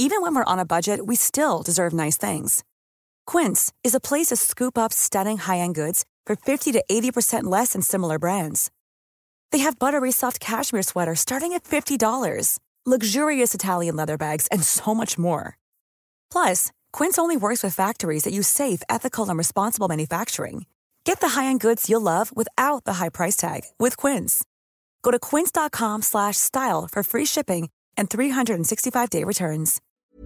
even when we're on a budget, we still deserve nice things. Quince is a place to scoop up stunning high-end goods for 50 to 80% less than similar brands. They have buttery soft cashmere sweaters starting at $50, luxurious Italian leather bags, and so much more. Plus, Quince only works with factories that use safe, ethical, and responsible manufacturing. Get the high-end goods you'll love without the high price tag with Quince. Go to quince.com/style for free shipping and 365-day returns.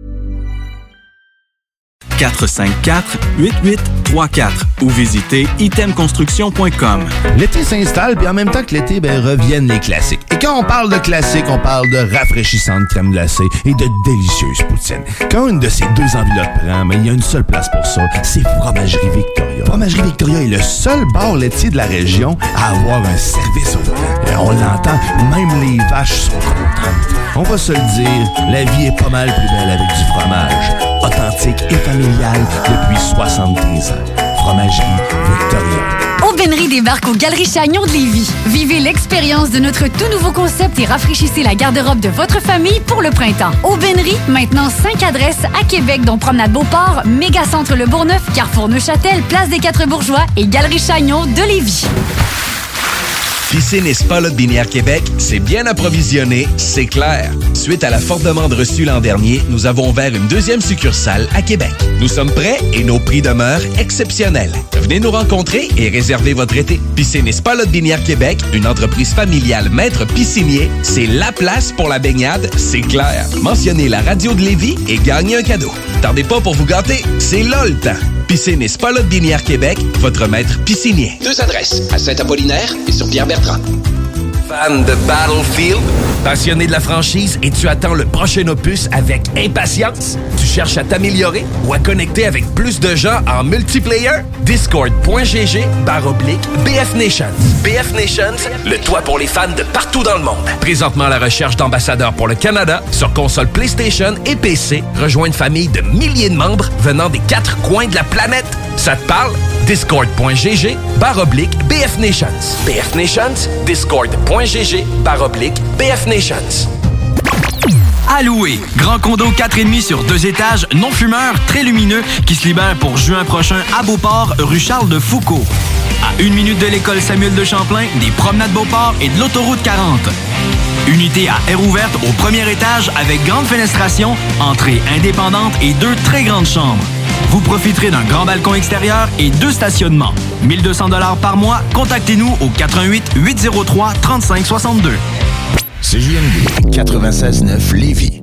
454-8834 ou visitez itemconstruction.com. L'été s'installe, puis en même temps que l'été, reviennent les classiques. Et quand on parle de classiques, on parle de rafraîchissantes crèmes glacées et de délicieuses poutines. Quand une de ces deux enveloppes prend, mais il y a une seule place pour ça, c'est Fromagerie Victoria. Fromagerie Victoria est le seul bar laitier de la région à avoir un service au volant. Et on l'entend, même les vaches sont contentes. On va se le dire, la vie est pas mal plus belle avec du fromage. Authentique et familial depuis 73 ans. Fromagerie Victoria. Aubainerie débarque aux Galeries Chagnon de Lévis. Vivez l'expérience de notre tout nouveau concept et rafraîchissez la garde-robe de votre famille pour le printemps. Aubainerie, maintenant 5 adresses à Québec, dont Promenade Beauport, Mégacentre Le Bourgneuf, Carrefour Neuchâtel, Place des Quatre-Bourgeois et Galerie Chagnon de Lévis. Piscine et Spa Lotbinière Québec, c'est bien approvisionné, c'est clair. Suite à la forte demande reçue l'an dernier, nous avons ouvert une deuxième succursale à Québec. Nous sommes prêts et nos prix demeurent exceptionnels. Venez nous rencontrer et réserver votre été. Piscine et Spa Lotbinière Québec, une entreprise familiale maître piscinier, c'est la place pour la baignade, c'est clair. Mentionnez la radio de Lévis et gagnez un cadeau. Tardez pas pour vous gâter, c'est là le temps. Piscine et Spa Lotbinière Québec, votre maître piscinier. 2 adresses, à Saint-Apollinaire et sur Pierre-Bertrand. Fan de Battlefield? Passionné de la franchise et tu attends le prochain opus avec impatience? Tu cherches à t'améliorer ou à connecter avec plus de gens en multiplayer? Discord.gg/BF Nations. BF Nations, le toit pour les fans de partout dans le monde. Présentement à la recherche d'ambassadeurs pour le Canada sur console PlayStation et PC. Rejoins une famille de milliers de membres venant des 4 coins de la planète. Ça te parle? Discord.gg/BF Nations. BF Nations, Discord.gg/BF Nations. À louer. Grand condo 4,5 sur 2 étages, non fumeur, très lumineux, qui se libère pour juin prochain à Beauport, rue Charles de Foucault. À 1 minute de l'école Samuel de Champlain, des promenades Beauport et de l'autoroute 40. Unité à air ouverte au premier étage avec grande fenestration, entrée indépendante et 2 très grandes chambres. Vous profiterez d'un grand balcon extérieur et 2 stationnements. 1 200 $ par mois. Contactez-nous au 88 803 35 62. CJMD 96.9 Lévis.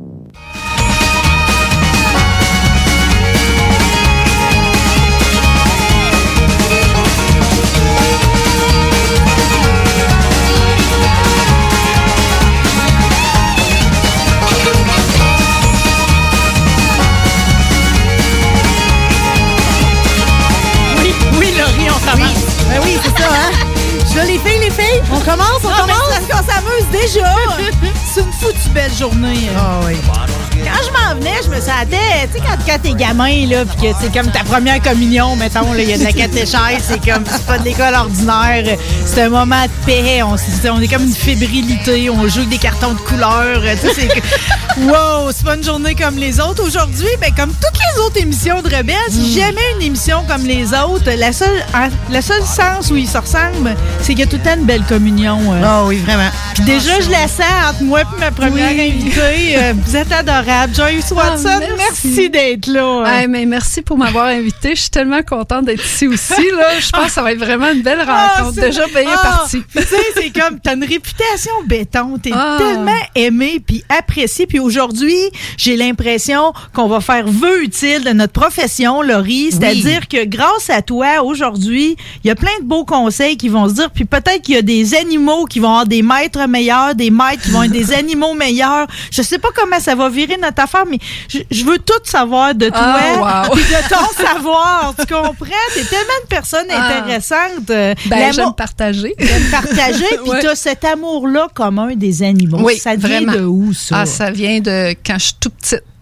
Oui, c'est ça, hein? Je les filles, on commence? Parce qu'on s'amuse déjà. C'est une foutue belle journée. Ah oui. Quand je m'en venais, je me sentais, tu sais, quand t'es gamin, là, pis que c'est comme ta première communion, mettons, il y a de la catéchèse, c'est pas de l'école ordinaire, c'est un moment de paix, on est comme une fébrilité, on joue avec des cartons de couleur, tu sais, c'est... Wow, c'est pas une journée comme les autres. Aujourd'hui, ben, comme toutes les autres émissions de Rebelle, si jamais une émission comme les autres, le seul sens où ils se ressemblent, c'est qu'il y a tout le temps une belle communion. Oh oui, vraiment. Puis déjà, je la sens entre moi et ma première invitée. Vous êtes adorable. Joyce Watson, merci d'être là. Ouais, mais merci pour m'avoir invitée. Je suis tellement contente d'être ici aussi. Là. Je pense que ça va être vraiment une belle rencontre. Déjà bien partie. Tu sais, c'est comme, t'as une réputation béton. T'es tellement aimée puis appréciée. Puis aujourd'hui, j'ai l'impression qu'on va faire vœu utile de notre profession, Laurie. C'est-à-dire que grâce à toi, aujourd'hui, il y a plein de beaux conseils qui vont se dire. Puis peut-être qu'il y a des animaux qui vont avoir des maîtres meilleurs, des maîtres qui vont être des animaux meilleurs. Je sais pas comment ça va virer notre affaire, mais je veux tout savoir de toi et de ton savoir. Tu comprends? T'es tellement une personne intéressante. J'aime partager. Puis t'as cet amour-là commun des animaux. Oui, ça vient vraiment. de où, ça? Ça vient de quand je suis tout petite.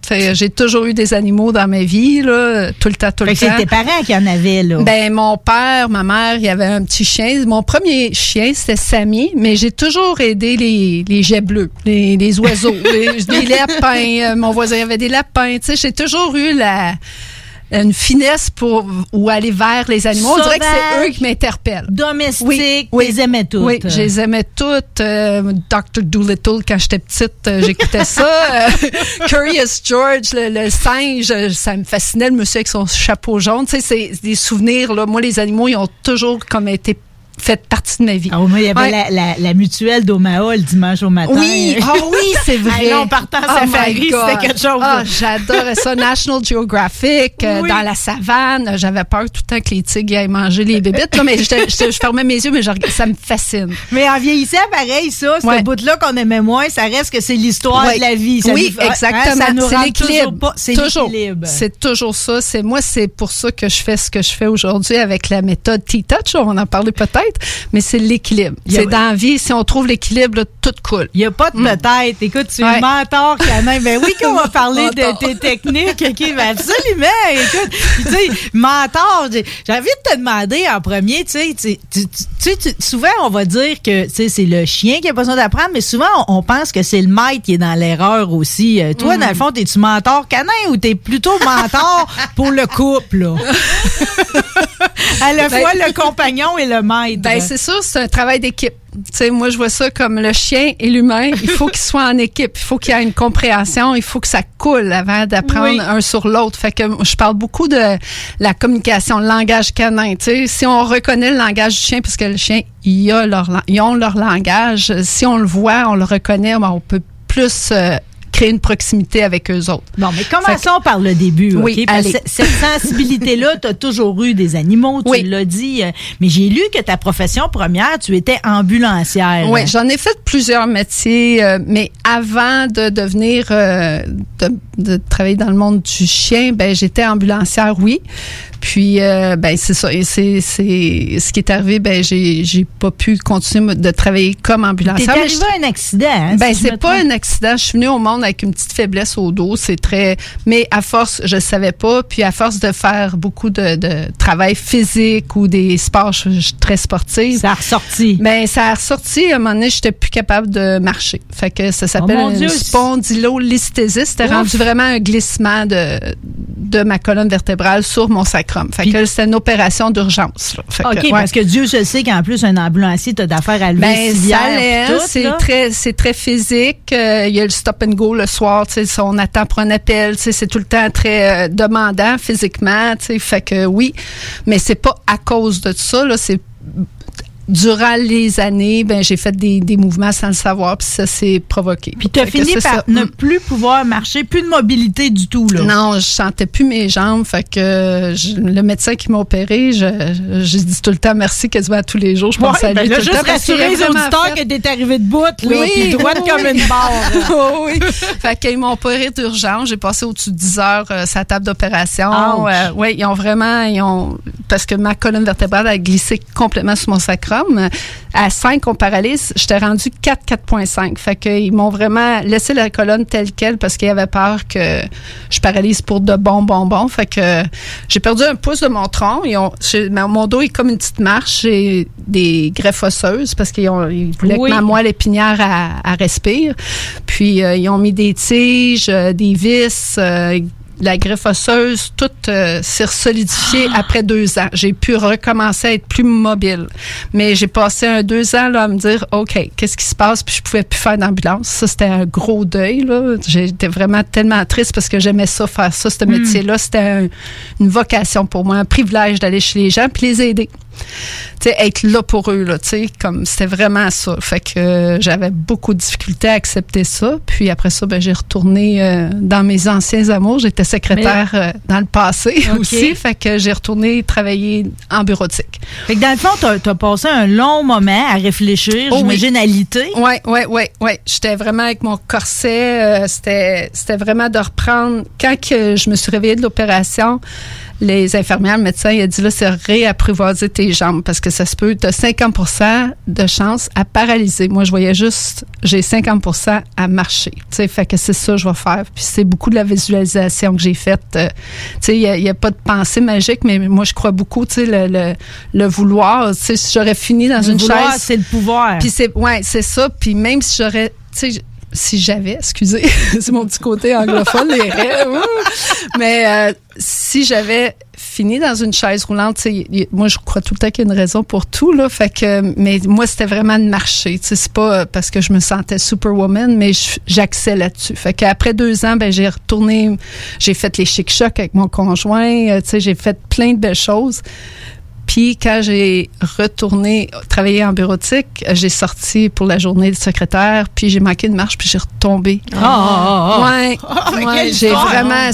J'ai toujours eu des animaux dans ma vie, là, tout le temps. C'est tes parents qui en avaient, là? Ben, mon père, ma mère, il y avait un petit chien. Mon premier chien, c'était Sammy, mais j'ai toujours aidé les jets bleus, les oiseaux, les lapins. Mon voisin avait des lapins. Tu sais, j'ai toujours eu une finesse ou aller vers les animaux. Sauvage, on dirait que c'est eux qui m'interpellent. Domestiques, tu les aimais toutes. Oui, je les aimais toutes. Dr. Dolittle, quand j'étais petite, j'écoutais ça. Curious George, le singe, ça me fascinait, le monsieur avec son chapeau jaune. Tu sais, c'est des souvenirs, là. Moi, les animaux, ils ont toujours comme été fait partie de ma vie. Moi, il y avait la mutuelle d'Omaha le dimanche au matin. Oui, c'est vrai. Là, on partait en safari, c'était quelque chose. J'adorais ça. National Geographic, dans la savane. J'avais peur tout le temps que les tigres aillent manger les bébites. Là, mais je fermais mes yeux, mais ça me fascine. Mais en vieillissant, pareil, ce bout-là qu'on aimait moins, ça reste que c'est l'histoire de la vie. Exactement. Ça c'est l'équilibre. C'est l'équilibre. C'est toujours ça. C'est pour ça que je fais ce que je fais aujourd'hui avec la méthode T-Touch. On en parlait peut-être. Mais c'est l'équilibre. C'est dans la vie, si on trouve l'équilibre, là, tout coule. Il n'y a pas de peut-être. Écoute, tu es mentor, Canin. Ben oui, qu'on va parler de tes techniques. OK, ben absolument. Écoute, tu sais, mentor, j'ai envie de te demander en premier, tu sais, souvent, on va dire que c'est le chien qui a besoin d'apprendre, mais souvent, on pense que c'est le maître qui est dans l'erreur aussi. Toi, dans le fond, es-tu mentor Canin ou t'es plutôt mentor pour le couple, là? À la fois le compagnon et le maître. Ben, c'est sûr, c'est un travail d'équipe. Tu sais, moi, je vois ça comme le chien et l'humain. Il faut qu'ils soient en équipe. Il faut qu'il y ait une compréhension. Il faut que ça coule avant d'apprendre un sur l'autre. Fait que je parle beaucoup de la communication, le langage canin. Tu sais, si on reconnaît le langage du chien, parce que le chien, ils ont leur langage. Si on le voit, on le reconnaît, on peut plus créer une proximité avec eux autres. Bon, mais commençons par le début. Oui, okay? Cette sensibilité-là, tu as toujours eu des animaux, tu l'as dit. Mais j'ai lu que ta profession première, tu étais ambulancière. Oui, j'en ai fait plusieurs métiers, mais avant de devenir, de travailler dans le monde du chien, ben j'étais ambulancière, oui. Puis, ben c'est ça. Et c'est ce qui est arrivé. Ben j'ai pas pu continuer de travailler comme ambulancière. T'es arrivé à un accident. Hein, ben c'est pas un accident. Je suis venue au monde avec une petite faiblesse au dos. C'est très. Mais à force, je savais pas. Puis à force de faire beaucoup de travail physique ou des sports, je suis très sportive. Ça a ressorti. Ben ça a ressorti. À un moment donné, j'étais plus capable de marcher. Fait que ça s'appelle une spondylolisthésie. C'était rendu vraiment un glissement de ma colonne vertébrale sur mon sacrum. Fait que c'était une opération d'urgence. OK, parce que Dieu se sait qu'en plus, un ambulancier, t'as d'affaires à lever civière. C'est très physique. Il y a le stop and go le soir. On attend pour un appel. C'est tout le temps très demandant physiquement. Fait que oui, mais c'est pas à cause de ça. Là, c'est durant les années, ben j'ai fait des mouvements sans le savoir, puis ça s'est provoqué. Puis tu as fini par ne plus pouvoir marcher, plus de mobilité du tout, là. Non, je sentais plus mes jambes, fait que le médecin qui m'a opéré, j'ai dit tout le temps merci quasiment tous les jours. Je pense à lui tout le temps. Juste rassurer les auditeurs que t'es arrivé de bout, là, puis droite comme une barre. Oui. Fait qu'ils m'ont opéré d'urgence. J'ai passé au-dessus de 10 heures sur la table d'opération. Oui, ils ont parce que ma colonne vertébrale a glissé complètement sur mon sacrum. À 5, on paralyse. J'étais rendue 4,5. Fait qu'ils m'ont vraiment laissé la colonne telle quelle parce qu'ils avaient peur que je paralyse pour de bons bonbons. Fait que j'ai perdu un pouce de mon tronc. Mon dos est comme une petite marche. J'ai des greffes osseuses parce qu'ils voulaient que ma moelle épinière à respire. Puis, ils ont mis des tiges, des vis, la greffe osseuse, tout s'est solidifié après 2 ans. J'ai pu recommencer à être plus mobile. Mais j'ai passé 2 ans là, à me dire, OK, qu'est-ce qui se passe? Puis je pouvais plus faire d'ambulance. Ça, c'était un gros deuil. Là. J'étais vraiment tellement triste parce que j'aimais ça, faire ça, ce métier-là. C'était une vocation pour moi, un privilège d'aller chez les gens puis les aider. Tu sais, être là pour eux, là, tu sais, comme c'était vraiment ça. Fait que j'avais beaucoup de difficultés à accepter ça. Puis après ça, ben j'ai retourné dans mes anciens amours. J'étais secrétaire dans le passé aussi. Fait que j'ai retourné travailler en bureautique. Fait que dans le fond, t'as passé un long moment à réfléchir, j'imagine, à l'idée. Oui. J'étais vraiment avec mon corset. C'était vraiment de reprendre. Quand que je me suis réveillée de l'opération, les infirmières, le médecin, il a dit là, c'est réapprivoiser tes jambes parce que ça se peut, tu as 50% de chance à paralyser. Moi, je voyais juste, j'ai 50% à marcher. Tu sais, fait que c'est ça que je vais faire. Puis c'est beaucoup de la visualisation que j'ai faite. Tu sais, il y a pas de pensée magique, mais moi, je crois beaucoup, tu sais, le vouloir. Tu sais, si j'aurais fini dans une vouloir, chaise. c'est le pouvoir. Puis c'est ça. Puis même si j'aurais, tu sais, si j'avais, excusez, c'est mon petit côté anglophone, les rêves. Mais si j'avais fini dans une chaise roulante, moi je crois tout le temps qu'il y a une raison pour tout là. Fait que, mais moi c'était vraiment de marcher. C'est pas parce que je me sentais superwoman, mais j'axais là-dessus. Fait qu'après 2 ans, ben j'ai retourné, j'ai fait les chic-chocs avec mon conjoint. J'ai fait plein de belles choses. Puis quand j'ai retourné travailler en bureautique, j'ai sorti pour la journée de secrétaire, puis j'ai manqué de marche, puis j'ai retombé. Ouais, j'ai vraiment,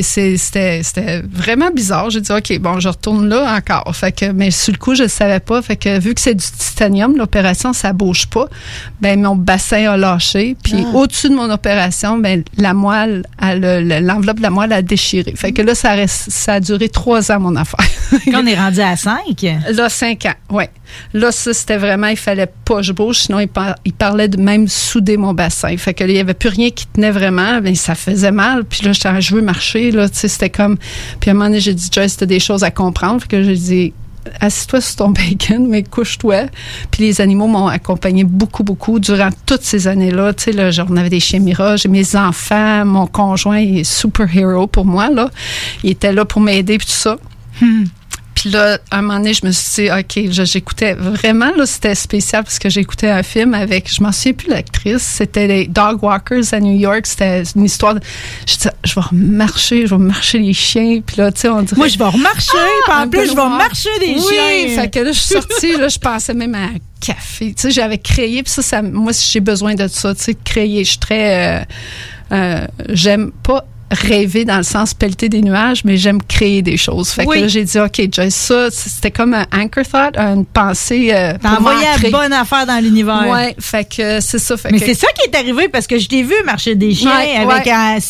c'était vraiment bizarre. J'ai dit ok, bon, je retourne là encore. Fait que, mais sur le coup, je le savais pas. Fait que vu que c'est du titanium, l'opération ça bouge pas. Ben mon bassin a lâché, puis au-dessus de mon opération, ben la moelle, l'enveloppe de la moelle a déchiré. Fait que là, ça a duré 3 ans mon affaire. Quand on est rendu à 5. Là, 5 ans, oui. Là, ça, c'était vraiment, il fallait pas que je bouge, sinon il parlait de même souder mon bassin. Fait que là, il y avait plus rien qui tenait vraiment, mais ça faisait mal. Puis là, j'étais, je veux marcher, là, tu sais, c'était comme... Puis à un moment donné, j'ai dit, Joyce, t'as des choses à comprendre. Fait que j'ai dit, assis-toi sur ton bacon, mais couche-toi. Puis les animaux m'ont accompagné beaucoup, beaucoup durant toutes ces années-là. Tu sais, là, on avait des chiens Mirage, mes enfants, mon conjoint, il est super-héros pour moi, là. Il était là pour m'aider, puis tout ça. Puis là, à un moment donné, je me suis dit, OK, j'écoutais vraiment, là, c'était spécial parce que j'écoutais un film avec, je m'en souviens plus l'actrice, c'était les Dog Walkers à New York, c'était une histoire de, je disais, je vais marcher les chiens, puis là, tu sais, on dirait... Moi, je vais remarcher, puis en plus, je vais marcher des chiens. Oui, fait que là, je suis sortie, là, je pensais même à café, tu sais, j'avais créé, puis ça, moi, j'ai besoin de ça, tu sais, créer, je suis très... j'aime pas rêver dans le sens pelleter des nuages, mais j'aime créer des choses. Fait que là, j'ai dit, OK, Joyce, ça, c'était comme un anchor thought, une pensée t'as envoyé la bonne affaire dans l'univers. Ouais, fait que c'est ça. Mais c'est ça qui est arrivé, parce que je t'ai vu marcher des chiens avec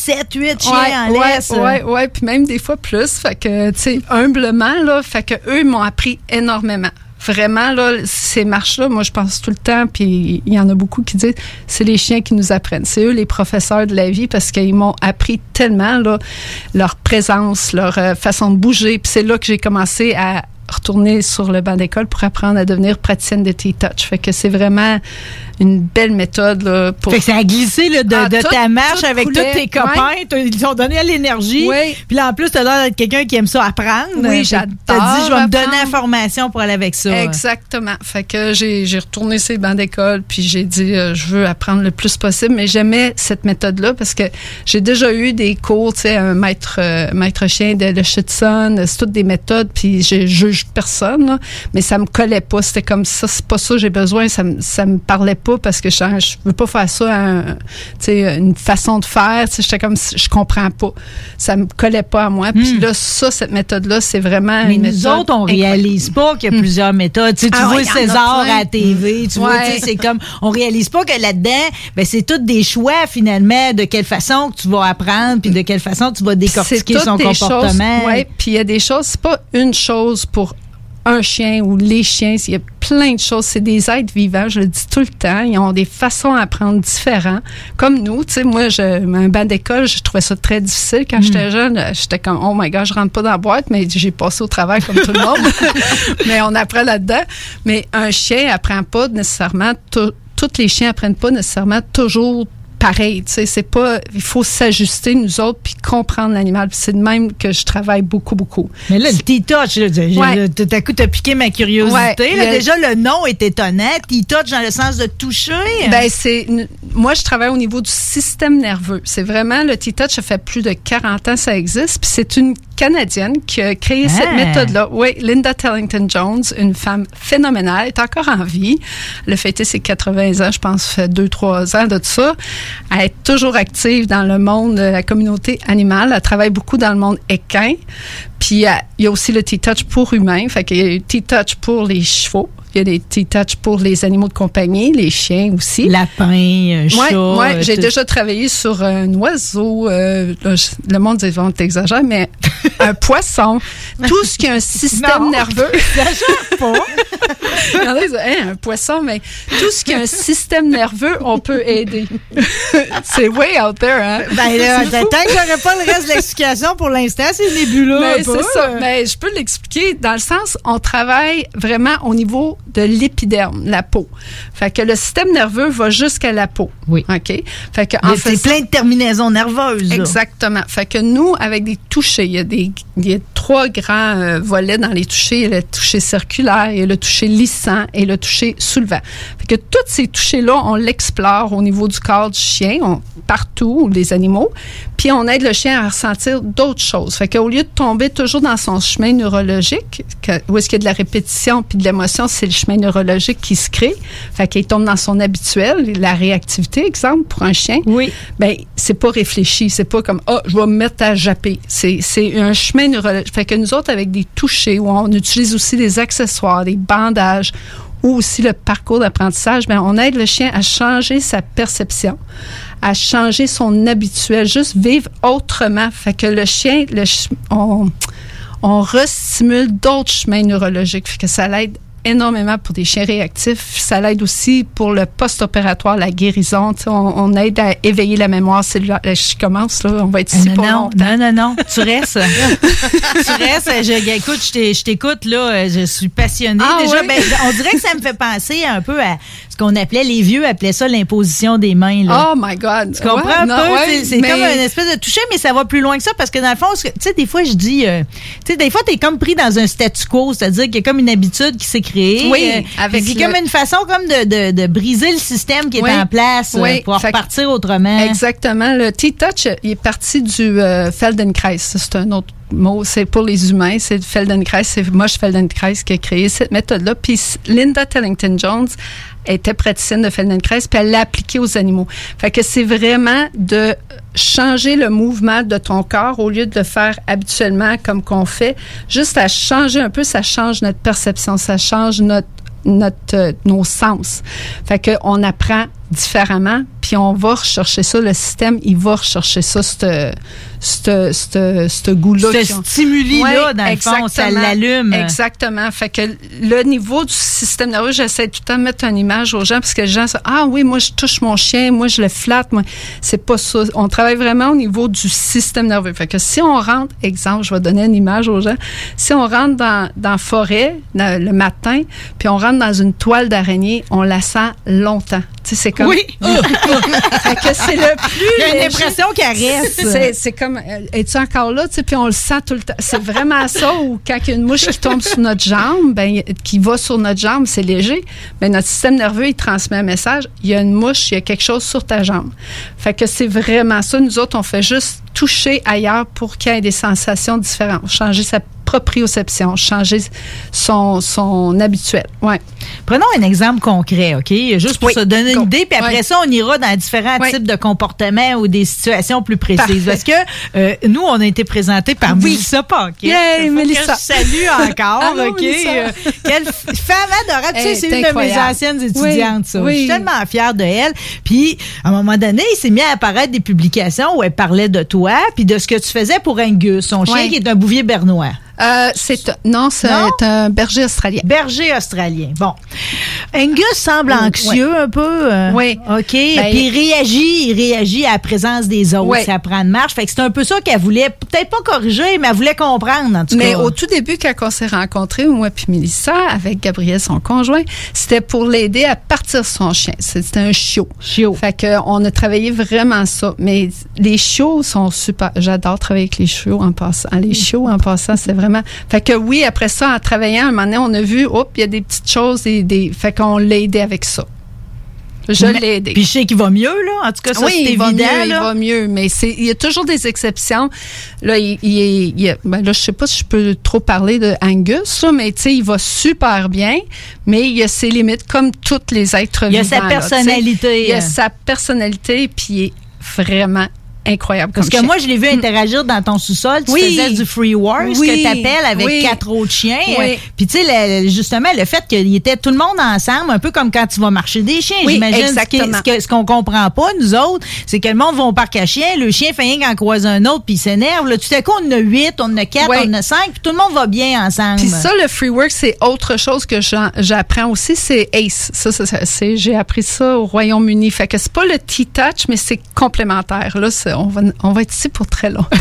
7-8 chiens en laisse. Ouais, puis même des fois plus. Fait que, tu sais, humblement, là, fait que eux m'ont appris énormément. Vraiment, là, ces marches-là, moi, je pense tout le temps, puis il y en a beaucoup qui disent, c'est les chiens qui nous apprennent. C'est eux les professeurs de la vie parce qu'ils m'ont appris tellement, là, leur présence, leur façon de bouger. Puis c'est là que j'ai commencé à retourner sur le banc d'école pour apprendre à devenir praticienne de T-Touch. Fait que c'est vraiment une belle méthode là, pour... Fait que ça a glissé là, de ta marche avec tous tes copains. Ils t'ont donné l'énergie. Oui. Puis là, en plus, t'as l'air d'être quelqu'un qui aime ça apprendre. Oui, j'adore. T'as dit, je vais me donner l'information pour aller avec ça. Exactement. Fait que j'ai retourné ces bancs d'école puis j'ai dit, je veux apprendre le plus possible. Mais j'aimais cette méthode-là parce que j'ai déjà eu des cours, tu sais, un maître chien de le Schutzhund. C'est toutes des méthodes puis je juge personne, là, mais ça me collait pas. C'était comme ça, c'est pas ça que j'ai besoin. Ça me parlait pas parce que je veux pas faire ça une façon de faire. J'étais comme, je comprends pas. Ça me collait pas à moi. Puis là, cette méthode-là, c'est vraiment mais une nous méthode autres, on réalise pas qu'il y a plusieurs méthodes. Tu vois César à la TV, tu vois, c'est comme, on réalise pas que là-dedans, ben, c'est tous des choix, finalement, de quelle façon que tu vas apprendre puis de quelle façon tu vas décortiquer son comportement. Oui, puis il y a des choses, c'est pas une chose pour un chien ou les chiens, il y a plein de choses. C'est des êtres vivants, je le dis tout le temps. Ils ont des façons à apprendre différentes. Comme nous, tu sais, moi, un banc d'école, je trouvais ça très difficile. Quand j'étais jeune, j'étais comme, oh my God, je rentre pas dans la boîte, mais j'ai passé au travail comme tout le monde. Mais on apprend là-dedans. Mais un chien apprend pas nécessairement, tous les chiens apprennent pas nécessairement toujours pareil, tu sais, c'est pas, il faut s'ajuster nous autres puis comprendre l'animal. Puis c'est de même que je travaille beaucoup, beaucoup. Mais là, le T-Touch, tout à coup, t'as piqué ma curiosité. Là, déjà, le nom est étonnant. T-Touch dans le sens de toucher. Ben, moi, je travaille au niveau du système nerveux. C'est vraiment, le T-Touch, ça fait plus de 40 ans, ça existe. Puis c'est une Canadienne qui a créé cette méthode-là. Oui, Linda Tellington-Jones, une femme phénoménale, est encore en vie. Elle a fêté ses 80 ans, je pense, fait 2-3 ans de tout ça. Elle est toujours active dans le monde de la communauté animale. Elle travaille beaucoup dans le monde équin. Puis, il y a aussi le T-Touch pour humains. Fait qu'il y a le T-Touch pour les chevaux. Il y a des T-Touch pour les animaux de compagnie, les chiens aussi. Lapin, chat. Ouais, j'ai déjà travaillé sur un oiseau. Le monde dit, bon, t'exagères, mais un poisson. Tout ce qui a un système nerveux. T'exagères pas. Regardez, un poisson, mais tout ce qui a un système nerveux, on peut aider. C'est way out there, hein? Ben là, tant que j'aurais pas le reste de l'explication pour l'instant, c'est nébuleux. Mais c'est ça. Mais je peux l'expliquer dans le sens, on travaille vraiment au niveau de l'épiderme, la peau. Fait que le système nerveux va jusqu'à la peau. Oui. OK? Fait que, c'est plein de terminaisons nerveuses. Exactement. Fait que nous, avec des touchés, il y a 3 grands volets dans les touchés. Il y a le toucher circulaire, il y a le toucher lissant et le toucher soulevant. Fait que tous ces touchés-là, on l'explore au niveau du corps du chien, partout, les animaux, puis on aide le chien à ressentir d'autres choses. Fait qu'au lieu de tomber toujours dans son chemin neurologique, où est-ce qu'il y a de la répétition puis de l'émotion, c'est le chemin neurologique qui se crée. Fait qu'il tombe dans son habituel, la réactivité, exemple, pour un chien. Oui. Ben, c'est pas réfléchi, c'est pas comme, je vais me mettre à japper. C'est un chemin neurologique. Fait que nous autres, avec des touchés, où on utilise aussi des accessoires, des bandages, ou aussi le parcours d'apprentissage, ben, on aide le chien à changer sa perception, à changer son habituel, juste vivre autrement. Fait que le chien, on restimule d'autres chemins neurologiques. Fait que ça l'aide énormément pour des chiens réactifs. Ça l'aide aussi pour le post-opératoire, la guérison. On aide à éveiller la mémoire cellulaire. Je commence, là. On va être ici pour longtemps. Non. Tu restes. Écoute, je t'écoute, là. Je suis passionnée. Déjà, oui? On dirait que ça me fait penser un peu à ce qu'on appelait, les vieux appelaient ça l'imposition des mains, là. Oh my God. Tu comprends un peu? Ouais, c'est comme une espèce de toucher, mais ça va plus loin que ça parce que dans le fond, tu sais, des fois, je dis, des fois, t'es comme pris dans un statu quo, c'est-à-dire qu'il y a comme une habitude qui s'est créée. Oui, avec c'est comme une façon comme de briser le système qui est en place pour repartir autrement. Exactement. Le T-Touch, il est parti du Feldenkrais. C'est un autre mot. C'est pour les humains. C'est Feldenkrais. C'est Moshe Feldenkrais qui a créé cette méthode-là. Puis Linda Tellington-Jones était praticienne de Feldenkrais, puis elle l'a appliquée aux animaux. Fait que c'est vraiment de changer le mouvement de ton corps au lieu de le faire habituellement comme qu'on fait. Juste à changer un peu, ça change notre perception, ça change nos sens. Fait que on apprend différemment, puis on va rechercher ça. Le système, il va rechercher ça, ce goût-là. Ce stimuli-là, dans le fond, ça l'allume. Exactement. Fait que le niveau du système nerveux, j'essaie tout le temps de mettre une image aux gens, parce que les gens disent, oui, moi, je touche mon chien, moi, je le flatte. Moi, c'est pas ça. On travaille vraiment au niveau du système nerveux. Fait que si on rentre, exemple, je vais donner une image aux gens, si on rentre dans la forêt le matin, puis on rentre dans une toile d'araignée, on la sent longtemps. Tu sais, c'est comme... Oui. Fait que c'est le plus... Il y a une impression qu'elle reste. C'est comme, es-tu encore là? Tu sais, puis on le sent tout le temps. C'est vraiment ça, ou quand il y a une mouche qui tombe sur notre jambe, qui va sur notre jambe, c'est léger. Ben, notre système nerveux, il transmet un message. Il y a une mouche, il y a quelque chose sur ta jambe. Fait que c'est vraiment ça. Nous autres, on fait juste toucher ailleurs pour qu'il y ait des sensations différentes. Changer sa proprioception, changer son habituel. Ouais. Prenons un exemple concret, OK? Juste pour se donner une idée, puis après ça, on ira dans différents types de comportements ou des situations plus précises. Parce que nous, on a été présentés par Mélissa Paquet. Yay, Mélissa! Je salue encore, OK? Quelle femme adorable. Tu sais, c'est une de mes anciennes étudiantes, ça. Je suis tellement fière de elle. Puis, à un moment donné, il s'est mis à apparaître des publications où elle parlait de toi, puis de ce que tu faisais pour Angus, son chien qui est un bouvier bernois. C'est un berger australien. Berger australien. Bon. Angus semble anxieux un peu. Oui. OK. Puis il réagit à la présence des autres. Oui. Ça prend de marche. Fait que c'est un peu ça qu'elle voulait, peut-être pas corriger, mais elle voulait comprendre, en tout cas. Mais au tout début, quand on s'est rencontrés, moi puis Mélissa, avec Gabriel, son conjoint, c'était pour l'aider à partir son chien. C'était un chiot. Fait que on a travaillé vraiment ça. Mais les chiots sont super. J'adore travailler avec les chiots en passant. Les chiots en passant, c'est vraiment. Fait que oui, après ça, en travaillant, un moment donné, on a vu, il y a des petites choses, fait qu'on l'a aidé avec ça. Je l'ai aidé. Puis je sais qu'il va mieux, là. En tout cas, ça, c'est évident. Il va mieux, mais il y a toujours des exceptions. Là, là, je sais pas si je peux trop parler de Angus, là, mais tu sais, il va super bien, mais il y a ses limites, comme tous les êtres vivants. Il y a sa personnalité. Il y a sa personnalité, puis il est vraiment incroyable. Parce que moi, je l'ai vu interagir dans ton sous-sol. Tu faisais du free work, ce que t'appelles, avec 4 autres chiens. Puis tu sais, justement, le fait qu'il était tout le monde ensemble, un peu comme quand tu vas marcher des chiens. J'imagine ce qu'on comprend pas, nous autres, c'est que le monde va au parc à chiens, le chien fait rien qu'en croise un autre, puis il s'énerve. Là, tout à coup, on en a 8, on en a 4, on en a 5, puis tout le monde va bien ensemble. Puis ça, le free work, c'est autre chose que j'apprends aussi, c'est ACE. J'ai appris ça au Royaume-Uni. Fait que c'est pas le T-Touch, mais c'est complémentaire. Là, on va être ici pour très long.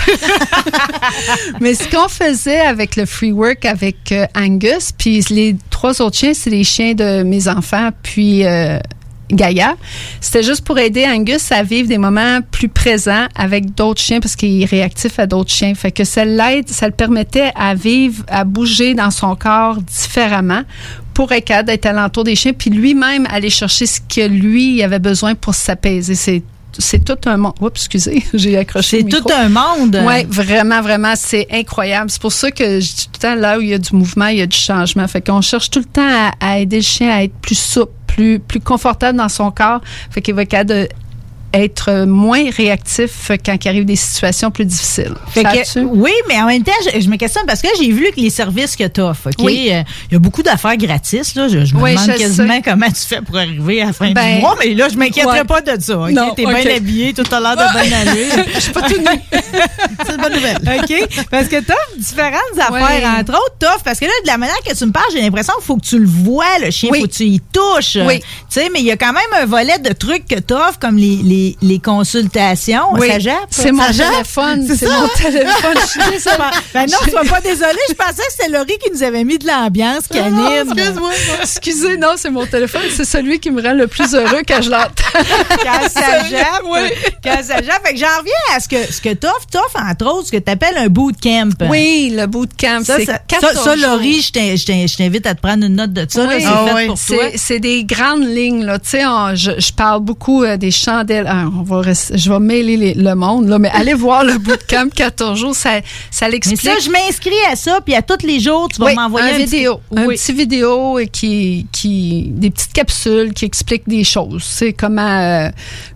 Mais ce qu'on faisait avec le free work avec Angus, puis les 3 autres chiens, c'est les chiens de mes enfants, puis Gaïa, c'était juste pour aider Angus à vivre des moments plus présents avec d'autres chiens parce qu'il est réactif à d'autres chiens. Fait que ça le permettait à vivre, à bouger dans son corps différemment pour être capable d'être alentour des chiens, puis lui-même aller chercher ce que lui avait besoin pour s'apaiser. C'est tout un monde. Oups, excusez, j'ai accroché le micro. C'est tout un monde. Oui, vraiment, vraiment, c'est incroyable. C'est pour ça que je dis tout le temps, là où il y a du mouvement, il y a du changement. Fait qu'on cherche tout le temps à aider le chien à être plus souple, plus confortable dans son corps. Fait qu'il va être capable être moins réactif quand il arrive des situations plus difficiles. Oui, mais en même temps, je me questionne parce que j'ai vu que les services que tu offres, OK? Il y a beaucoup d'affaires gratis, là. Je me demande quasiment comment tu fais pour arriver à la fin du mois, mais là, je m'inquiéterais pas de ça, OK? T'es bien habillé, tout à l'heure de bonne allure. Je suis pas tout nue. C'est une bonne nouvelle. OK? Parce que t'offres différentes affaires. Entre autres, t'offres, parce que là, de la manière que tu me parles, j'ai l'impression qu'il faut que tu le vois, le chien, faut que tu y touches. Oui. Tu sais, mais il y a quand même un volet de trucs que t'offres, comme les consultations. Ça jappe? C'est mon téléphone. C'est mon téléphone. Je suis désolée. Ben non, sois pas désolée. Je pensais que c'était Laurie qui nous avait mis de l'ambiance canine. Excuse-moi. Excusez, non, c'est mon téléphone. C'est celui qui me rend le plus heureux quand je l'entends. Quand ça jappe. Quand ça jappe. Fait que j'en reviens à ce que t'offres, entre autres, ce que t'appelles un bootcamp. Oui, le bootcamp. C'est 14 jours. Ça, Laurie, je t'invite à te prendre une note de ça. Oui, là, c'est fait pour toi. C'est des grandes lignes, là. Tu sais, je parle beaucoup des chandelles. Je vais mêler le monde, là, mais allez voir le bootcamp 14 jours, ça l'explique. Mais ça, je m'inscris à ça, puis à tous les jours, tu vas m'envoyer un petit vidéo qui des petites capsules qui expliquent des choses. C'est comment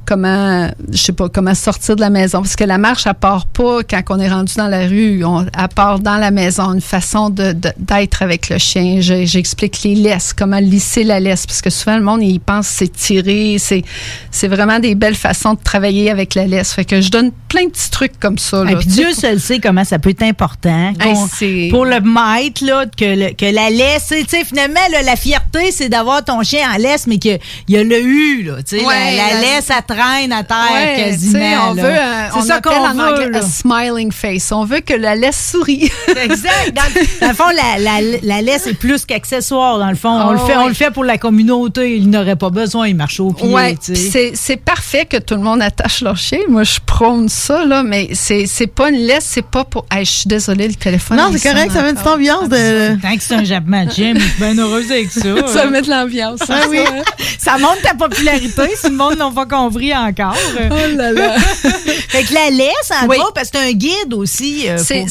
je sais pas, comment sortir de la maison. Parce que la marche, elle part pas quand on est rendu dans la rue. Elle part dans la maison, une façon d'être avec le chien. J'explique les laisses, comment lisser la laisse. Parce que souvent, le monde, il pense que c'est tirer. C'est vraiment des belles façons de travailler avec la laisse. Fait que je donne plein de petits trucs comme ça. Et puis Dieu seul sait comment ça peut être important. Pour le maître, là, que la laisse, tu sais, finalement, là, la fierté, c'est d'avoir ton chien en laisse, mais qu'il y a le U, là. Tu sais, la laisse, elle traîne à terre quasiment. C'est ça qu'on veut, en anglais, a smiling face. On veut que la laisse sourie. Exact. Dans le fond, la laisse est plus qu'accessoire. Dans le fond, on le fait pour la communauté. Il n'aurait pas besoin, il marche au pied. Ouais, c'est parfait que tout le monde attache leur chien. Moi, je prône ça, là, mais c'est pas une laisse, c'est pas pour. Hey, je suis désolée, le téléphone. Non, c'est correct, ça met une petite ambiance de. Tant que c'est un jappement de chien, je suis bien heureuse avec ça. Ça met de l'ambiance. Ah oui. Ça montre ta popularité si le monde n'a pas compris encore. Oh là là. Fait que la laisse, en gros, parce que c'est un guide aussi.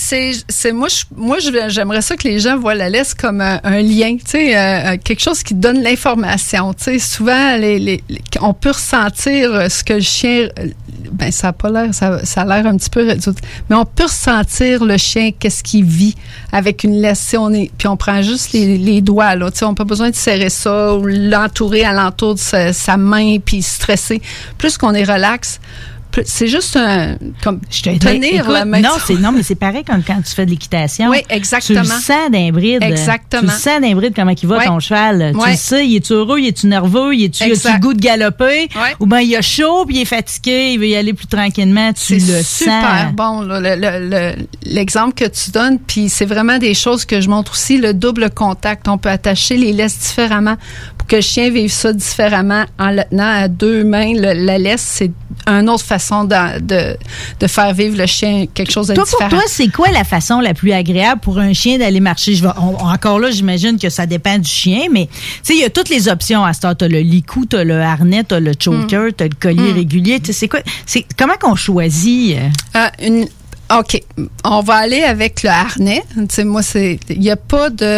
Moi, j'aimerais ça que les gens voient la laisse comme un lien, tu sais, quelque chose qui donne l'information. Tu sais, souvent, on peut ressentir ce que le chien. Ben, ça a pas l'air, ça a l'air un petit peu, mais on peut ressentir le chien, qu'est-ce qu'il vit avec une laisse. Puis on prend juste les doigts, là. Tu sais, on n'a pas besoin de serrer ça ou l'entourer alentour de sa main puis stresser. Plus qu'on est relax, c'est juste comme tenir la main. Non, mais c'est pareil comme quand tu fais de l'équitation. Oui, exactement. Tu le sens d'un bride. Exactement. Tu le sens d'un bride comment il va ton cheval. Tu le sais, il est heureux, il est nerveux, il a-tu le goût de galoper, ou bien il a chaud, puis il est fatigué, il veut y aller plus tranquillement. Tu le sens. C'est super bon, là, l'exemple que tu donnes, puis c'est vraiment des choses que je montre aussi, le double contact. On peut attacher les laisses différemment pour que le chien vive ça différemment en le tenant à 2 mains. La laisse, c'est une autre façon de faire vivre le chien quelque chose de différent. Pour toi, c'est quoi la façon la plus agréable pour un chien d'aller marcher? Encore là, j'imagine que ça dépend du chien, mais tu sais, il y a toutes les options à ce temps. T'as le licou, t'as le harnais, t'as le choker, t'as le collier régulier. Tu sais, c'est quoi? Comment qu'on choisit? OK. On va aller avec le harnais. Tu sais, moi, il n'y a pas de...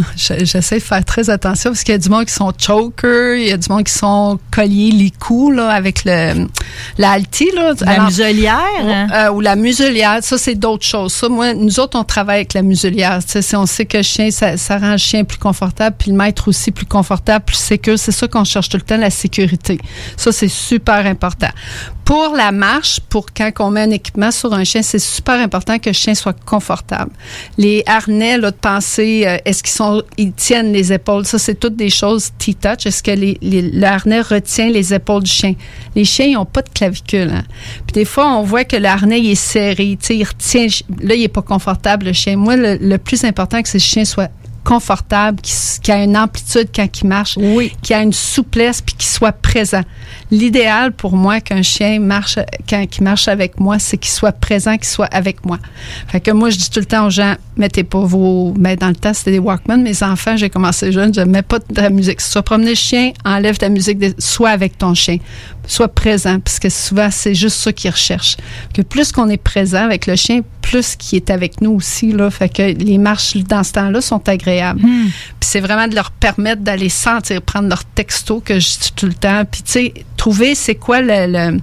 j'essaie de faire très attention parce qu'il y a du monde qui sont chokers, il y a du monde qui sont colliers licous, là, avec la haltie, là. La muselière? Ou la muselière. Ça, c'est d'autres choses. Ça, nous autres, on travaille avec la muselière. Tu sais, si on sait que le chien, ça rend le chien plus confortable, puis le maître aussi plus confortable, plus sécure. C'est ça qu'on cherche tout le temps, la sécurité. Ça, c'est super important. Pour la marche, pour quand on met un équipement sur un chien, c'est super important que le chien soit confortable. Les harnais, là, de penser, est-ce ils tiennent les épaules? Ça, c'est toutes des choses T-touch. Est-ce que le harnais retient les épaules du chien? Les chiens, ils n'ont pas de clavicule, hein. Puis des fois, on voit que le harnais, il est serré. Tu sais, il retient. Là, il n'est pas confortable, le chien. Moi, le plus important, c'est que ce chien soit confortable, qui a une amplitude quand il marche, qui a une souplesse, puis qu'il soit présent. L'idéal pour moi qu'un chien marche, quand il marche avec moi, c'est qu'il soit présent, qu'il soit avec moi. Fait que moi, je dis tout le temps aux gens, mettez pas mais dans le temps, c'était des Walkman. Mes enfants, j'ai commencé jeune, je mets pas de la musique. Si tu vas promener le chien, enlève ta musique, sois avec ton chien. Sois présent, parce que souvent, c'est juste ça qu'ils recherchent. Que plus qu'on est présent avec le chien, plus qu'il est avec nous aussi, là. Fait que les marches dans ce temps-là sont agréables. Puis c'est vraiment de leur permettre d'aller sentir, prendre leur texto que je dis tout le temps. Puis tu sais, trouver c'est quoi le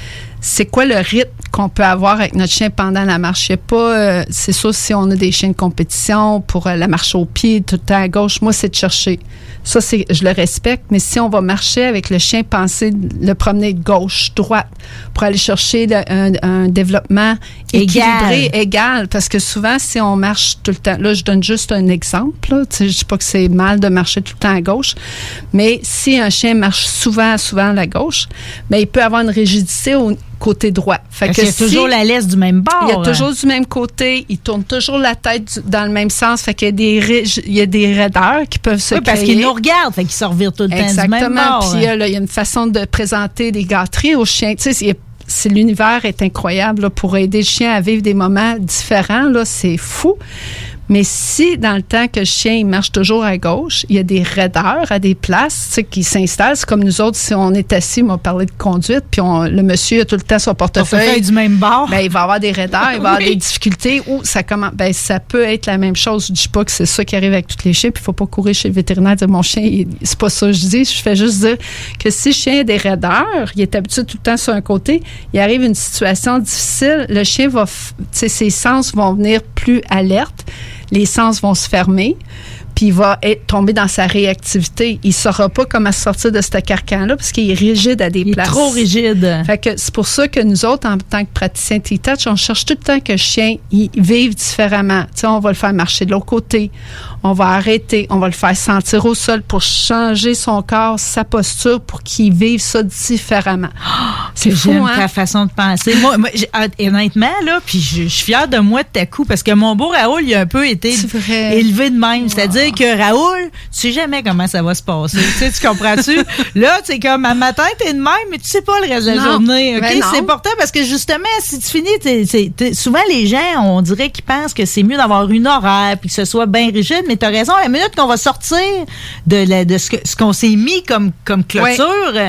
rythme qu'on peut avoir avec notre chien pendant la marche. Il y a pas, c'est sûr, si on a des chiens de compétition pour la marche au pied, tout le temps à gauche, moi, c'est de chercher. Ça, je le respecte, mais si on va marcher avec le chien, penser le promener de gauche, droite, pour aller chercher un développement équilibré, égal, parce que souvent, si on marche tout le temps, là, je donne juste un exemple, là, tu sais, je dis pas que c'est mal de marcher tout le temps à gauche, mais si un chien marche souvent à la gauche, ben, il peut avoir une rigidité au côté droit. Fait que il y a toujours la laisse du même bord. Il y a toujours du même côté. Il tourne toujours la tête dans le même sens. Fait qu'il y a des raideurs qui peuvent se créer. Parce qu'ils nous regardent. Fait qu'ils se revirent tout le temps du même bord. Puis il y a une façon de présenter des gâteries aux chiens. Tu sais, l'univers est incroyable là, pour aider le chien à vivre des moments différents. Là, c'est fou. Mais si, dans le temps que le chien il marche toujours à gauche, il y a des raideurs à des places, tu sais, qui s'installent. C'est comme nous autres, si on est assis, on va parler de conduite, puis le monsieur a tout le temps son portefeuille du même bord. Ben, il va avoir des raideurs, il va avoir des difficultés, ou ça commence. Ben, ça peut être la même chose. Je dis pas que c'est ça qui arrive avec tous les chiens, puis il faut pas courir chez le vétérinaire et dire mon chien, c'est pas ça que je dis. Je fais juste dire que si le chien a des raideurs, il est habitué tout le temps sur un côté, il arrive une situation difficile, le chien va, tu sais, ses sens vont venir plus alertes. Les sens vont se fermer, puis il va tomber dans sa réactivité. Il ne saura pas comment sortir de ce carcan-là parce qu'il est rigide à des places. Il est trop rigide. Fait que c'est pour ça que nous autres, en tant que praticiens T-touch, on cherche tout le temps que le chien il vive différemment. Tu sais, on va le faire marcher de l'autre côté, on va arrêter, on va le faire sentir au sol pour changer son corps, sa posture pour qu'il vive ça différemment. C'est fou, hein? Ta façon de penser. moi honnêtement, là, puis je suis fière de moi de ta coup parce que mon beau Raoul, il a un peu été élevé de même. C'est-à-dire que Raoul, tu sais jamais comment ça va se passer. Tu comprends-tu? Là, tu sais, comme un matin, t'es de même, mais tu sais pas le reste de la journée. OK? C'est important parce que justement, si tu finis, souvent les gens, on dirait qu'ils pensent que c'est mieux d'avoir une horaire puis que ce soit bien rigide, mais t'as raison, la minute qu'on va sortir de ce qu'on s'est mis comme clôture,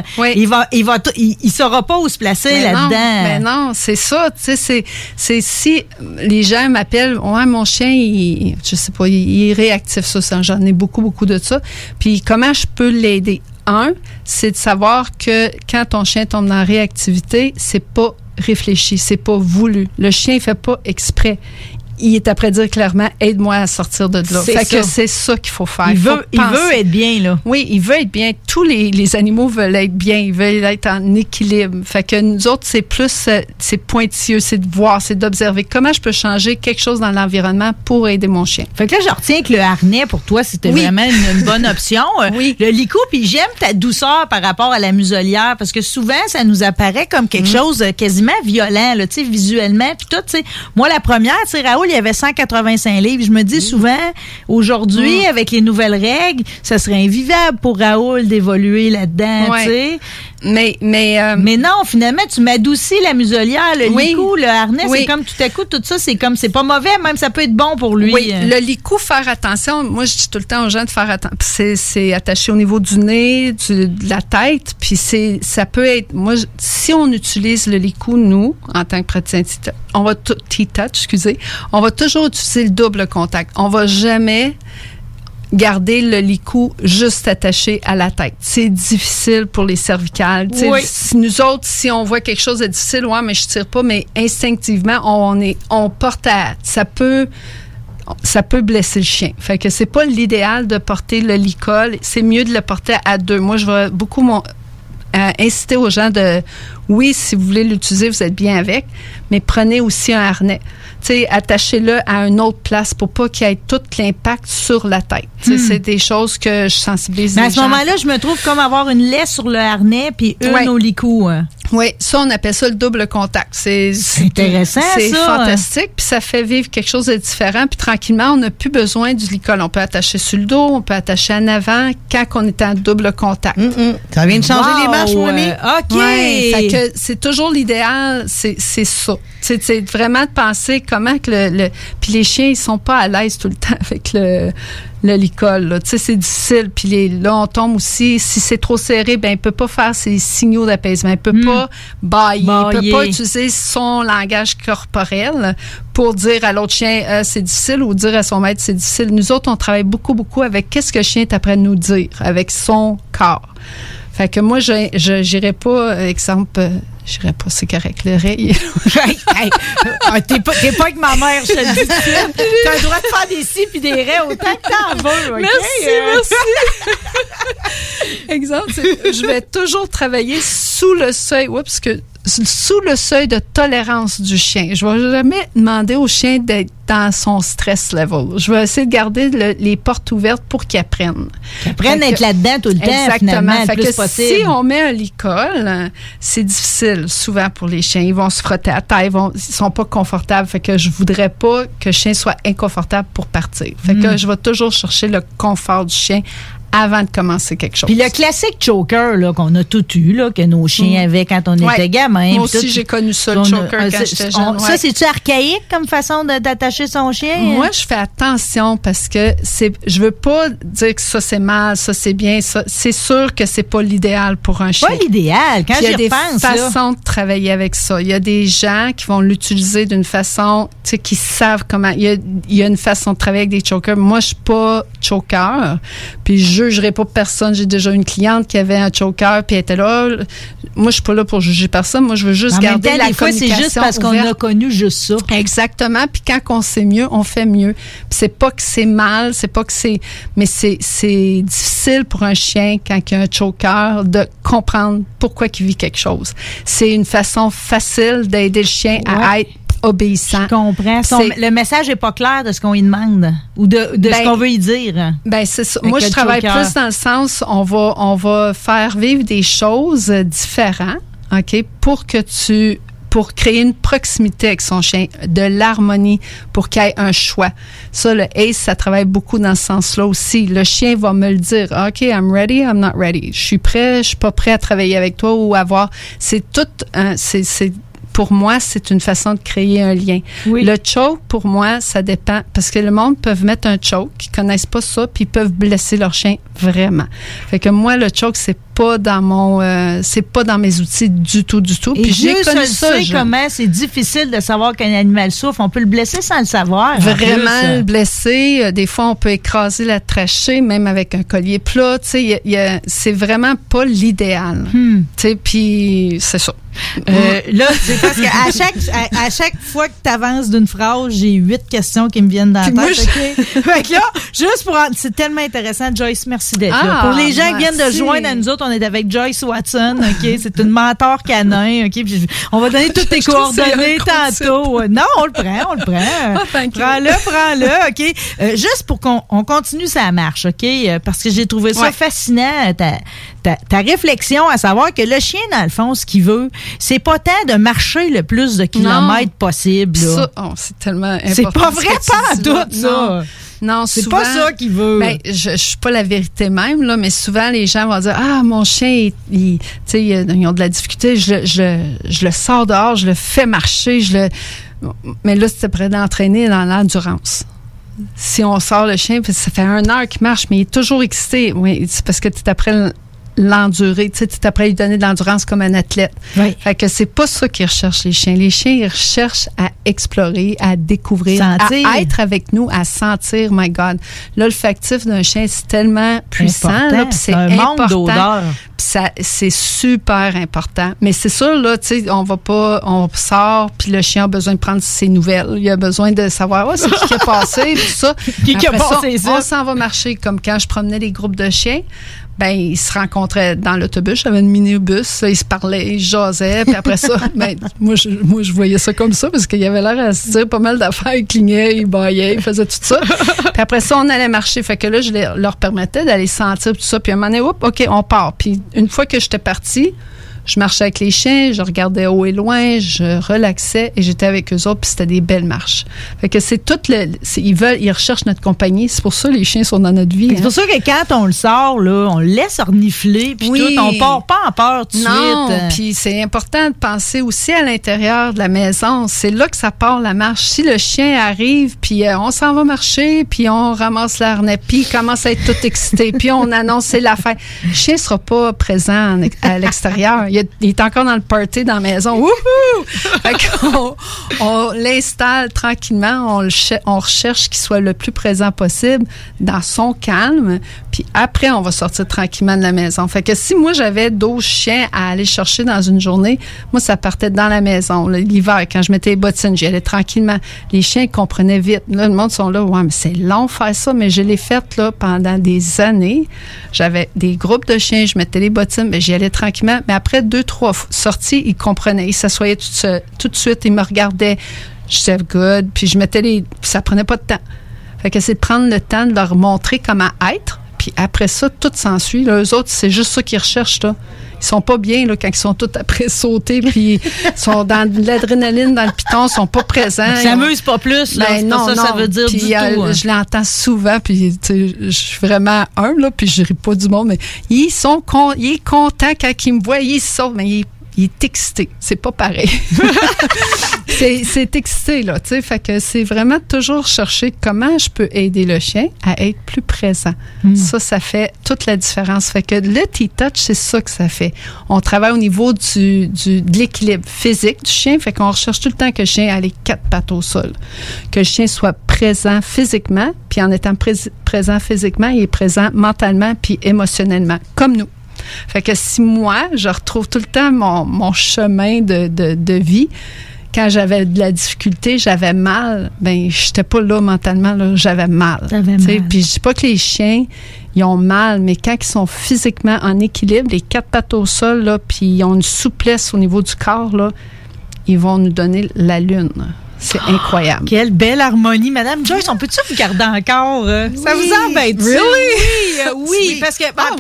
il saura pas où se placer là-dedans. Mais non, c'est ça. Tu sais, c'est si les gens m'appellent, ouais, mon chien, je sais pas, il est réactif, ça, j'en ai beaucoup de ça. Puis comment je peux l'aider? C'est de savoir que quand ton chien tombe dans la réactivité, c'est pas réfléchi, c'est pas voulu. Le chien, il fait pas exprès. Il est après dire clairement, aide-moi à sortir de là. Fait que c'est ça qu'il faut faire. Il veut être bien, là. Oui, il veut être bien. Tous les animaux veulent être bien. Ils veulent être en équilibre. Fait que nous autres, c'est plus, c'est pointilleux, c'est de voir, c'est d'observer comment je peux changer quelque chose dans l'environnement pour aider mon chien. Fait que là, je retiens que le harnais, pour toi, c'était vraiment une bonne option. Oui. Le licou, puis j'aime ta douceur par rapport à la muselière, parce que souvent, ça nous apparaît comme quelque chose quasiment violent, là, tu sais, visuellement, puis tout, tu sais. Moi, la première, tu sais, Raoul, il y avait 185 livres. Je me dis souvent, aujourd'hui, avec les nouvelles règles, ça serait invivable pour Raoul d'évoluer là-dedans, tu sais. Mais non, finalement, tu m'adoucis la muselière, le licou, le harnais, c'est comme tout à coup, tout ça, c'est pas mauvais, même ça peut être bon pour lui. Oui, le licou, faire attention. Moi, je dis tout le temps aux gens de faire attention. C'est attaché au niveau du nez, de la tête, puis ça peut être. Moi, si on utilise le licou, nous, en tant que praticien T-touch, on va toujours utiliser le double contact. On va jamais garder le licou juste attaché à la tête. C'est difficile pour les cervicales. Oui. Si nous autres, si on voit quelque chose de difficile, mais je tire pas, mais instinctivement, on porte ça peut blesser le chien. Fait que c'est pas l'idéal de porter le licol. C'est mieux de le porter à 2. Moi, je vais beaucoup inciter aux gens oui, si vous voulez l'utiliser, vous êtes bien avec, mais prenez aussi un harnais. Attachez-le à une autre place pour pas qu'il y ait tout l'impact sur la tête. C'est des choses que je sensibilise les gens. Mais à ce moment-là, je me trouve comme avoir une laisse sur le harnais puis une au licou. Oui, ça, on appelle ça le double contact. C'est intéressant, c'est fantastique, puis ça fait vivre quelque chose de différent. Puis tranquillement, on n'a plus besoin du licol. On peut attacher sur le dos, on peut attacher en avant quand on est en double contact. Ça vient de changer les marches, mon ami. OK! Ouais, fait que c'est toujours l'idéal, c'est ça. C'est vraiment de penser comment que puis les chiens, ils sont pas à l'aise tout le temps avec le licol. C'est difficile. Puis là, on tombe aussi, si c'est trop serré, il peut pas faire ses signaux d'apaisement. Il peut pas bâiller. Il peut pas utiliser son langage corporel pour dire à l'autre chien, c'est difficile, ou dire à son maître, c'est difficile. Nous autres, on travaille beaucoup, beaucoup avec qu'est-ce que le chien est après nous dire, avec son corps. Fait que moi, je n'irais pas, exemple, j'irais pas, c'est correct, l'oreille. T'es pas avec ma mère, je te le dis. T'as le droit de faire des si puis des raies autant que t'en veux, OK? Merci. Exemple, je vais toujours travailler sous le seuil, sous le seuil de tolérance du chien. Je vais jamais demander au chien d'être dans son stress level. Je vais essayer de garder les portes ouvertes pour qu'il apprenne. Qu'il apprenne à être là-dedans tout le temps, finalement, le plus possible. Si on met un licol, c'est difficile souvent pour les chiens. Ils vont se frotter à terre, ils sont pas confortables. Fait que je voudrais pas que le chien soit inconfortable pour partir. Fait que je vais toujours chercher le confort du chien avant de commencer quelque chose. Puis le classique choker là, qu'on a tout eu, là, que nos chiens avaient quand on était gamin. Moi aussi, j'ai connu ça, le choker, quand j'étais jeune. Ça, c'est-tu archaïque comme façon d'attacher son chien? Moi, je fais attention parce que je veux pas dire que ça, c'est mal, ça, c'est bien. Ça, c'est sûr que c'est pas l'idéal pour un chien. Pas l'idéal, quand j'y repense. Il y a des façons de travailler avec ça. Il y a des gens qui vont l'utiliser d'une façon, tu sais, qui savent comment. Il y a une façon de travailler avec des chokers. Moi, je suis pas choker. Puis je jugerai pas personne. J'ai déjà une cliente qui avait un choker puis elle était là. Moi, je suis pas là pour juger personne. Moi, je veux juste garder la communication ouverte. C'est juste parce qu'on a connu juste ça. Exactement. Puis quand on sait mieux, on fait mieux. Puis c'est pas que c'est mal, c'est pas que c'est... Mais c'est difficile pour un chien, quand il y a un choker, de comprendre pourquoi il vit quelque chose. C'est une façon facile d'aider le chien à être obéissant. Je comprends. Le message n'est pas clair de ce qu'on lui demande ou de ce qu'on veut y dire. C'est ça. Moi, je travaille plus dans le sens, on va faire vivre des choses différentes, OK, pour créer une proximité avec son chien, de l'harmonie, pour qu'il y ait un choix. Ça, le ACE, ça travaille beaucoup dans ce sens-là aussi. Le chien va me le dire. OK, I'm ready, I'm not ready. Je suis prêt, je suis pas prêt à travailler avec toi ou à voir. C'est tout, pour moi, c'est une façon de créer un lien. Oui. Le choke, pour moi, ça dépend. Parce que le monde peut mettre un choke, ils connaissent pas ça, puis ils peuvent blesser leur chien vraiment. Fait que moi, le choke, c'est pas dans mes outils du tout. Puis j'ai connu ça. Comment c'est difficile de savoir qu'un animal souffre. On peut le blesser sans le savoir. Vraiment le blesser. Des fois, on peut écraser la trachée, même avec un collier plat. Tu sais, c'est vraiment pas l'idéal. Tu sais, puis c'est ça. Là, c'est parce que à chaque fois que tu avances d'une phrase, j'ai 8 questions qui me viennent dans la tête. Fait que là, juste c'est tellement intéressant, Joyce, merci d'être là. Pour les gens qui viennent de joindre à nous autres, on est avec Joyce Watson, OK? C'est une mentor canin, OK? Puis on va donner toutes tes coordonnées tantôt. Non, on le prend. Prends-le, OK? Juste pour qu'on continue sa marche, OK? Parce que j'ai trouvé ça fascinant, ta réflexion à savoir que le chien, dans le fond, ce qu'il veut, c'est pas tant de marcher le plus de kilomètres possible. Là. Ça, c'est tellement important. C'est pas vrai, pas en tout, ça. Non, c'est souvent, pas ça qu'il veut. Je suis pas la vérité même, là, mais souvent, les gens vont dire, mon chien, ils ont de la difficulté, je le sors dehors, je le fais marcher, mais là, c'est prêt d'entraîner dans l'endurance. Si on sort le chien, ça fait 1 heure qu'il marche, mais il est toujours excité. Oui, c'est parce que tu es après l'endurer. Tu sais, tu t'apprends à lui donner de l'endurance comme un athlète. Oui. Fait que c'est pas ça qu'ils recherchent, les chiens. Les chiens, ils recherchent à explorer, à découvrir, sentir. à être avec nous, à sentir, my God. L'olfactif d'un chien, c'est tellement puissant. Là, puis c'est un important. monde d'odeurs. Puis c'est super important. Mais c'est sûr, là, tu sais, on sort, puis le chien a besoin de prendre ses nouvelles. Il a besoin de savoir, c'est qui a passé, tout ça. Qui a passé ça? On s'en va marcher, comme quand je promenais les groupes de chiens. Ben, ils se rencontraient dans l'autobus. J'avais une minibus. Ils se parlaient, ils jasaient. Puis après ça, ben, moi, je voyais ça comme ça parce qu'il y avait l'air à se dire pas mal d'affaires. Ils clignaient, ils bâillaient, ils faisaient tout ça. Puis après ça, on allait marcher. Fait que là, je leur permettais d'aller sentir tout ça. Puis à un moment donné, OK, on part. Puis une fois que j'étais partie, je marchais avec les chiens, je regardais haut et loin, je relaxais et j'étais avec eux autres, puis c'était des belles marches. Fait que c'est tout ils recherchent notre compagnie. C'est pour ça que les chiens sont dans notre vie. C'est pour ça que quand on le sort, là, on le laisse renifler, puis tout, on part pas en peur tout de suite. Non, puis c'est important de penser aussi à l'intérieur de la maison. C'est là que ça part la marche. Si le chien arrive, puis on s'en va marcher, puis on ramasse l'harnais, puis il commence à être tout excité, puis on annonce c'est la fin. Le chien sera pas présent à l'extérieur. Il est encore dans le party dans la maison. Wouhou! Fait on l'installe tranquillement. On recherche qu'il soit le plus présent possible dans son calme. Puis après, on va sortir tranquillement de la maison. Fait que si moi, j'avais 12 chiens à aller chercher dans une journée, moi, ça partait dans la maison. Là, l'hiver, quand je mettais les bottines, j'y allais tranquillement. Les chiens, ils comprenaient vite. Là, le monde sont là. Ouais, mais c'est long faire ça. Mais je l'ai fait là, pendant des années. J'avais des groupes de chiens. Je mettais les bottines, mais j'y allais tranquillement. Mais après 2-3 sorties, ils comprenaient. Ils s'assoyaient tout de suite. Ils me regardaient. Je disais good. Puis je mettais ça prenait pas de temps. Fait que c'est de prendre le temps de leur montrer comment être. Puis après ça, tout s'ensuit. Là, eux autres, c'est juste ça qu'ils recherchent. Là. Ils sont pas bien là, quand ils sont tous après sauter, puis ils sont dans de l'adrénaline dans le piton, ils sont pas présents. Ils s'amusent pas plus. Là, ben non, ça veut dire puis, du tout. Je l'entends souvent, puis je suis vraiment humble, là, puis je ris pas du monde, mais il est content quand il me voit, il saute, mais il est excité. C'est pas pareil. c'est excité, là, tu sais. Fait que c'est vraiment toujours chercher comment je peux aider le chien à être plus présent. Ça fait toute la différence. Fait que le T-Touch, c'est ça que ça fait. On travaille au niveau de l'équilibre physique du chien. Fait qu'on recherche tout le temps que le chien ait les 4 pattes au sol. Que le chien soit présent physiquement, puis en étant présent physiquement, il est présent mentalement puis émotionnellement, comme nous. Fait que si moi, je retrouve tout le temps mon chemin de vie, quand j'avais de la difficulté, j'avais mal, ben j'étais pas là mentalement, là, j'avais mal. Puis je dis pas que les chiens, ils ont mal, mais quand ils sont physiquement en équilibre, les 4 pattes au sol, là, puis ils ont une souplesse au niveau du corps, là, ils vont nous donner la lune. C'est incroyable. Quelle belle harmonie. Madame Joyce, on peut-tu vous garder encore? Ça vous embête? Really? Oui, parce que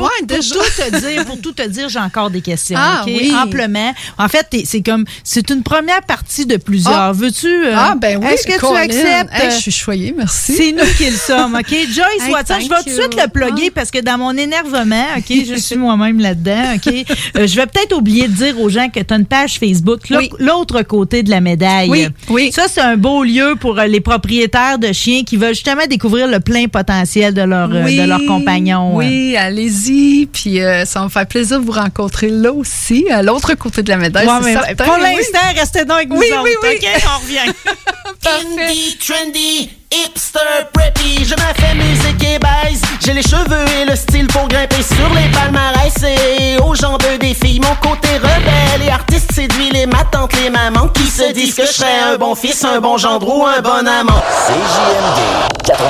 pour tout te dire, j'ai encore des questions. Oui. Amplement. En fait, c'est une première partie de plusieurs. Veux-tu? Ben oui. Est-ce que tu acceptes? Je suis choyée, merci. C'est nous qui le sommes, OK? Joyce Watson, je vais tout de suite le plugger parce que dans mon énervement, OK, je suis moi-même là-dedans, OK? Je vais peut-être oublier de dire aux gens que tu as une page Facebook, l'autre côté de la médaille. Oui. Ça, c'est un beau lieu pour les propriétaires de chiens qui veulent justement découvrir le plein potentiel de leur compagnon. Oui, allez-y. Puis ça va me faire plaisir de vous rencontrer là aussi, à l'autre côté de la médaille. Certain, pour l'instant, restez donc avec nous autres. Oui. OK, on revient. Indie, trendy, hipster, preppy, je me fais musique et baise. J'ai les cheveux et le style pour grimper sur les palmarès. Et aux jambes des filles, mon côté rebelle et artiste séduit les ma tantes, les mamans qui se disent que je serais un bon fils, un bon gendre ou un bon amant. CJMD 96.9.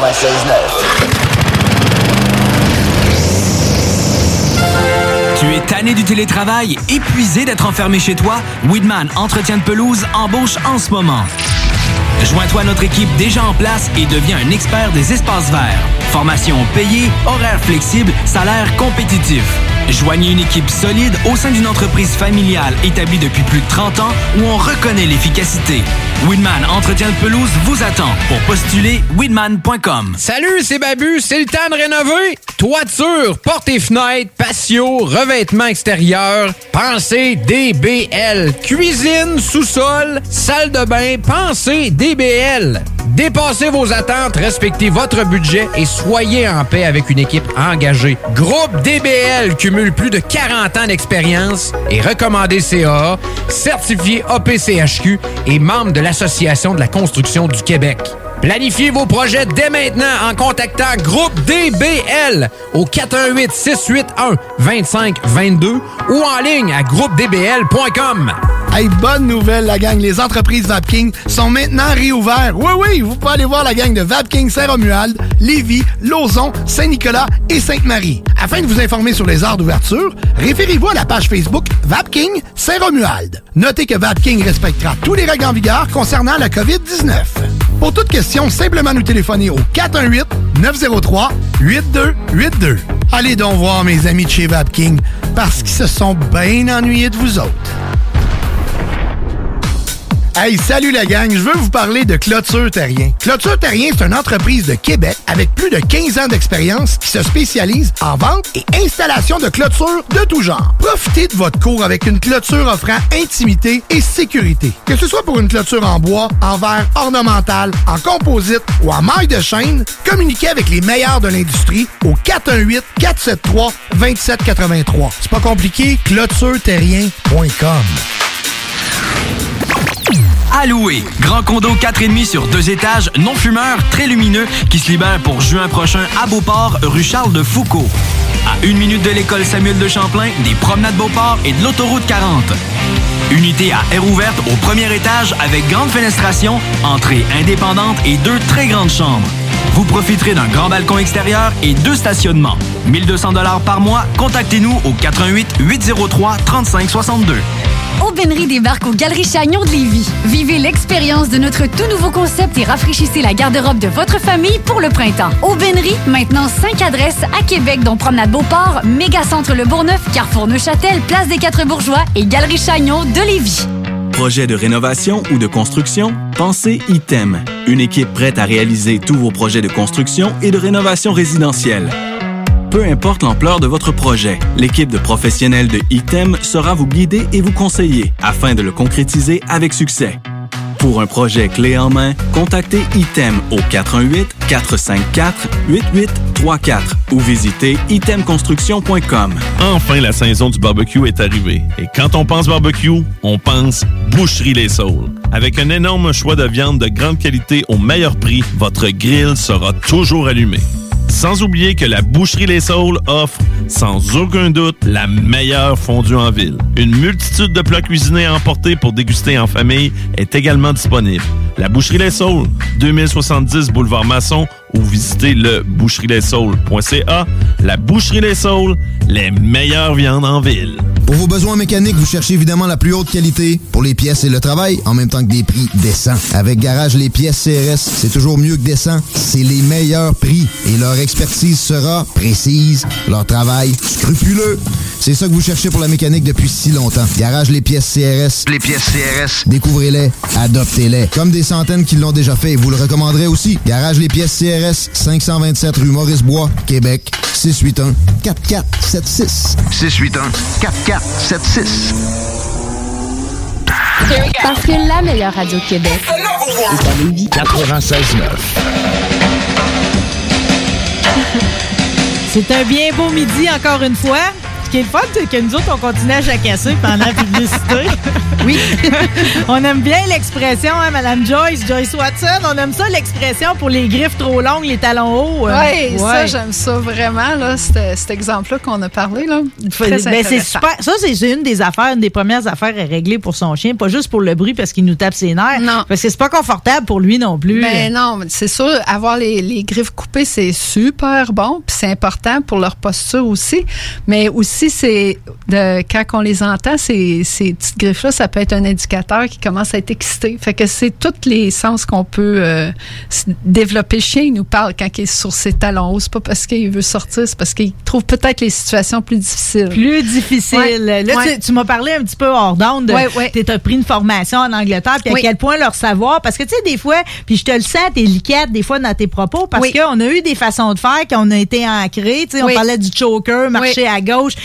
Tu es tanné du télétravail, épuisé d'être enfermé chez toi? Weedman Entretien de pelouse embauche en ce moment. Joins-toi à notre équipe déjà en place et deviens un expert des espaces verts. Formation payée, horaires flexibles, salaire compétitif. Joignez une équipe solide au sein d'une entreprise familiale établie depuis plus de 30 ans où on reconnaît l'efficacité. Weedman Entretien de pelouse vous attend. Pour postuler, weedman.com. Salut, c'est Babu, c'est le temps de rénover. Toiture, portes et fenêtres, patio, revêtement extérieur. Pensez DBL. Cuisine, sous-sol, salle de bain, pensez DBL. Dépassez vos attentes, respectez votre budget et soyez en paix avec une équipe engagée. Groupe DBL cumule plus de 40 ans d'expérience et recommandé CAA, certifié APCHQ et membre de l'Association de la construction du Québec. Planifiez vos projets dès maintenant en contactant Groupe DBL au 418-681-2522 ou en ligne à groupedbl.com. Hey, bonne nouvelle, la gang. Les entreprises Vapking sont maintenant réouvertes. Oui, vous pouvez aller voir la gang de Vapking Saint-Romuald, Lévis, Lauson, Saint-Nicolas et Sainte-Marie. Afin de vous informer sur les heures d'ouverture, référez-vous à la page Facebook Vapking Saint-Romuald. Notez que Vapking respectera tous les règles en vigueur concernant la COVID-19. Pour toute question, simplement nous téléphoner au 418-903-8282. Allez donc voir mes amis de chez Vapking, parce qu'ils se sont bien ennuyés de vous autres. Hey, salut la gang, je veux vous parler de Clôture Terrien. Clôture Terrien, c'est une entreprise de Québec avec plus de 15 ans d'expérience qui se spécialise en vente et installation de clôtures de tout genre. Profitez de votre cour avec une clôture offrant intimité et sécurité. Que ce soit pour une clôture en bois, en verre ornemental, en composite ou en maille de chaîne, communiquez avec les meilleurs de l'industrie au 418-473-2783. C'est pas compliqué, clôtureterrien.com. À louer. Grand condo 4,5 sur 2 étages, non fumeur, très lumineux, qui se libère pour juin prochain à Beauport, rue Charles de Foucault. À 1 minute de l'école Samuel de Champlain, des promenades Beauport et de l'autoroute 40. Unité à air ouverte au premier étage avec grande fenestration, entrée indépendante et 2 très grandes chambres. Vous profiterez d'un grand balcon extérieur et 2 stationnements. 1 200 $ par mois. Contactez-nous au 418-803-3562. Aubainerie débarque aux Galeries Chagnon de Lévis. Vivez l'expérience de notre tout nouveau concept et rafraîchissez la garde-robe de votre famille pour le printemps. Aubainerie, maintenant 5 adresses à Québec, dont Promenade Beauport, Mégacentre Le Bourgneuf, Carrefour Neuchâtel, Place des Quatre Bourgeois et Galerie Chagnon de Lévis. Projet de rénovation ou de construction? Pensez ITEM. Une équipe prête à réaliser tous vos projets de construction et de rénovation résidentielle. Peu importe l'ampleur de votre projet, l'équipe de professionnels de ITEM sera vous guider et vous conseiller afin de le concrétiser avec succès. Pour un projet clé en main, contactez ITEM au 418-454-8834 ou visitez itemconstruction.com. Enfin, la saison du barbecue est arrivée. Et quand on pense barbecue, on pense Boucherie Les Saules. Avec un énorme choix de viande de grande qualité au meilleur prix, votre grill sera toujours allumé. Sans oublier que la Boucherie Les Saules offre, sans aucun doute, la meilleure fondue en ville. Une multitude de plats cuisinés à emporter pour déguster en famille est également disponible. La Boucherie Les Saules, 2070 Boulevard Masson, ou visitez le boucherieslessaules.ca. La Boucherie Les Saules, les meilleures viandes en ville. Pour vos besoins mécaniques, vous cherchez évidemment la plus haute qualité pour les pièces et le travail, en même temps que des prix décents. Avec Garage Les Pièces CRS, c'est toujours mieux que décent. C'est les meilleurs prix et leur expertise sera précise, leur travail scrupuleux. C'est ça que vous cherchez pour la mécanique depuis si longtemps. Garage Les Pièces CRS. Les pièces CRS. Découvrez-les, adoptez-les. Comme des centaines qui l'ont déjà fait, vous le recommanderez aussi. Garage Les Pièces CRS, 527 rue Maurice-Bois, Québec, 681-4476. 681-4476. Parce que la meilleure radio de Québec est à Lévis. 96.9. C'est un bien beau midi encore une fois. Ce qui est le fun, c'est que nous autres, on continue à jacasser pendant la publicité. Oui. On aime bien l'expression, hein, Mme Joyce Watson. On aime ça, l'expression pour les griffes trop longues, les talons hauts. Oui, ça, j'aime ça vraiment, là, cet exemple-là qu'on a parlé. Là. C'est super. Ça, c'est une des affaires, une des premières affaires à régler pour son chien. Pas juste pour le bruit parce qu'il nous tape ses nerfs. Non. Parce que c'est pas confortable pour lui non plus. Ben non, c'est sûr, avoir les griffes coupées, c'est super bon. Puis c'est important pour leur posture aussi. Mais aussi, c'est quand on les entend, ces petites griffes-là, ça peut être un indicateur qui commence à être excité. Fait que c'est tous les sens qu'on peut développer. Le chien, il nous parle quand il est sur ses talons hauts. C'est pas parce qu'il veut sortir, c'est parce qu'il trouve peut-être les situations plus difficiles. Plus difficiles. Ouais. Là, tu m'as parlé un petit peu hors d'onde. Tu as pris une formation en Angleterre, puis à quel point leur savoir. Parce que, tu sais, des fois, puis je te le sens, t'es liquette des fois dans tes propos, parce qu'on a eu des façons de faire qui ont été ancrées. Tu sais, on parlait du choker, marcher à gauche.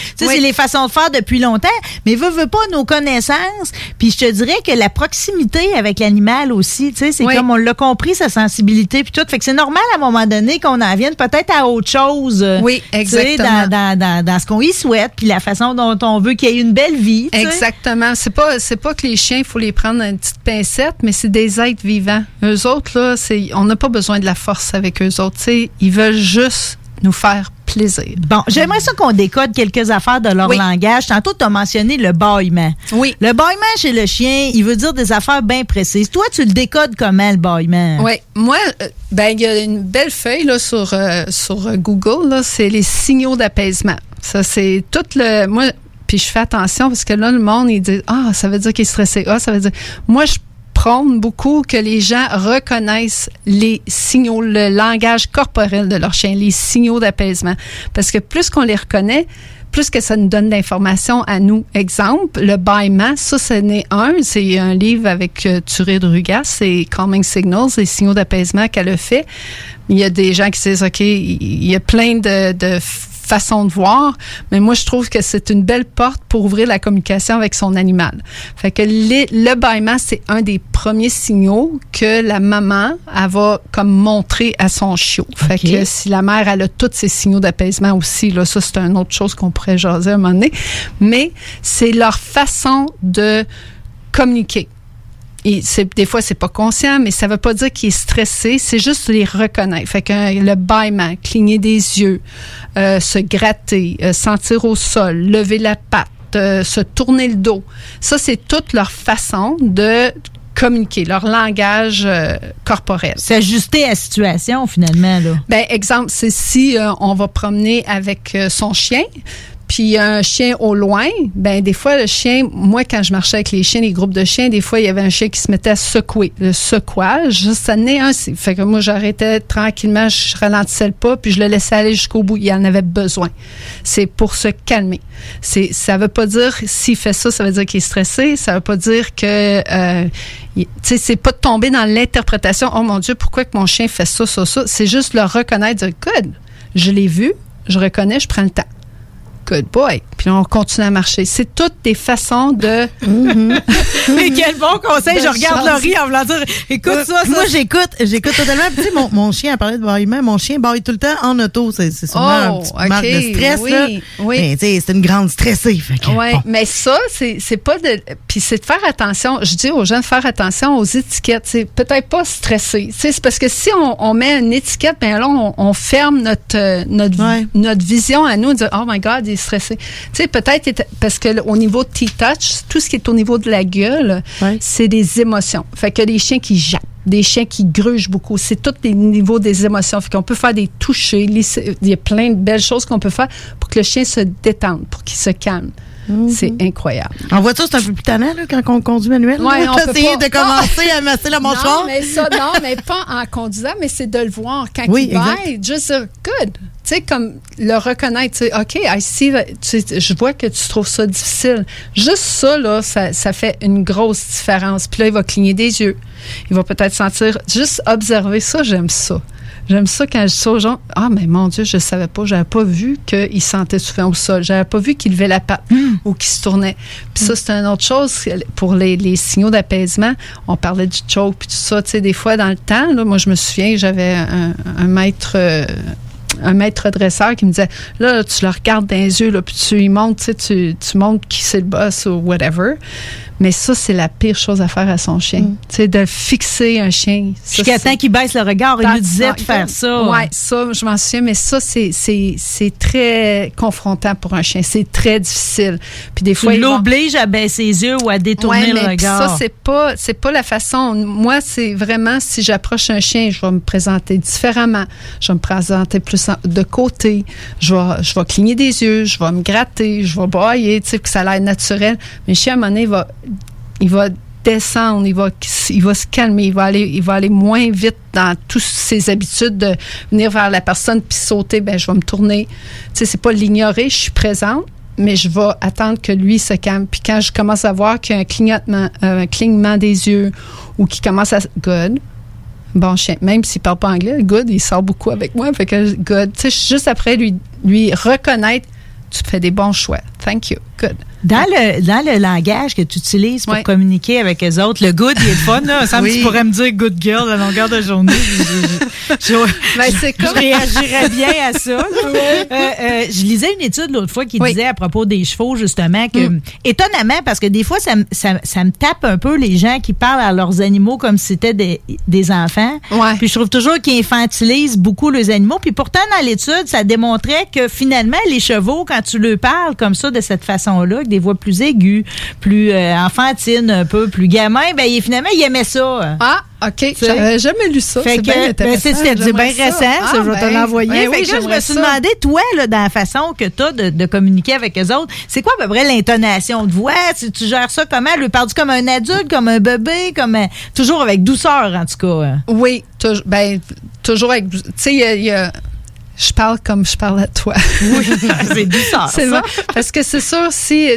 Tu sais, c'est les façons de faire depuis longtemps. Mais veut pas nos connaissances. Puis je te dirais que la proximité avec l'animal aussi, tu sais, c'est comme on l'a compris, sa sensibilité puis tout. Fait que c'est normal à un moment donné qu'on en vienne peut-être à autre chose. Oui, exactement. Dans ce qu'on y souhaite, puis la façon dont on veut qu'il y ait une belle vie. Exactement. C'est pas que les chiens, il faut les prendre à une petite pincette, mais c'est des êtres vivants. Eux autres, là, on n'a pas besoin de la force avec eux autres. T'sais, ils veulent juste nous faire plaisir. Bon, j'aimerais ça qu'on décode quelques affaires de leur langage. Tantôt, tu as mentionné le bâillement. Oui. Le bâillement chez le chien, il veut dire des affaires bien précises. Toi, tu le décodes comment, le bâillement? Oui. Moi, il y a une belle feuille là, sur Google, là, c'est les signaux d'apaisement. Ça, c'est tout le... Moi, puis je fais attention parce que là, le monde, il dit « Ah, ça veut dire qu'il est stressé. Ah, ça veut dire... » Moi, je prône beaucoup que les gens reconnaissent les signaux, le langage corporel de leur chien, les signaux d'apaisement. Parce que plus qu'on les reconnaît, plus que ça nous donne d'informations à nous. Exemple, le bâillement, ça, c'est un livre avec Thurée de Rugas, c'est Calming Signals, les signaux d'apaisement qu'elle a fait. Il y a des gens qui disent, OK, il y a plein de façon de voir, mais moi, je trouve que c'est une belle porte pour ouvrir la communication avec son animal. Fait que le bâillement, c'est un des premiers signaux que la maman, elle va comme montrer à son chiot. Fait que si la mère, elle a tous ces signaux d'apaisement aussi, là, ça, c'est une autre chose qu'on pourrait jaser à un moment donné, mais c'est leur façon de communiquer. Et des fois, c'est pas conscient, mais ça veut pas dire qu'il est stressé, c'est juste les reconnaître. Fait que le bâillement, cligner des yeux, se gratter, sentir au sol, lever la patte, se tourner le dos. Ça, c'est toute leur façon de communiquer, leur langage corporel. S'ajuster à la situation, finalement, là. Ben, exemple, c'est si on va promener avec son chien, puis un chien au loin, ben des fois, le chien, moi, quand je marchais avec les chiens, les groupes de chiens, des fois, il y avait un chien qui se mettait à secouer. Le secouage, ça n'est un. Fait que moi, j'arrêtais tranquillement, je ralentissais le pas, puis je le laissais aller jusqu'au bout. Il en avait besoin. C'est pour se calmer. Ça veut pas dire, s'il fait ça, ça veut dire qu'il est stressé. Ça veut pas dire que, tu sais, c'est pas de tomber dans l'interprétation. Oh mon Dieu, pourquoi que mon chien fait ça, ça, ça. C'est juste le reconnaître, dire, good, je l'ai vu, je reconnais, je prends le temps. Good boy. Puis on continue à marcher. C'est toutes des façons de... Mais quel bon conseil. Je regarde Laurie en voulant dire, écoute ça. Moi, j'écoute totalement. Tu sais, mon chien a parlé de bâillement. Mon chien bâille tout le temps en auto. C'est sûrement un petit marque de stress. Oui, là. Oui. Mais tu sais, c'est une grande stressée. Oui, mais ça, c'est pas de... Puis c'est de faire attention. Je dis aux gens de faire attention aux étiquettes. C'est peut-être pas stressé. Tu sais, c'est parce que si on met une étiquette, ben là, on ferme notre vision à nous. On dit, oh my God, il est stressé. Tu sais, peut-être parce que au niveau de T-Touch, tout ce qui est au niveau de la gueule, c'est des émotions. Fait que les chiens qui jappent, des chiens qui grugent beaucoup, c'est tous les niveaux des émotions. Fait qu'on peut faire des touchés. Il y a plein de belles choses qu'on peut faire pour que le chien se détende, pour qu'il se calme. C'est incroyable. En voiture, c'est un peu plus tannant là, quand on conduit manuel. Oui, on peut essayer de commencer à masser la mâchoire. Non, mais pas en conduisant, mais c'est de le voir quand il baille. Juste dire, good. Tu sais, comme le reconnaître, tu sais, OK, I see, je vois que tu trouves ça difficile. Juste ça, là, ça fait une grosse différence. Puis là, il va cligner des yeux. Il va peut-être sentir, juste observer ça, j'aime ça. J'aime ça quand je dis ça aux gens. Ah, mais mon Dieu, je savais pas. J'avais pas vu qu'il sentait souvent au sol. J'avais pas vu qu'il levait la patte ou qu'il se tournait. Puis ça, c'est une autre chose. Pour les signaux d'apaisement, on parlait du choke puis tout ça. Tu sais, des fois, dans le temps, là, moi, je me souviens, j'avais un maître dresseur qui me disait, là, tu le regardes dans les yeux, là, puis tu lui montres, tu montres qui c'est le boss ou whatever. Mais ça, c'est la pire chose à faire à son chien. Tu sais, de fixer un chien. Jusqu'à temps qu'il baisse le regard, il lui disait de faire ça. Oui, ça, je m'en souviens, mais ça, c'est très confrontant pour un chien. C'est très difficile. Puis des fois, il l'oblige à baisser les yeux ou à détourner le regard. Ça, c'est pas la façon. Moi, c'est vraiment, si j'approche un chien, je vais me présenter différemment. Je vais me présenter plus de côté. Je vais cligner des yeux, je vais me gratter, je vais bâiller, tu sais, que ça a l'air naturel. Mais le chien, à un moment donné, il va descendre, il va se calmer, il va aller moins vite dans toutes ses habitudes de venir vers la personne puis sauter. Ben, je vais me tourner. Tu sais, c'est pas l'ignorer, je suis présente, mais je vais attendre que lui se calme. Puis quand je commence à voir qu'il y a un clignement des yeux ou qu'il commence à... Good. Bon chien. Même s'il parle pas anglais, good, il sort beaucoup avec moi. Fait que good. Tu sais, juste après lui reconnaître, Tu fais des bons choix. Thank you. Good. Dans le langage que tu utilises pour communiquer avec les autres, le good, il est le fun. Là. Ça tu pourrais me dire good girl à longueur de journée. Je réagirais bien à ça. Je lisais une étude l'autre fois qui disait à propos des chevaux, justement, que étonnamment, parce que des fois, ça me tape un peu les gens qui parlent à leurs animaux comme si c'était des enfants. Ouais. Puis je trouve toujours qu'ils infantilisent beaucoup les animaux. Puis pourtant, dans l'étude, ça démontrait que finalement, les chevaux, quand tu leur parles comme ça, de cette façon-là, avec des voix plus aiguës, plus enfantines, un peu plus gamins, finalement, ils aimaient ça. Ah, OK. J'avais jamais lu ça. C'est bien intéressant. C'est bien récent. Je vais te l'envoyer. Fait que je me suis demandé, toi, là, dans la façon que tu as de communiquer avec eux autres, c'est quoi à peu près l'intonation de voix? Tu gères ça comment? Le parles-tu comme un adulte, comme un bébé, toujours avec douceur, en tout cas? Oui, toujours avec... Tu sais, je parle comme je parle à toi. Oui, c'est douceur. C'est ça. Parce que c'est sûr, il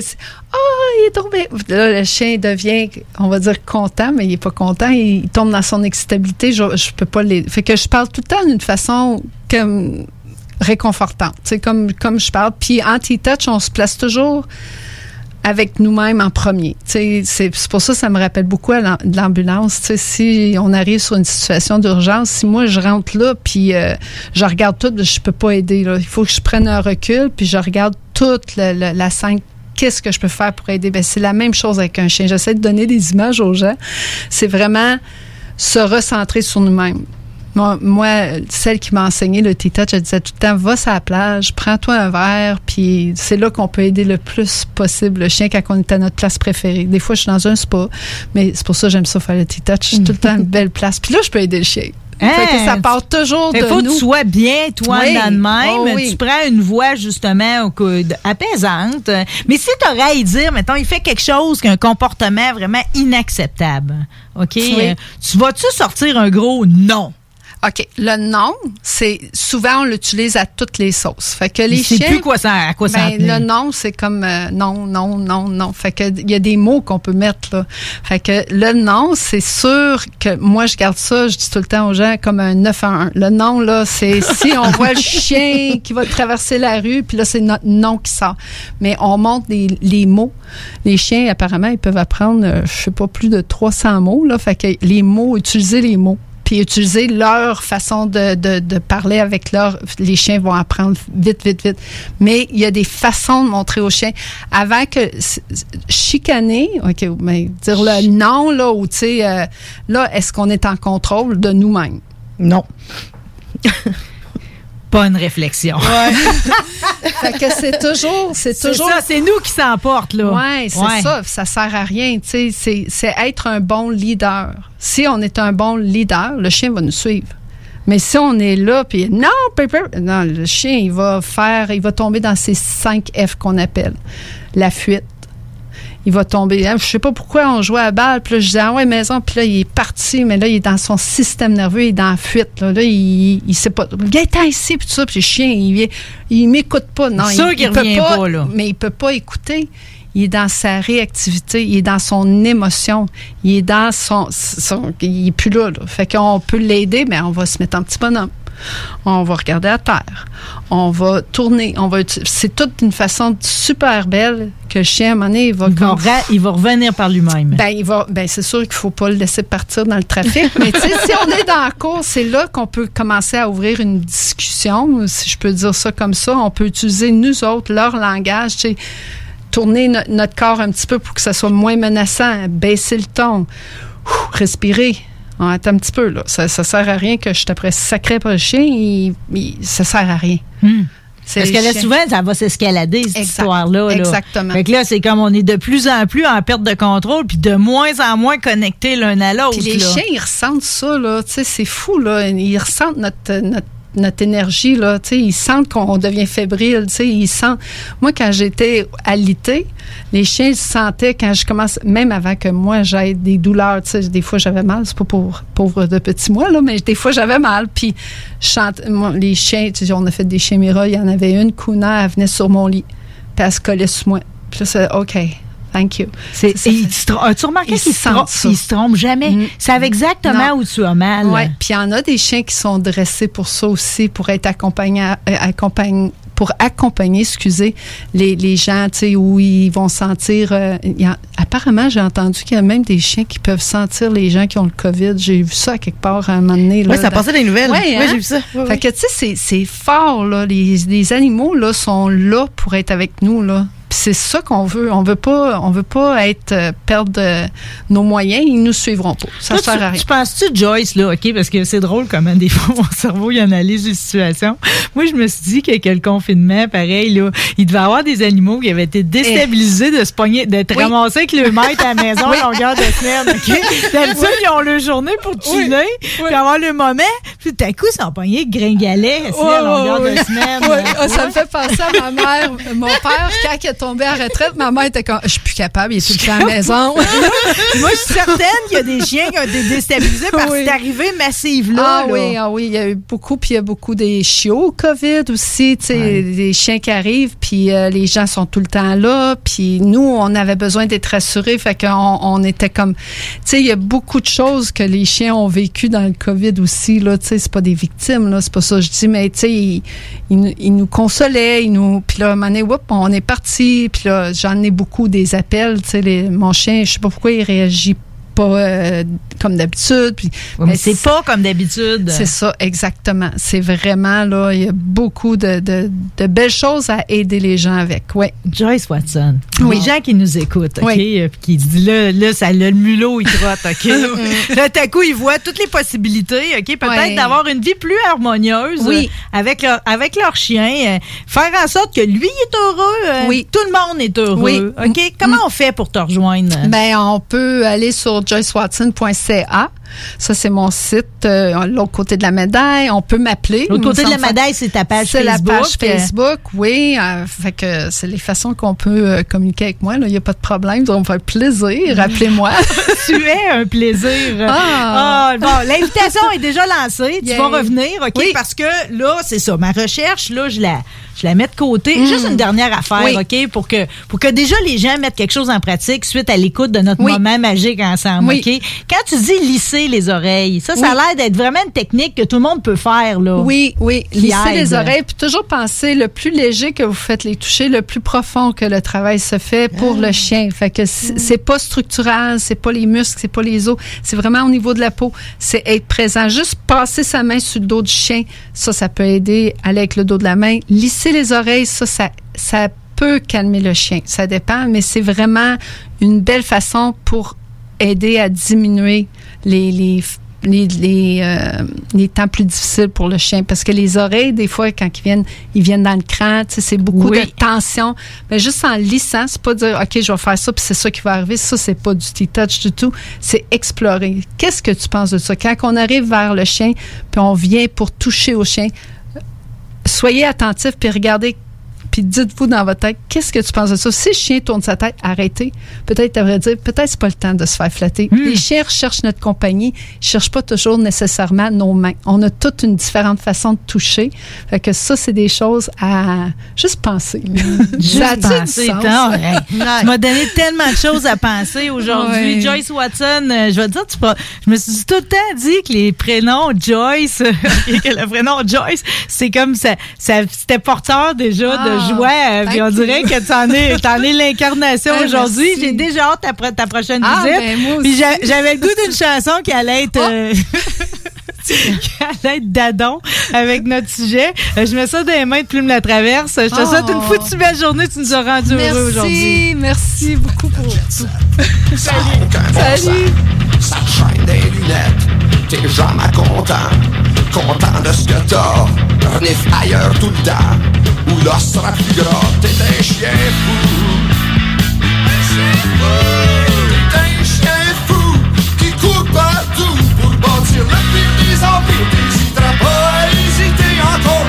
est tombé. Là, le chien devient, on va dire, content, mais il n'est pas content. Il tombe dans son excitabilité. Je peux pas les. Fait que je parle tout le temps d'une façon comme réconfortante. Tu sais, comme je parle. Puis, anti-touch, on se place toujours avec nous-mêmes en premier. C'est pour ça que ça me rappelle beaucoup de l'ambulance. Si on arrive sur une situation d'urgence, si moi je rentre là puis je regarde tout, je peux pas aider. Là. Il faut que je prenne un recul puis je regarde toute la scène. Qu'est-ce que je peux faire pour aider? C'est la même chose avec un chien. J'essaie de donner des images aux gens. C'est vraiment se recentrer sur nous-mêmes. Moi, celle qui m'a enseigné le T-Touch, elle disait tout le temps, va sur la plage, prends-toi un verre, puis c'est là qu'on peut aider le plus possible le chien quand on est à notre place préférée. Des fois, je suis dans un spa, mais c'est pour ça que j'aime ça faire le T-Touch. C'est tout le temps une belle place. Puis là, je peux aider le chien. Fait que ça part toujours de nous. Il faut que tu sois bien, toi, dans le même. Tu prends une voix, justement, apaisante. Mais si tu aurais à y dire, mettons, il fait quelque chose qu'un comportement vraiment inacceptable, OK? Tu vas-tu sortir un gros non? OK. Le non, c'est souvent on l'utilise à toutes les sauces. Fait que les chiens. Plus à quoi ça le non, c'est comme non. Fait que il y a des mots qu'on peut mettre là. Fait que le non, c'est sûr que moi je garde ça, je dis tout le temps aux gens comme un 9-1-1. Le non là, c'est si on voit le chien qui va traverser la rue, puis là c'est notre nom qui sort. Mais on montre les mots. Les chiens apparemment ils peuvent apprendre je sais pas plus de 300 mots là. Fait que les mots, utiliser les mots. Puis utiliser leur façon de parler avec les chiens vont apprendre vite. Mais il y a des façons de montrer aux chiens. Avant que chicaner, OK, mais dire le non, là, ou tu sais, là, est-ce qu'on est en contrôle de nous-mêmes? Non. Pas une réflexion. Ouais. Fait que c'est toujours. C'est ça, c'est nous qui s'emporte, là. Oui, c'est ça. Ça sert à rien, tu sais. C'est être un bon leader. Si on est un bon leader, le chien va nous suivre. Mais si on est là, puis non, le chien, il va tomber dans ces 5 F qu'on appelle. La fuite. Il va tomber. Je sais pas pourquoi on jouait à la balle. Puis là, je disais, maison. Puis là, il est parti. Mais là, il est dans son système nerveux. Il est dans la fuite. Là, il sait pas. Gaëtan ici, puis tout ça. Puis le chien, il m'écoute pas. Non, il revient pas, là. Mais il peut pas écouter. Il est dans sa réactivité. Il est dans son émotion. Il est dans il est plus là. Fait qu'on peut l'aider, mais on va se mettre en petit bonhomme. On va regarder à terre. On va tourner. C'est toute une façon super belle que le chien, à un moment donné, il va revenir par lui-même. C'est sûr qu'il ne faut pas le laisser partir dans le trafic. Mais tu sais, si on est dans la course, c'est là qu'on peut commencer à ouvrir une discussion, si je peux dire ça comme ça. On peut utiliser, nous autres, leur langage, tu sais, tourner notre corps un petit peu pour que ça soit moins menaçant, baisser le ton, respirer. Attends un petit peu, là. Ça sert à rien que je t'apprête sacré par le chien. Ça sert à rien. Parce que là, souvent, ça va s'escalader, cette histoire-là. Exactement. Fait que là, c'est comme on est de plus en plus en perte de contrôle, puis de moins en moins connectés l'un à l'autre. Puis les chiens, ils ressentent ça, là. Tu sais, c'est fou, là. Ils ressentent notre énergie, là, tu sais, ils sentent qu'on devient fébrile, tu sais, ils sentent... Moi, quand j'étais alitée, les chiens ils sentaient quand je commence, même avant que moi j'aie des douleurs, tu sais, des fois j'avais mal, c'est pas pour pauvre de petits moi, là, mais des fois j'avais mal, puis les chiens, tu sais, on a fait des chiméras, il y en avait une, Kuna, elle venait sur mon lit, puis elle se collait sur moi, puis là, c'est OK. Thank you. As-tu remarqué qu'ils se trompent jamais? Ils savent exactement où tu as mal. Oui. Puis il y en a des chiens qui sont dressés pour ça aussi, pour être accompagnés pour accompagner, les gens, tu sais, où ils vont sentir... apparemment, j'ai entendu qu'il y a même des chiens qui peuvent sentir les gens qui ont le COVID. J'ai vu ça quelque part à un moment donné. Oui, ça passait dans les nouvelles. Oui, hein? J'ai vu ça. Oui, fait que, tu sais, c'est fort, là. Les animaux, là, sont là pour être avec nous, là. C'est ça qu'on veut. On veut pas perdre nos moyens. Ils nous suivront pas. Ça sert à rien. Tu penses-tu Joyce, là, OK? Parce que c'est drôle comment des fois mon cerveau il analyse les situations. Moi, je me suis dit que le confinement, pareil, là, il devait y avoir des animaux qui avaient été déstabilisés de se pogner, d'être ramassés avec le maître à la maison à longueur de semaine, OK? D'habitude, ils ont leur journée pour chiller, puis avoir le moment. Puis tout à coup, ils sont pognés gringalets à longueur de semaine. Ça me fait penser à ma mère. Mon père, quand il est tombé à la retraite, ma mère était comme, je suis plus capable, il est tout le temps à la maison. Moi, je suis certaine qu'il y a des chiens qui ont été déstabilisés par cette arrivée massive là. Oui, il y a eu beaucoup, puis il y a beaucoup des chiots COVID aussi, tu sais, des chiens qui arrivent, puis les gens sont tout le temps là, puis nous, on avait besoin d'être rassurés, fait qu'on était comme, tu sais, il y a beaucoup de choses que les chiens ont vécu dans le COVID aussi, là, tu sais, c'est pas des victimes, là, c'est pas ça que je dis, mais tu sais, ils nous consolaient, puis là, à un moment donné, on est parti, puis là, j'en ai beaucoup des appels, tu sais, mon chien, je sais pas pourquoi il réagit pas comme d'habitude. Mais c'est pas comme d'habitude. C'est ça, exactement. C'est vraiment, là, il y a beaucoup de belles choses à aider les gens avec. Oui. Joyce Watson. Les gens qui nous écoutent, OK? Qui disent, là, ça, le mulot, il trotte, OK? Là, tout à coup, ils voient toutes les possibilités, OK? Peut-être d'avoir une vie plus harmonieuse avec leur chien. Faire en sorte que lui est heureux. Tout le monde est heureux. OK? Comment on fait pour te rejoindre? Ben, on peut aller sur joycewatson.ca. Ça, c'est mon site. L'autre côté de la médaille, on peut m'appeler. L'autre côté de la médaille, c'est ta page Facebook. C'est la page Facebook, oui. Fait que c'est les façons qu'on peut communiquer avec moi. Il n'y a pas de problème. Ça va me faire plaisir. Appelez-moi. Tu es un plaisir. Bon, l'invitation est déjà lancée. Tu vas revenir, OK? Oui. Parce que là, c'est ça. Ma recherche, là, je la mets de côté. Juste une dernière affaire, OK? Pour que déjà les gens mettent quelque chose en pratique suite à l'écoute de notre moment magique ensemble, OK? Quand tu dis lisser les oreilles, ça a l'air d'être vraiment une technique que tout le monde peut faire, là. Oui. Lisser les oreilles, puis toujours penser, le plus léger que vous faites les toucher, le plus profond que le travail se fait pour le chien. Fait que c'est pas structural, c'est pas les muscles, c'est pas les os, c'est vraiment au niveau de la peau. C'est être présent. Juste passer sa main sur le dos du chien, ça peut aider. Aller avec le dos de la main. Lisser les oreilles, ça peut calmer le chien. Ça dépend, mais c'est vraiment une belle façon pour aider à diminuer les temps plus difficiles pour le chien. Parce que les oreilles, des fois, quand ils viennent dans le crâne, c'est beaucoup de tension. Mais juste en lissant, c'est pas dire, OK, je vais faire ça, puis c'est ça qui va arriver. Ça, c'est pas du T-touch du tout. C'est explorer. Qu'est-ce que tu penses de ça? Quand on arrive vers le chien, puis on vient pour toucher au chien, soyez attentifs, puis regardez, puis dites-vous dans votre tête, qu'est-ce que tu penses de ça? Si le chien tourne sa tête, arrêtez. Peut-être, à vrai dire, peut-être c'est pas le temps de se faire flatter. Les chiens recherchent notre compagnie. Ils cherchent pas toujours nécessairement nos mains. On a toute une différente façon de toucher. Fait que ça, c'est des choses à juste penser. Juste penser. Tu m'as donné tellement de choses à penser aujourd'hui. Joyce Watson, je vais te dire, je me suis tout le temps dit que les prénoms Joyce, que le prénom Joyce, c'est comme ça c'était porteur déjà de joie. Puis on dirait que t'en es l'incarnation aujourd'hui. J'ai déjà hâte après ta prochaine visite. Ben, moi aussi. Puis j'avais le goût d'une chanson qui allait être... qui allait être d'adon avec notre sujet. Je mets ça dans les mains de Plume la Traverse. Je te souhaite une foutue belle journée. Tu nous as rendu heureux aujourd'hui. Merci beaucoup pour tout. Salut. Ça te chaîne des lunettes. T'es jamais content de ce que t'as. Renif ailleurs tout le temps. Ou l'os sera plus gras. T'es un chien fou. T'es un chien fou qui court partout pour bâtir le pire des empires. T'hésiteras pas à hésiter encore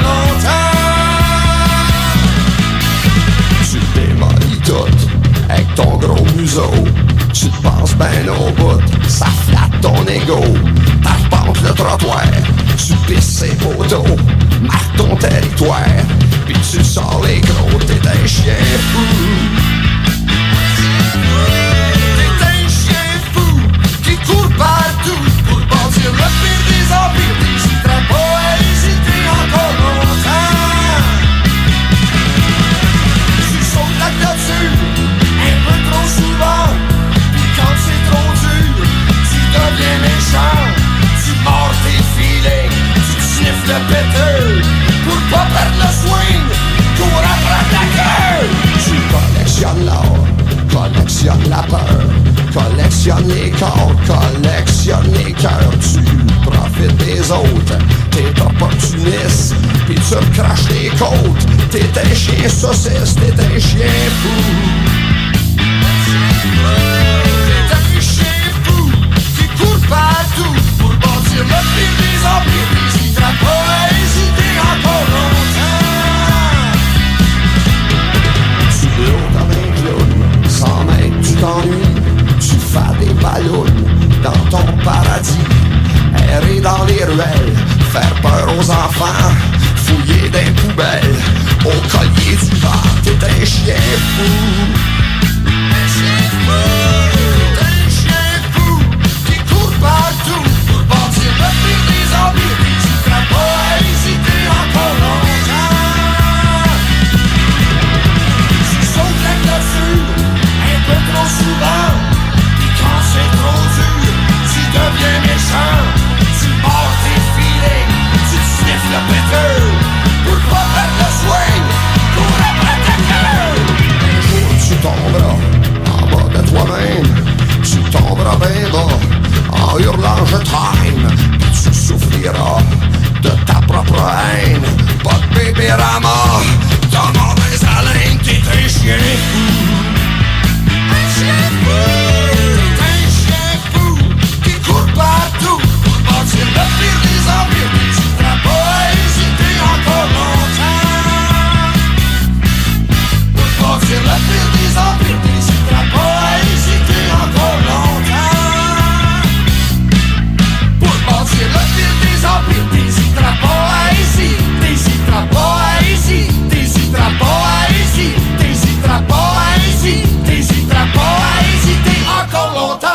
longtemps. Tu démolis tout avec ton gros museau. Tu te penses ben au bout, ça flatte ton ego. T'arpentes le trottoir, tu pisses ses poteaux. Marque ton territoire, puis tu sors les gros. T'es un chien fou. T'es un chien fou qui court partout pour bâtir le pire des empires. T'hésiteras pas à hésiter encore longtemps. pour pas perdre le swing, cours après ta queue. Tu collectionnes l'or, collectionne la peur, collectionne les corps, collectionne les cœurs. Tu profites des autres, t'es opportuniste, pis tu me craches les côtes. T'es un chien saucisse, t'es un chien fou. T'es un chien fou qui court partout pour bâtir le pire des empires. T'hésites pas à hésiter encore longtemps. Tu hurles comme un clown, sans même tu t'ennuies. Tu fais des ballons dans ton paradis. Errer dans les ruelles, faire peur aux enfants, fouiller des poubelles, au collier du vent. T'es un chien fou. Un chien fou. T'es un chien fou qui court partout pour bâtir le pire des empires. T'hésites pas à hésiter encore longtemps. Tu sautes la clôture un peu trop souvent. Quand c'est trop dur, tu deviens méchant. Tu mords tes filets, tu sniffes le péteux. Pour pas perdre le swing, cours après ta queue. Un jour tu tomberas en bas de toi-même. Tu tomberas bien bas en hurlant je t'aime. Puis tu souffriras de ta propre haine. Pas de bébé rama, dans mauvaise haleine. T'es un chien fou. Un chien fou. Partout pour bâtir le pire des empires. T'hésites pas à hésiter encore longtemps. Pour bâtir le pire des empires. T'hésites pas à hésiter encore longtemps. Pour bâtir le pire des empires. T'hésites pas à hésiter. T'hésites pas à hésiter. T'hésites pas à hésiter. T'hésites pas à hésiter. T'hésites pas à hésiter encore longtemps.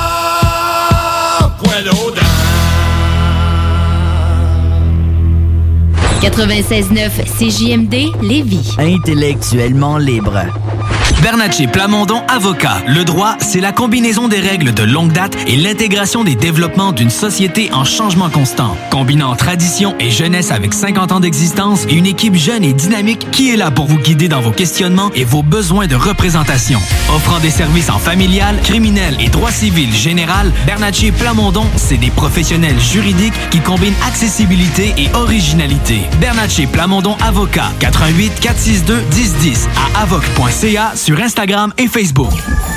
96.9 CJMD Lévis. Intellectuellement libre. Bernatchez Plamondon Avocat. Le droit, c'est la combinaison des règles de longue date et l'intégration des développements d'une société en changement constant. Combinant tradition et jeunesse avec 50 ans d'existence et une équipe jeune et dynamique qui est là pour vous guider dans vos questionnements et vos besoins de représentation. Offrant des services en familial, criminel et droit civil général, Bernatchez Plamondon, c'est des professionnels juridiques qui combinent accessibilité et originalité. Bernatchez Plamondon Avocat. 88 462 1010 à avoc.ca sur Instagram et Facebook.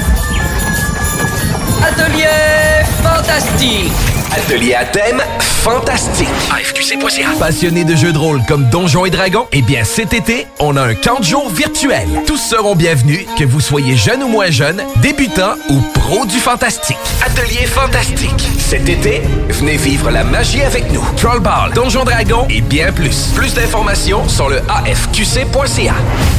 Atelier fantastique. Atelier à thème fantastique. AFQC.ca. Passionné de jeux de rôle comme Donjons et Dragons? Eh bien, cet été, on a un camp de jour virtuel. Tous seront bienvenus, que vous soyez jeune ou moins jeune, débutant ou pro du fantastique. Atelier fantastique. Cet été, venez vivre la magie avec nous. Trollball, Donjons Dragons et bien plus. Plus d'informations sur le AFQC.ca.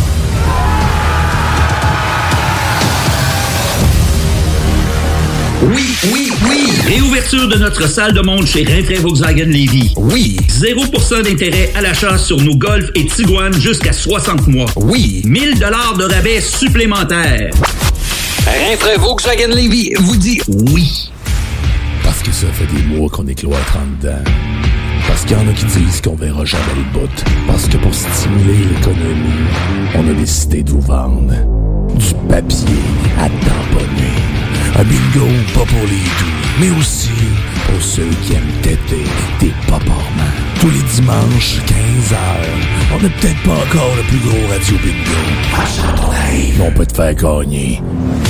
Oui, oui, oui! Réouverture de notre salle de monde chez Rinfraie Volkswagen Lévis. Oui! 0% d'intérêt à l'achat sur nos Golf et Tiguan jusqu'à 60 mois. Oui! 1000 $ de rabais supplémentaires. Rinfraie Volkswagen Lévis vous dit oui. Parce que ça fait des mois qu'on est cloître en dedans. Parce qu'il y en a qui disent qu'on verra jamais le bout. Parce que pour stimuler l'économie, on a décidé de vous vendre du papier à tamponner. Un bingo pas pour les doux, mais aussi pour ceux qui aiment têter des paparmans. Tous les dimanches, 15h, on n'a peut-être pas encore le plus gros radio bingo. Achète-toi, on peut te faire gagner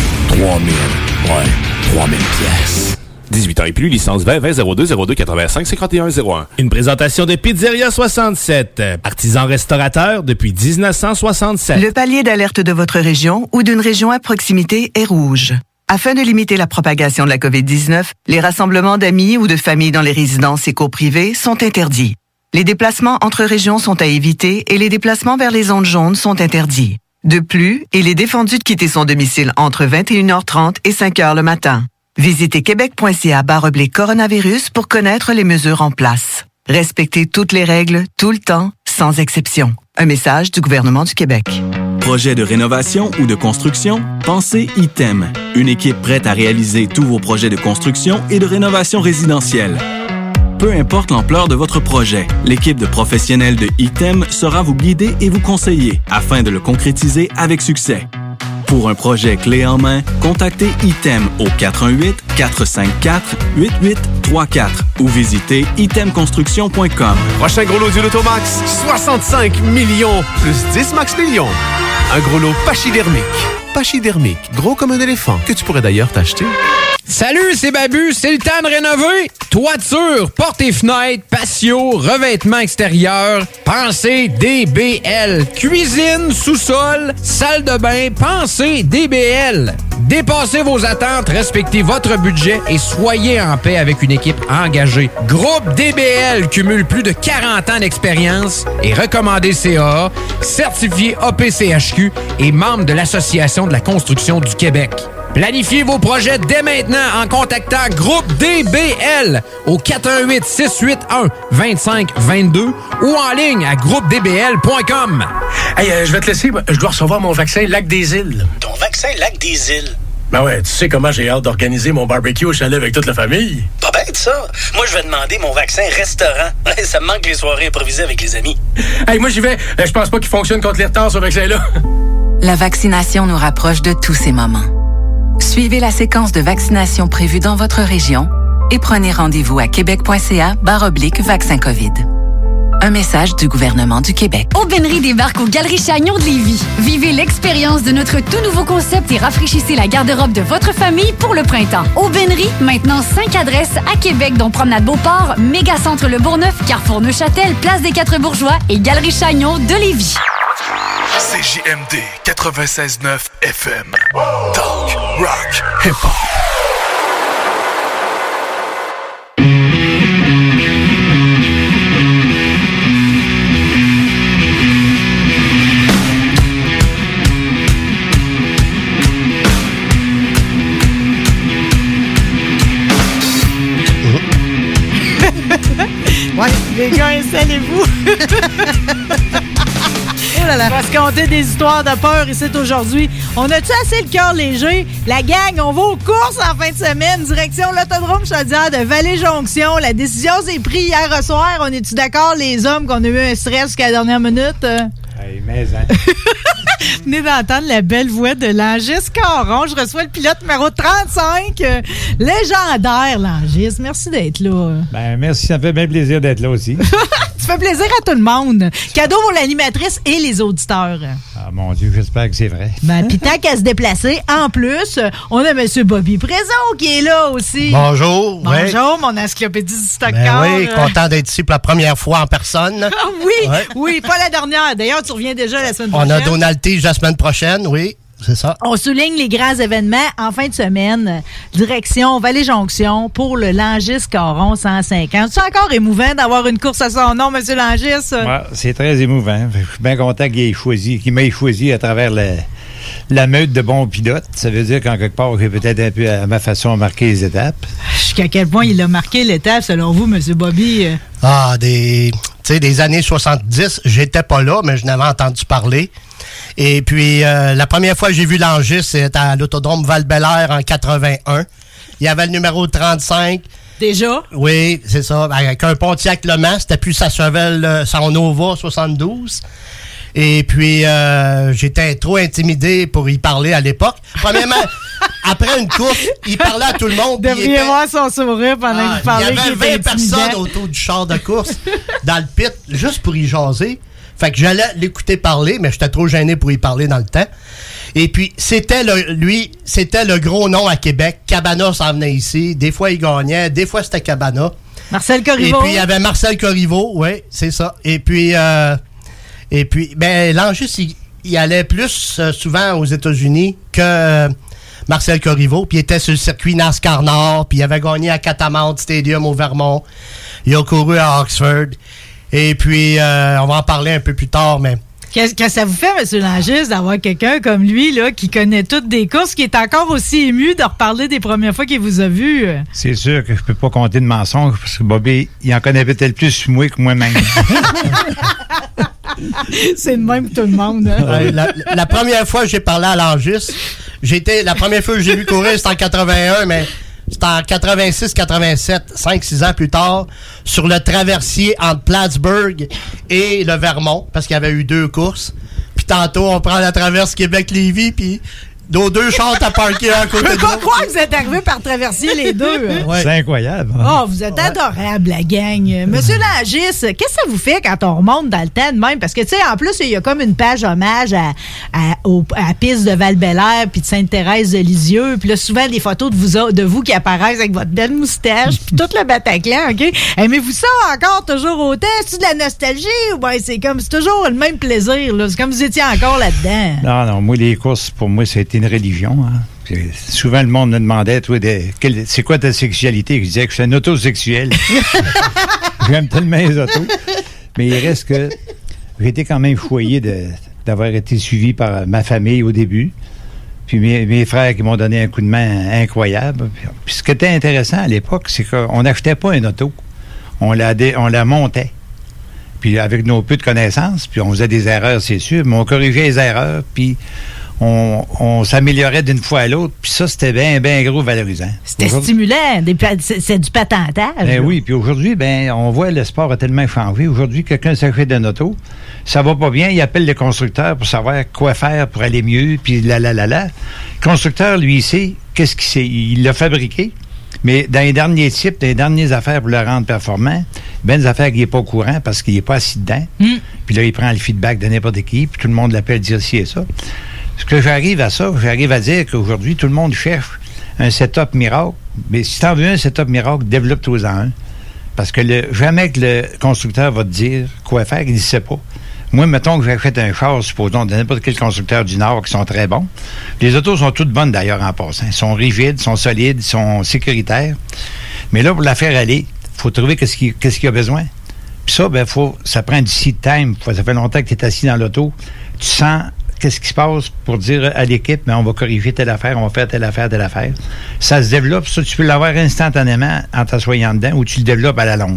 3000 pièces. 18 ans et plus, licence 20 20 02 02 85 51 01. Une présentation de Pizzeria 67, artisan restaurateur depuis 1967. Le palier d'alerte de votre région ou d'une région à proximité est rouge. Afin de limiter la propagation de la COVID-19, les rassemblements d'amis ou de familles dans les résidences et cours privées sont interdits. Les déplacements entre régions sont à éviter et les déplacements vers les zones jaunes sont interdits. De plus, il est défendu de quitter son domicile entre 21h30 et 5h le matin. Visitez québec.ca/coronavirus pour connaître les mesures en place. Respectez toutes les règles, tout le temps, sans exception. Un message du gouvernement du Québec. Projet de rénovation ou de construction? Pensez ITEM. Une équipe prête à réaliser tous vos projets de construction et de rénovation résidentielle. Peu importe l'ampleur de votre projet, l'équipe de professionnels de ITEM sera vous guider et vous conseiller afin de le concrétiser avec succès. Pour un projet clé en main, contactez ITEM au 418-454-8834 ou visitez itemconstruction.com. Prochain gros lot du Lotomax, 65 millions plus 10 max millions. Un gros lot pachydermique. Pachydermique, gros comme un éléphant, que tu pourrais d'ailleurs t'acheter. Salut, c'est Babu, c'est le temps de rénover. Toiture, portes et fenêtres, patio, revêtement extérieur, pensez DBL. Cuisine, sous-sol, salle de bain, pensez DBL. Dépassez vos attentes, respectez votre budget et soyez en paix avec une équipe engagée. Groupe DBL cumule plus de 40 ans d'expérience et recommandé CAA, certifié APCHQ et membre de l'Association de la construction du Québec. Planifiez vos projets dès maintenant en contactant Groupe DBL au 418-681-2522 ou en ligne à groupedbl.com. Hey, je vais te laisser. Je dois recevoir mon vaccin Lac des Îles. Ton vaccin Lac des Îles? Ben ouais, tu sais comment j'ai hâte d'organiser mon barbecue au chalet avec toute la famille. Pas bête, ça. Moi, je vais demander mon vaccin restaurant. Ça me manque les soirées improvisées avec les amis. Hey, moi, j'y vais. Je pense pas qu'il fonctionne contre les retards, ce vaccin-là. La vaccination nous rapproche de tous ces moments. Suivez la séquence de vaccination prévue dans votre région et prenez rendez-vous à québec.ca/vaccin COVID. Un message du gouvernement du Québec. Aubainerie débarque aux Galeries Chagnon de Lévis. Vivez l'expérience de notre tout nouveau concept et rafraîchissez la garde-robe de votre famille pour le printemps. Aubainerie, maintenant 5 adresses à Québec, dont Promenade Beauport, Mégacentre Le Bourgneuf, Carrefour Neuchâtel, Place des Quatre Bourgeois et Galerie Chagnon de Lévis. CJMD 96.9 FM. Talk, rock, hip-hop. Ouais, les gars, installez-vous. Oh là là. On va se conter des histoires de peur ici aujourd'hui. On a-tu assez le cœur léger? La gang, on va aux courses en fin de semaine. Direction l'autodrome Chaudière de Vallée-Jonction. La décision s'est prise hier soir. On est-tu d'accord, les hommes, qu'on a eu un stress jusqu'à la dernière minute? Hey, mais hein. Venez d'entendre la belle voix de Langis Caron. Je reçois le pilote numéro 35. Légendaire, Langis. Merci d'être là. Ben, merci. Ça me fait bien plaisir d'être là aussi. Ça fait plaisir à tout le monde. Cadeau pour l'animatrice et les auditeurs. Ah, mon Dieu, j'espère que c'est vrai. Ben, puis tant qu'à se déplacer, en plus, on a M. Bobby Prézon qui est là aussi. Bonjour. Bonjour, mon encyclopédie du stock car. Oui, content d'être ici pour la première fois en personne. Oui, oui, pas la dernière. D'ailleurs, tu reviens déjà la semaine prochaine. On a Donald Tige la semaine prochaine, oui. C'est ça. On souligne les grands événements en fin de semaine. Direction Vallée-Jonction pour le Langis Caron 150. C'est encore émouvant d'avoir une course à son nom, M. Langis? Ouais, c'est très émouvant. Je suis bien content qu'il m'ait choisi à travers la meute de bons pilotes. Ça veut dire qu'en quelque part, j'ai peut-être un peu à ma façon marqué les étapes. Jusqu'à quel point il a marqué l'étape, selon vous, M. Bobby? Tu sais, des années 70, j'étais pas là, mais je n'avais entendu parler. Et puis, la première fois que j'ai vu Langis, c'était à l'autodrome Val-Bélair en 81. Il y avait le numéro 35. Déjà? Oui, c'est ça. Avec un Pontiac Le Mans, c'était plus sa Chevelle, son Nova 72. Et puis, j'étais trop intimidé pour y parler à l'époque. Premièrement, après une course, il parlait à tout le monde. Vous devriez voir son sourire pendant qu'il parlait. Il y avait 20 personnes autour du char de course dans le pit, juste pour y jaser. Fait que j'allais l'écouter parler, mais j'étais trop gêné pour y parler dans le temps. Et puis, c'était le gros nom à Québec. Cabana s'en venait ici. Des fois, il gagnait. Des fois, c'était Cabana. Marcel Corriveau. Et puis, il y avait Marcel Corriveau. Oui, c'est ça. Et puis, Langis, il allait plus souvent aux États-Unis que Marcel Corriveau. Puis, il était sur le circuit NASCAR Nord. Puis, il avait gagné à Catamount Stadium au Vermont. Il a couru à Oxford. Et puis, on va en parler un peu plus tard, mais... Qu'est-ce que ça vous fait, M. Langis, d'avoir quelqu'un comme lui, là, qui connaît toutes des courses, qui est encore aussi ému de reparler des premières fois qu'il vous a vu? C'est sûr que je peux pas compter de mensonges, parce que Bobby, il en connaît peut-être plus sur moi que moi-même. C'est le même que tout le monde. Hein? La première fois que j'ai parlé à Langis, la première fois que j'ai vu courir, c'était en 81, mais... C'était en 86-87, 5-6 ans plus tard, sur le traversier entre Plattsburgh et le Vermont, parce qu'il y avait eu 2 courses. Puis tantôt, on prend la traverse Québec-Lévis, puis nos 2 chars à parquer à côté de Je peux pas l'autre. croire que vous êtes arrivés par traversier les deux. Ouais. C'est incroyable. Oh, vous êtes adorable, la gang. Monsieur Langis, qu'est-ce que ça vous fait quand on remonte dans le temps de même? Parce que, tu sais, en plus, il y a comme une page hommage à la piste de Val-Bélair puis de Sainte-Thérèse de Lisieux. Puis là, souvent, des photos de vous qui apparaissent avec votre belle moustache puis tout le Bataclan, OK? Aimez-vous ça encore toujours autant? C'est de la nostalgie ou bien c'est toujours le même plaisir, là? C'est comme vous étiez encore là-dedans. Non, moi, les courses, pour moi, c'était une religion. Hein. Puis, souvent, le monde me demandait, toi, c'est quoi ta sexualité? Je disais que je suis un autosexuel. J'aime tellement les autos. Mais il reste que j'ai été quand même choyé d'avoir été suivi par ma famille au début. Puis mes frères qui m'ont donné un coup de main incroyable. Puis ce qui était intéressant à l'époque, c'est qu'on n'achetait pas un auto. On la montait. Puis avec nos peu de connaissances, puis on faisait des erreurs, c'est sûr, mais on corrigeait les erreurs, puis on s'améliorait d'une fois à l'autre, puis ça, c'était bien gros valorisant. C'était stimulant, c'est du patentage. Ben oui, puis aujourd'hui, on voit le sport a tellement changé. Aujourd'hui, quelqu'un s'achète d'un auto, ça va pas bien, il appelle le constructeur pour savoir quoi faire pour aller mieux, puis Le constructeur, lui, il sait qu'est-ce qu'il sait. Il l'a fabriqué, mais dans les derniers types, dans les dernières affaires pour le rendre performant, des affaires qu'il n'est pas au courant parce qu'il n'est pas assis dedans. Puis là, il prend le feedback de n'importe qui, puis tout le monde l'appelle dire ci et ça. Ce que j'arrive à dire qu'aujourd'hui, tout le monde cherche un setup miracle. Mais si tu en veux un setup miracle, développe-toi-en un. Parce que jamais que le constructeur va te dire quoi faire, il ne sait pas. Moi, mettons que j'achète un char, supposons, de n'importe quel constructeur du Nord qui sont très bons. Les autos sont toutes bonnes, d'ailleurs, en passant. Ils sont rigides, sont solides, sont sécuritaires. Mais là, pour la faire aller, il faut trouver qu'est-ce qu'il y a besoin. Puis ça, ça prend du seat time. Ça fait longtemps que tu es assis dans l'auto. Tu sens qu'est-ce qui se passe pour dire à l'équipe, mais on va corriger telle affaire, on va faire telle affaire. Ça se développe. Ça, tu peux l'avoir instantanément en t'assoyant dedans ou tu le développes à la longue.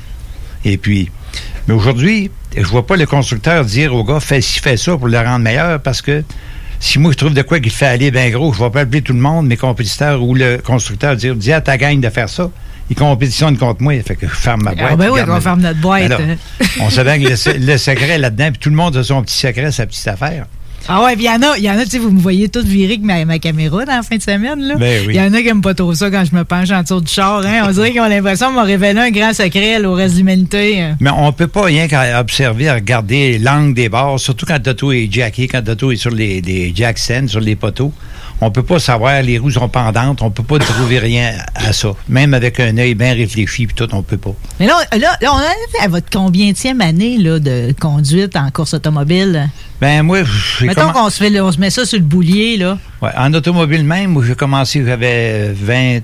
Et puis, mais aujourd'hui, je vois pas le constructeur dire au gars, fais ci, fais ça pour le rendre meilleur, parce que si moi je trouve de quoi qu'il fait aller bien gros, je vais pas appeler tout le monde, mes compétiteurs ou le constructeur, dis à ta gang de faire ça. Ils compétitionnent contre moi, fait que je ferme ma boîte. Ah ben oui, on ferme notre boîte. Alors, on savait que le secret là-dedans, puis tout le monde a son petit secret, sa petite affaire. Ah ouais, puis il y en a, tu sais, vous me voyez tout virer avec ma caméra dans la fin de semaine, là. Ben oui. Il y en a qui n'aiment pas trop ça quand je me penche en dessous du char, hein. On dirait qu'ils ont l'impression de me révéler un grand secret, là, au reste de l'humanité. Mais on peut pas rien qu'à observer, à regarder l'angle des barres, surtout quand l'auto est jacké, quand l'auto est sur les jack stands, sur les poteaux. On peut pas savoir, les roues sont pendantes, on peut pas trouver rien à ça. Même avec un œil bien réfléchi, puis tout, on peut pas. Mais là, on en est à votre combienième année là, de conduite en course automobile? Ben moi, mettons qu'on se met ça sur le boulier, là. Ouais, en automobile même, où j'ai commencé, j'avais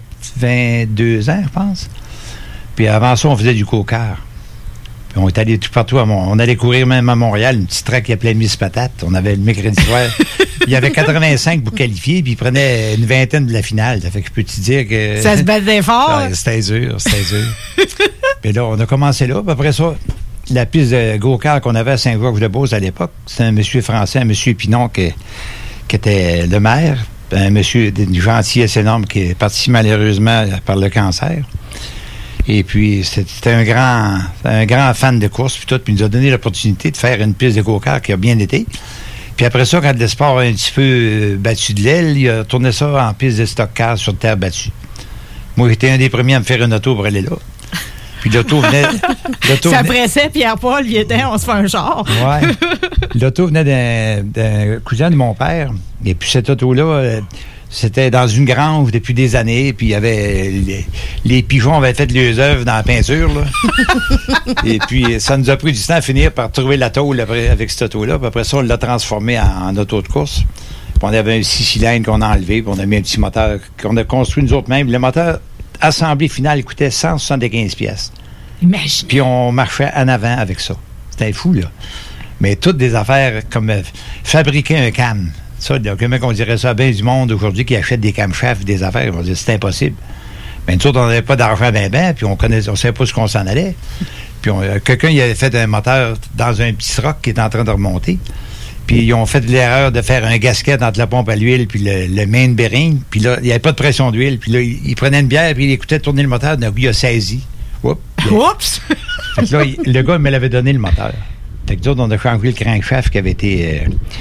22 ans, je pense. Puis avant ça, on faisait du go-kart. Puis on est allé tout partout. On allait courir même à Montréal, une petite track qui appelait Miss Patate. On avait le mercredi soir. Il y avait 85 pour qualifier, puis il prenait une vingtaine de la finale. Ça fait que je peux te dire que... Ça se battait fort? Ouais, c'était dur. Puis là, on a commencé là. Puis après ça, la piste de go-kart qu'on avait à Saint-Georges-de-Beauce à l'époque, c'était un monsieur français, un monsieur Pinon, qui était le maire. Un monsieur d'une gentillesse énorme qui est parti malheureusement par le cancer. Et puis, c'était un grand fan de course, puis tout, puis il nous a donné l'opportunité de faire une piste de go-kart qui a bien été. Puis après ça, quand le sport a un petit peu battu de l'aile, il a tourné ça en piste de stock car sur terre battue. Moi, j'étais un des premiers à me faire une auto pour aller là. Puis l'auto venait... Ça pressait, Pierre-Paul, il était, on se fait un char. Ouais. L'auto venait d'un cousin de mon père. Et puis cette auto-là... C'était dans une grange depuis des années, puis il y avait... Les pigeons avaient fait leurs œuvres dans la peinture, là. Et puis, ça nous a pris du temps à finir par trouver la tôle avec cette auto-là. Puis après ça, on l'a transformé en auto de course. Puis on avait un 6 cylindres qu'on a enlevé, puis on a mis un petit moteur qu'on a construit nous autres mêmes. Le moteur assemblé final coûtait 175 pièces. Imagine. Puis on marchait en avant avec ça. C'était fou, là. Mais toutes des affaires comme fabriquer un cam. Ça, comment on dirait ça à bien du monde aujourd'hui qui achète des camshafts, des affaires, on va dire c'est impossible. Mais nous autres, on n'avait pas d'argent puis on savait pas ce qu'on s'en allait. Puis quelqu'un il avait fait un moteur dans un petit rock qui est en train de remonter. Puis ils ont fait l'erreur de faire un gasket entre la pompe à l'huile puis le main bearing. Puis là, il n'y avait pas de pression d'huile. Puis là, il prenait une bière puis il écoutait tourner le moteur. D'un coup, il a saisi. Oups! Fait que là, le gars me l'avait donné le moteur. Fait que d'autres, on a changé le crankshaft qui avait été...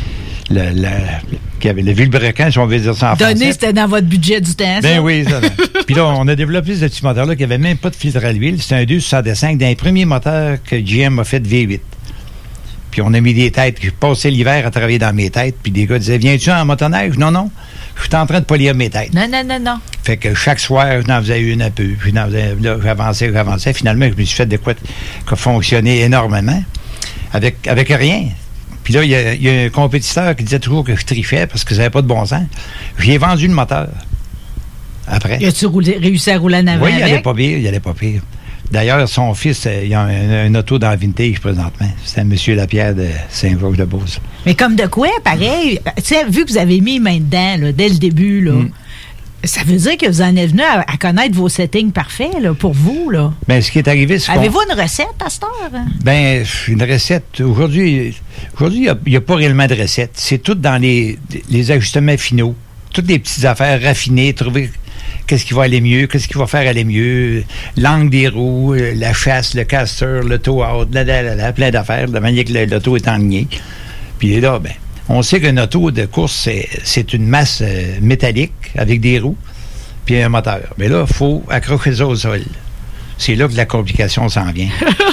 qui avait le vilebrequin, si on veut dire ça en français. Donné, c'était dans votre budget du temps, Ben oui, ça. Puis là, on a développé ce petit moteur-là qui avait même pas de filtre à l'huile. C'était un 265 d'un premier moteur que GM a fait V8. Puis on a mis des têtes. J'ai passé l'hiver à travailler dans mes têtes. Puis des gars disaient, viens-tu en motoneige? Non. Je suis en train de polir mes têtes. Non. Fait que chaque soir, je n'en faisais une un peu. Puis là, j'avançais. Finalement, je me suis fait de quoi fonctionner énormément. Avec rien. Puis là, il y a un compétiteur qui disait toujours que je trichais parce que ça n'avait pas de bon sens. J'ai vendu le moteur. Après. As-tu réussi à rouler en avant? Oui, il allait pas pire. D'ailleurs, son fils, il a un auto dans Vintage présentement. C'est un monsieur Lapierre de Saint-Georges-de-Beauce. Mais comme de quoi, pareil, tu sais, vu que vous avez mis main dedans, là, dès le début, là, ça veut dire que vous en êtes venu à connaître vos settings parfaits, là, pour vous, là. Bien, ce qui est arrivé, c'est Avez-vous une recette à cette heure? Hein? Bien, une recette. Aujourd'hui, il n'y a pas réellement de recette. C'est tout dans les ajustements finaux. Toutes les petites affaires raffinées, trouver qu'est-ce qui va aller mieux, qu'est-ce qui va faire aller mieux, l'angle des roues, la chasse, le caster, le toe-out, plein d'affaires, de la manière que l'auto est enlignée. Puis là, ben, on sait qu'un auto de course, c'est une masse métallique avec des roues puis un moteur. Mais là, il faut accrocher ça au sol. C'est là que la complication s'en vient.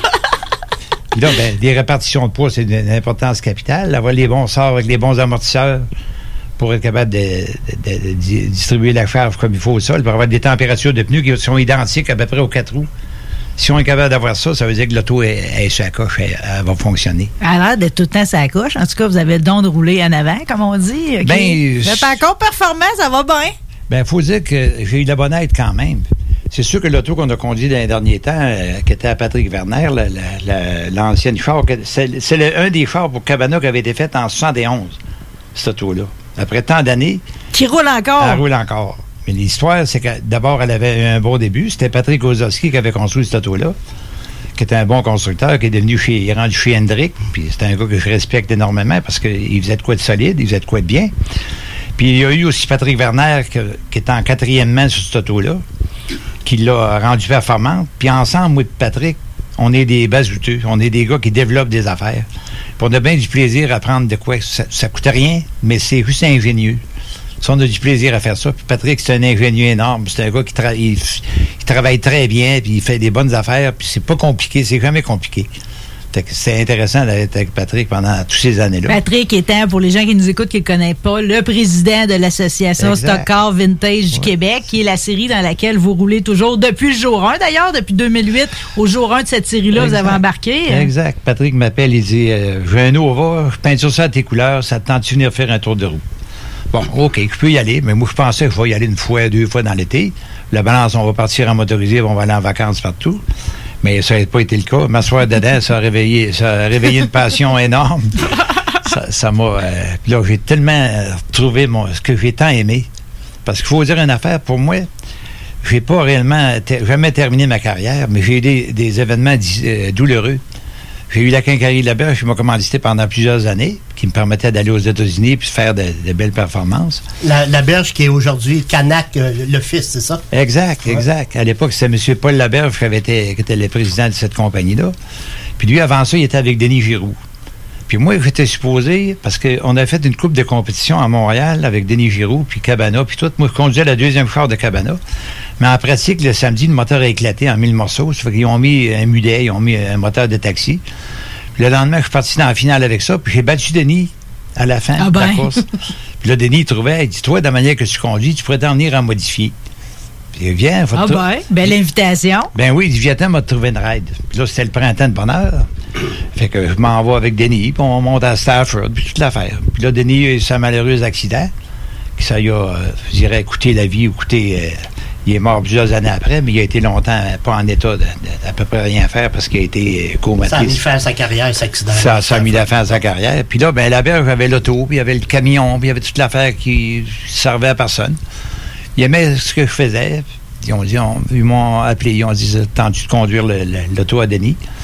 Puis là, ben, des répartitions de poids, c'est d'une importance capitale. Avoir les bons sorts avec les bons amortisseurs pour être capable de distribuer la charge comme il faut au sol, pour avoir des températures de pneus qui sont identiques à peu près aux 4 roues. Si on est capable d'avoir ça, ça veut dire que l'auto est sur la coche, elle va fonctionner. Elle a l'air d'être tout le temps sur la coche. En tout cas, vous avez le don de rouler en avant, comme on dit. Okay. Ben, vous êtes encore performant, ça va bien. Ben, il faut dire que j'ai eu la bonne aide quand même. C'est sûr que l'auto qu'on a conduit dans les derniers temps, qui était à Patrick Werner, l'ancienne char, c'est un des chars pour Cabana qui avait été fait en 71, cette auto-là. Après tant d'années... Qui roule encore. Elle roule encore. Mais l'histoire, c'est que d'abord, elle avait un bon début. C'était Patrick Ozowski qui avait construit cette auto-là, qui était un bon constructeur, qui est devenu il est rendu chez Hendrick. Puis c'est un gars que je respecte énormément parce qu'il faisait de quoi de solide, il faisait de quoi de bien. Puis il y a eu aussi Patrick Werner qui était en 4e main sur cette auto-là, qui l'a rendu performante. Puis ensemble, moi et Patrick, on est des bazouteux. On est des gars qui développent des affaires. Puis on a bien du plaisir à prendre de quoi. Ça coûte rien, mais c'est juste ingénieux. Si on a du plaisir à faire ça. Puis Patrick, c'est un ingénieux énorme. C'est un gars qui il travaille très bien, puis il fait des bonnes affaires, puis c'est pas compliqué, c'est jamais compliqué. C'est intéressant d'être avec Patrick pendant toutes ces années-là. Patrick étant, pour les gens qui nous écoutent qui ne le connaissent pas, le président de l'association Stock Car Vintage du Québec, qui est la série dans laquelle vous roulez toujours depuis le jour 1, d'ailleurs, depuis 2008, au jour 1 de cette série-là, vous avez embarqué. Exact. Patrick m'appelle, il dit, j'ai un Nova, je peinture ça à tes couleurs, ça te tente de venir faire un tour de roue. Bon, OK, je peux y aller, mais moi, je pensais que je vais y aller une fois, 2 fois dans l'été. La balance, on va partir en motorisé, on va aller en vacances partout. Mais ça n'a pas été le cas. M'asseoir dedans, ça a réveillé une passion énorme. Ça m'a... là, j'ai tellement trouvé ce que j'ai tant aimé. Parce qu'il faut dire une affaire, pour moi, j'ai pas réellement jamais terminé ma carrière, mais j'ai eu des événements douloureux. J'ai eu la Quincaillerie de la Berge qui m'a commandité pendant plusieurs années, qui me permettait d'aller aux États-Unis et de faire de belles performances. La Berge qui est aujourd'hui Canac, le fils, c'est ça? Exact, ouais. Exact. À l'époque, c'était M. Paul Laberge qui était le président de cette compagnie-là. Puis lui, avant ça, il était avec Denis Giroux. Puis moi, j'étais supposé, parce qu'on a fait une coupe de compétition à Montréal avec Denis Giroux, puis Cabana, puis tout. Moi, je conduisais la 2e char de Cabana. Mais en pratique, le samedi, le moteur a éclaté en 1000 morceaux. Ça fait qu'ils ont mis un mulet, ils ont mis un moteur de taxi. Puis le lendemain, je suis parti dans la finale avec ça, puis j'ai battu Denis à la fin de la course. Puis là, Denis, il trouvait, il dit, toi, de la manière que tu conduis, tu pourrais t'en venir en modifier. Puis il vient, belle invitation. Ben oui, il dit, viens, m'a trouvé une ride. Puis là, c'était le printemps de bonheur. Fait que je m'en vais avec Denis, puis on monte à Stafford, puis toute l'affaire. Puis là, Denis a eu un malheureux accident, qui ça lui a, je dirais, coûté la vie ou coûté... il est mort plusieurs années après, mais il a été longtemps pas en état d'à peu près rien faire parce qu'il a été comaté. Ça a mis fin à sa carrière, cet accident. Ça a mis la fin à sa carrière. Puis là, ben, la Berge avait l'auto, puis il y avait le camion, puis il y avait toute l'affaire qui servait à personne. Il aimait ce que je faisais. Ils m'ont appelé, ils ont dit, t'as-tu de conduire l'auto à Denis?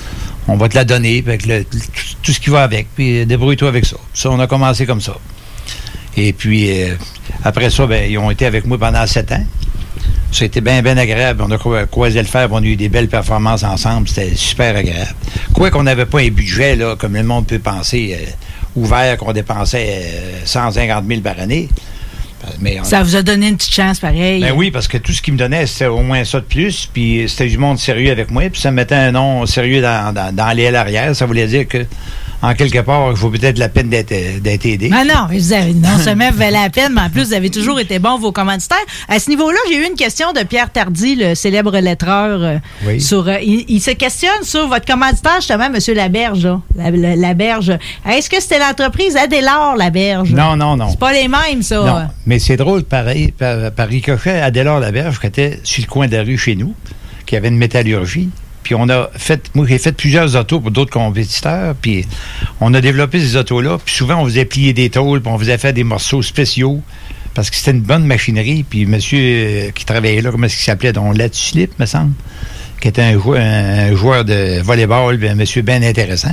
on va te la donner, avec tout ce qui va avec, puis débrouille-toi avec ça. Ça, on a commencé comme ça. Et puis, après ça, ils ont été avec moi pendant 7 ans. Ça a été bien agréable. On a croisé le fer, on a eu des belles performances ensemble. C'était super agréable. Quoi qu'on n'avait pas un budget, là, comme le monde peut penser, ouvert, qu'on dépensait 150 000 par année. Mais ça vous a donné une petite chance, pareil. Ben oui, parce que tout ce qu'ils me donnaient, c'était au moins ça de plus. Puis c'était du monde sérieux avec moi. Puis ça me mettait un nom sérieux dans l'aile arrière. Ça voulait dire que, en quelque part, il faut peut-être la peine d'être aidé. Ah non, vous avez, non seulement vous avez la peine, mais en plus, vous avez toujours été bon, vos commanditaires. À ce niveau-là, j'ai eu une question de Pierre Tardy, le célèbre lettreur. Oui. Il se questionne sur votre commanditaire, justement, M. Laberge. Là, Laberge. Est-ce que c'était l'entreprise Adélard Laberge? Non. C'est pas les mêmes, ça. Non, mais c'est drôle, pareil, par ricochet, Adélard Laberge, qui était sur le coin de la rue chez nous, qui avait une métallurgie. Puis moi, j'ai fait plusieurs autos pour d'autres compétiteurs, puis on a développé ces autos-là, puis souvent, on faisait plier des tôles, puis on faisait faire des morceaux spéciaux, parce que c'était une bonne machinerie, puis monsieur qui travaillait là, comment est-ce qu'il s'appelait, donc Latuslip, me semble, qui était un joueur de volleyball, un monsieur bien intéressant.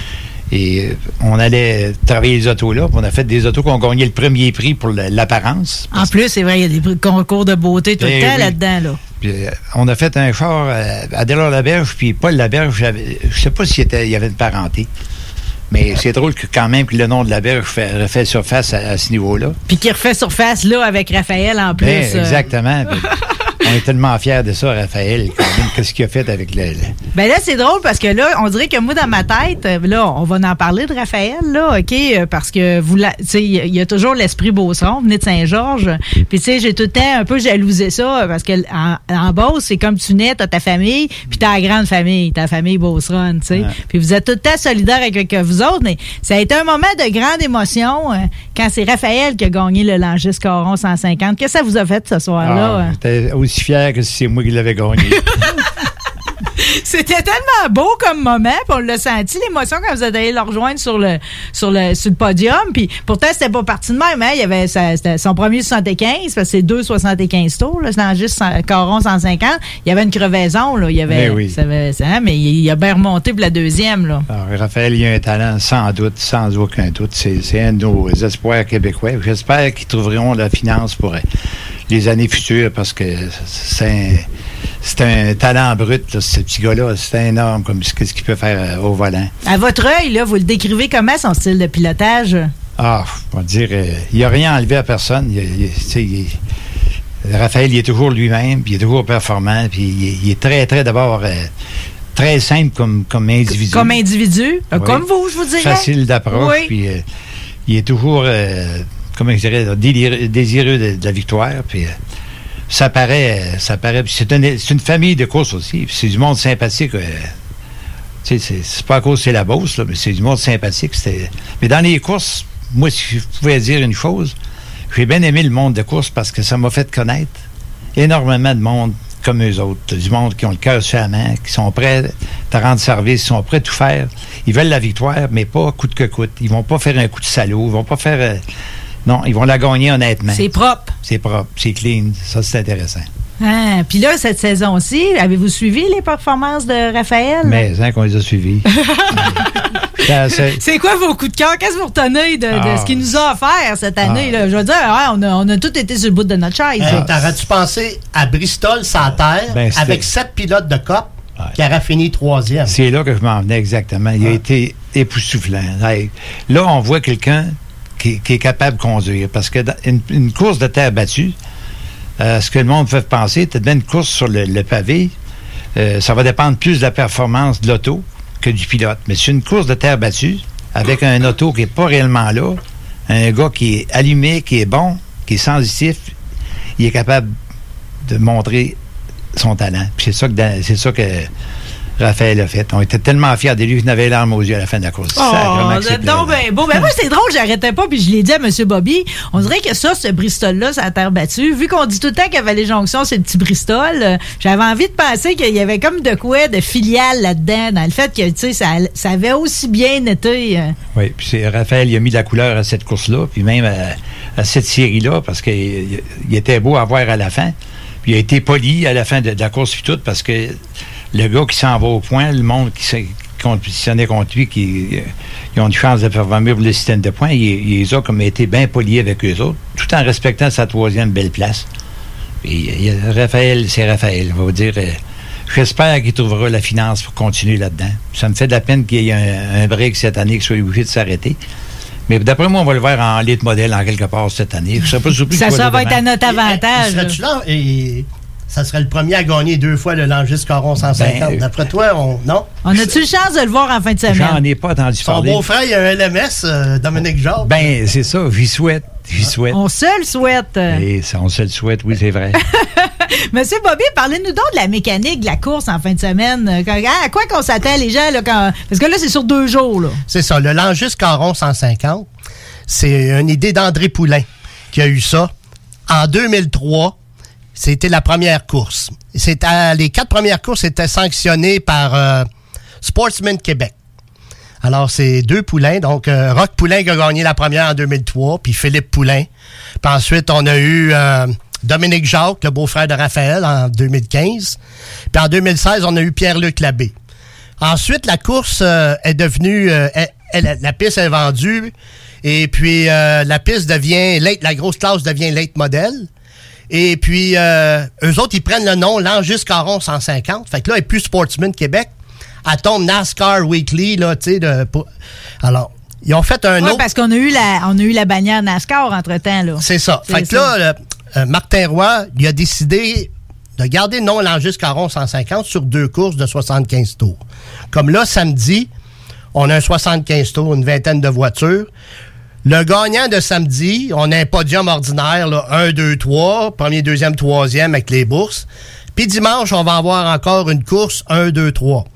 Et on allait travailler les autos-là, puis on a fait des autos qui ont gagné le premier prix pour l'apparence. En plus, c'est vrai, il y a des concours de beauté tout le temps là-dedans, là. Puis, on a fait un char à Adélard Laberge, puis Paul Laberge, je sais pas s'il y avait une parenté. Mais c'est drôle que quand même que le nom de Laberge refait surface à ce niveau-là. Puis qu'il refait surface là avec Raphaël en plus. Exactement. On est tellement fiers de ça, Raphaël. Qu'est-ce qu'il a fait avec le... Ben là, c'est drôle parce que là, on dirait que moi, dans ma tête, là, on va en parler de Raphaël, là, OK? Parce que tu sais, il y a toujours l'esprit Beauceron, venez de Saint-Georges. Puis, tu sais, j'ai tout le temps un peu jalousé ça parce que en Beauce, c'est comme tu nais, t'as ta famille, puis t'as la grande famille, ta famille Beauceron, tu sais. Ouais. Puis, vous êtes tout le temps solidaires avec vous autres, mais ça a été un moment de grande émotion quand c'est Raphaël qui a gagné le Langis Caron 150. Qu'est-ce que ça vous a fait ce soir-là? J'étais aussi fier que si c'est moi qui l'avais gagné. C'était tellement beau comme moment, puis on l'a senti, l'émotion, quand vous êtes allé le rejoindre sur le podium. Puis pourtant, c'était pas parti de même. Hein? Il y avait c'était son premier 75, parce que c'est 2 75 tours, là, c'est dans juste Caron 150. Il y avait une crevaison, là. Il y avait, mais il a bien remonté pour la deuxième. Là. Alors, Raphaël, il a un talent, sans doute, sans aucun doute. C'est un de nos espoirs québécois. J'espère qu'ils trouveront la finance pour les années futures, parce que c'est un talent brut, là, ce petit gars-là. C'est énorme comme ce qu'il peut faire au volant. À votre œil, là, vous le décrivez comment, son style de pilotage? On va dire, il n'a rien enlevé à personne. Raphaël, il est toujours lui-même, puis il est toujours performant, puis il est très, très, d'abord, très simple comme individu. Comme individu? Oui. Comme vous, je vous dirais. Facile d'approche, oui. Puis il est toujours, comment je dirais, désireux de la victoire, puis... Ça paraît. C'est une famille de course aussi. C'est du monde sympathique. C'est pas à cause que c'est la Beauce, là, mais c'est du monde sympathique. Mais dans les courses, moi, si je pouvais dire une chose, j'ai bien aimé le monde de course parce que ça m'a fait connaître énormément de monde comme eux autres. Du monde qui ont le cœur sur la main, qui sont prêts à rendre service, qui sont prêts à tout faire. Ils veulent la victoire, mais pas coûte que coûte. Ils vont pas faire un coup de salaud. Ils vont pas faire... Non, ils vont la gagner honnêtement. C'est propre. C'est propre, c'est clean. Ça, c'est intéressant. Ah, puis là, cette saison-ci, avez-vous suivi les performances de Raphaël? Mais, qu'on les a suivis. C'est quoi vos coups de cœur? Qu'est-ce que vous retenez de ce qu'il nous a offert cette année? Là? Je veux dire, on a tous été sur le bout de notre chaise. T'aurais-tu pensé à Bristol, sans terre, avec 7 pilotes de COP qui auraient fini 3e? C'est là que je m'en venais exactement. Il a été époustouflant. Là, on voit quelqu'un qui est capable de conduire. Parce que dans une course de terre battue, ce que le monde peut penser, peut-être bien une course sur le pavé, ça va dépendre plus de la performance de l'auto que du pilote. Mais c'est une course de terre battue, avec un auto qui n'est pas réellement là, un gars qui est allumé, qui est bon, qui est sensitif, il est capable de montrer son talent. Puis c'est ça que Raphaël a fait. On était tellement fiers de lui qu'il avait les larmes aux yeux à la fin de la course. C'est donc bien beau. Ben moi, c'est drôle, j'arrêtais pas, puis je l'ai dit à M. Bobby. On dirait que ça, ce Bristol-là, c'est la terre battue. Vu qu'on dit tout le temps qu'à Vallée-Jonction, c'est le petit Bristol, j'avais envie de penser qu'il y avait comme de quoi de filiale là-dedans, dans le fait que, tu sais, ça avait aussi bien été. Oui, puis Raphaël, il a mis de la couleur à cette course-là, puis même à cette série-là, parce qu'il était beau à voir à la fin. Puis il a été poli à la fin de la course, puis tout, parce que le gars qui s'en va au point, le monde compétitionnaient contre lui, qui ont une chance de performer pour le système de points, il les a comme été bien polis avec eux autres, tout en respectant sa 3e belle place. Et Raphaël, c'est Raphaël. On va vous dire, j'espère qu'il trouvera la finance pour continuer là-dedans. Ça me fait de la peine qu'il y ait un break cette année, qu'il soit obligé de s'arrêter. Mais d'après moi, on va le voir en late modèle en quelque part cette année. Je sais pas surpris ça va être à notre avantage. Serais-tu là? Et ça serait le premier à gagner 2 fois le Langis Caron 150. D'après toi, non? On a-tu une chance de le voir en fin de semaine? J'en ai pas entendu parler. Son beau-frère, il y a un LMS, Dominique Jacques. Ben, c'est ça, j'y souhaite. On se le souhaite. Et on se le souhaite, oui, c'est vrai. Monsieur Bobby, parlez-nous donc de la mécanique de la course en fin de semaine. À quoi qu'on s'attend, les gens? Là, parce que là, c'est sur 2 jours. Là. C'est ça. Le Langis Caron 150, c'est une idée d'André Poulain qui a eu ça. En 2003, c'était la première course. Les 4 premières courses étaient sanctionnées par Sportsman Québec. Alors, c'est 2 poulains. Donc, Roch Poulain qui a gagné la première en 2003, puis Philippe Poulain. Puis ensuite, on a eu Dominique Jacques, le beau-frère de Raphaël, en 2015. Puis en 2016, on a eu Pierre-Luc Labbé. Ensuite, la course est devenue... la piste est vendue. Et puis, la piste devient... La grosse classe devient late model. Et puis, eux autres, ils prennent le nom Langis Caron 150. Fait que là, elle n'est plus Sportsman Québec. Elle tombe NASCAR Weekly, là, tu sais. Alors, ils ont fait un autre... parce qu'on a eu la bannière NASCAR entre-temps, là. C'est ça. Fait que là, Martin Roy, il a décidé de garder le nom Langis Caron 150 sur 2 courses de 75 tours. Comme là, samedi, on a un 75 tours, une vingtaine de voitures. Le gagnant de samedi, on a un podium ordinaire, là, 1, 2, 3, premier, deuxième, troisième avec les bourses. Puis dimanche, on va avoir encore une course 1, 2, 3.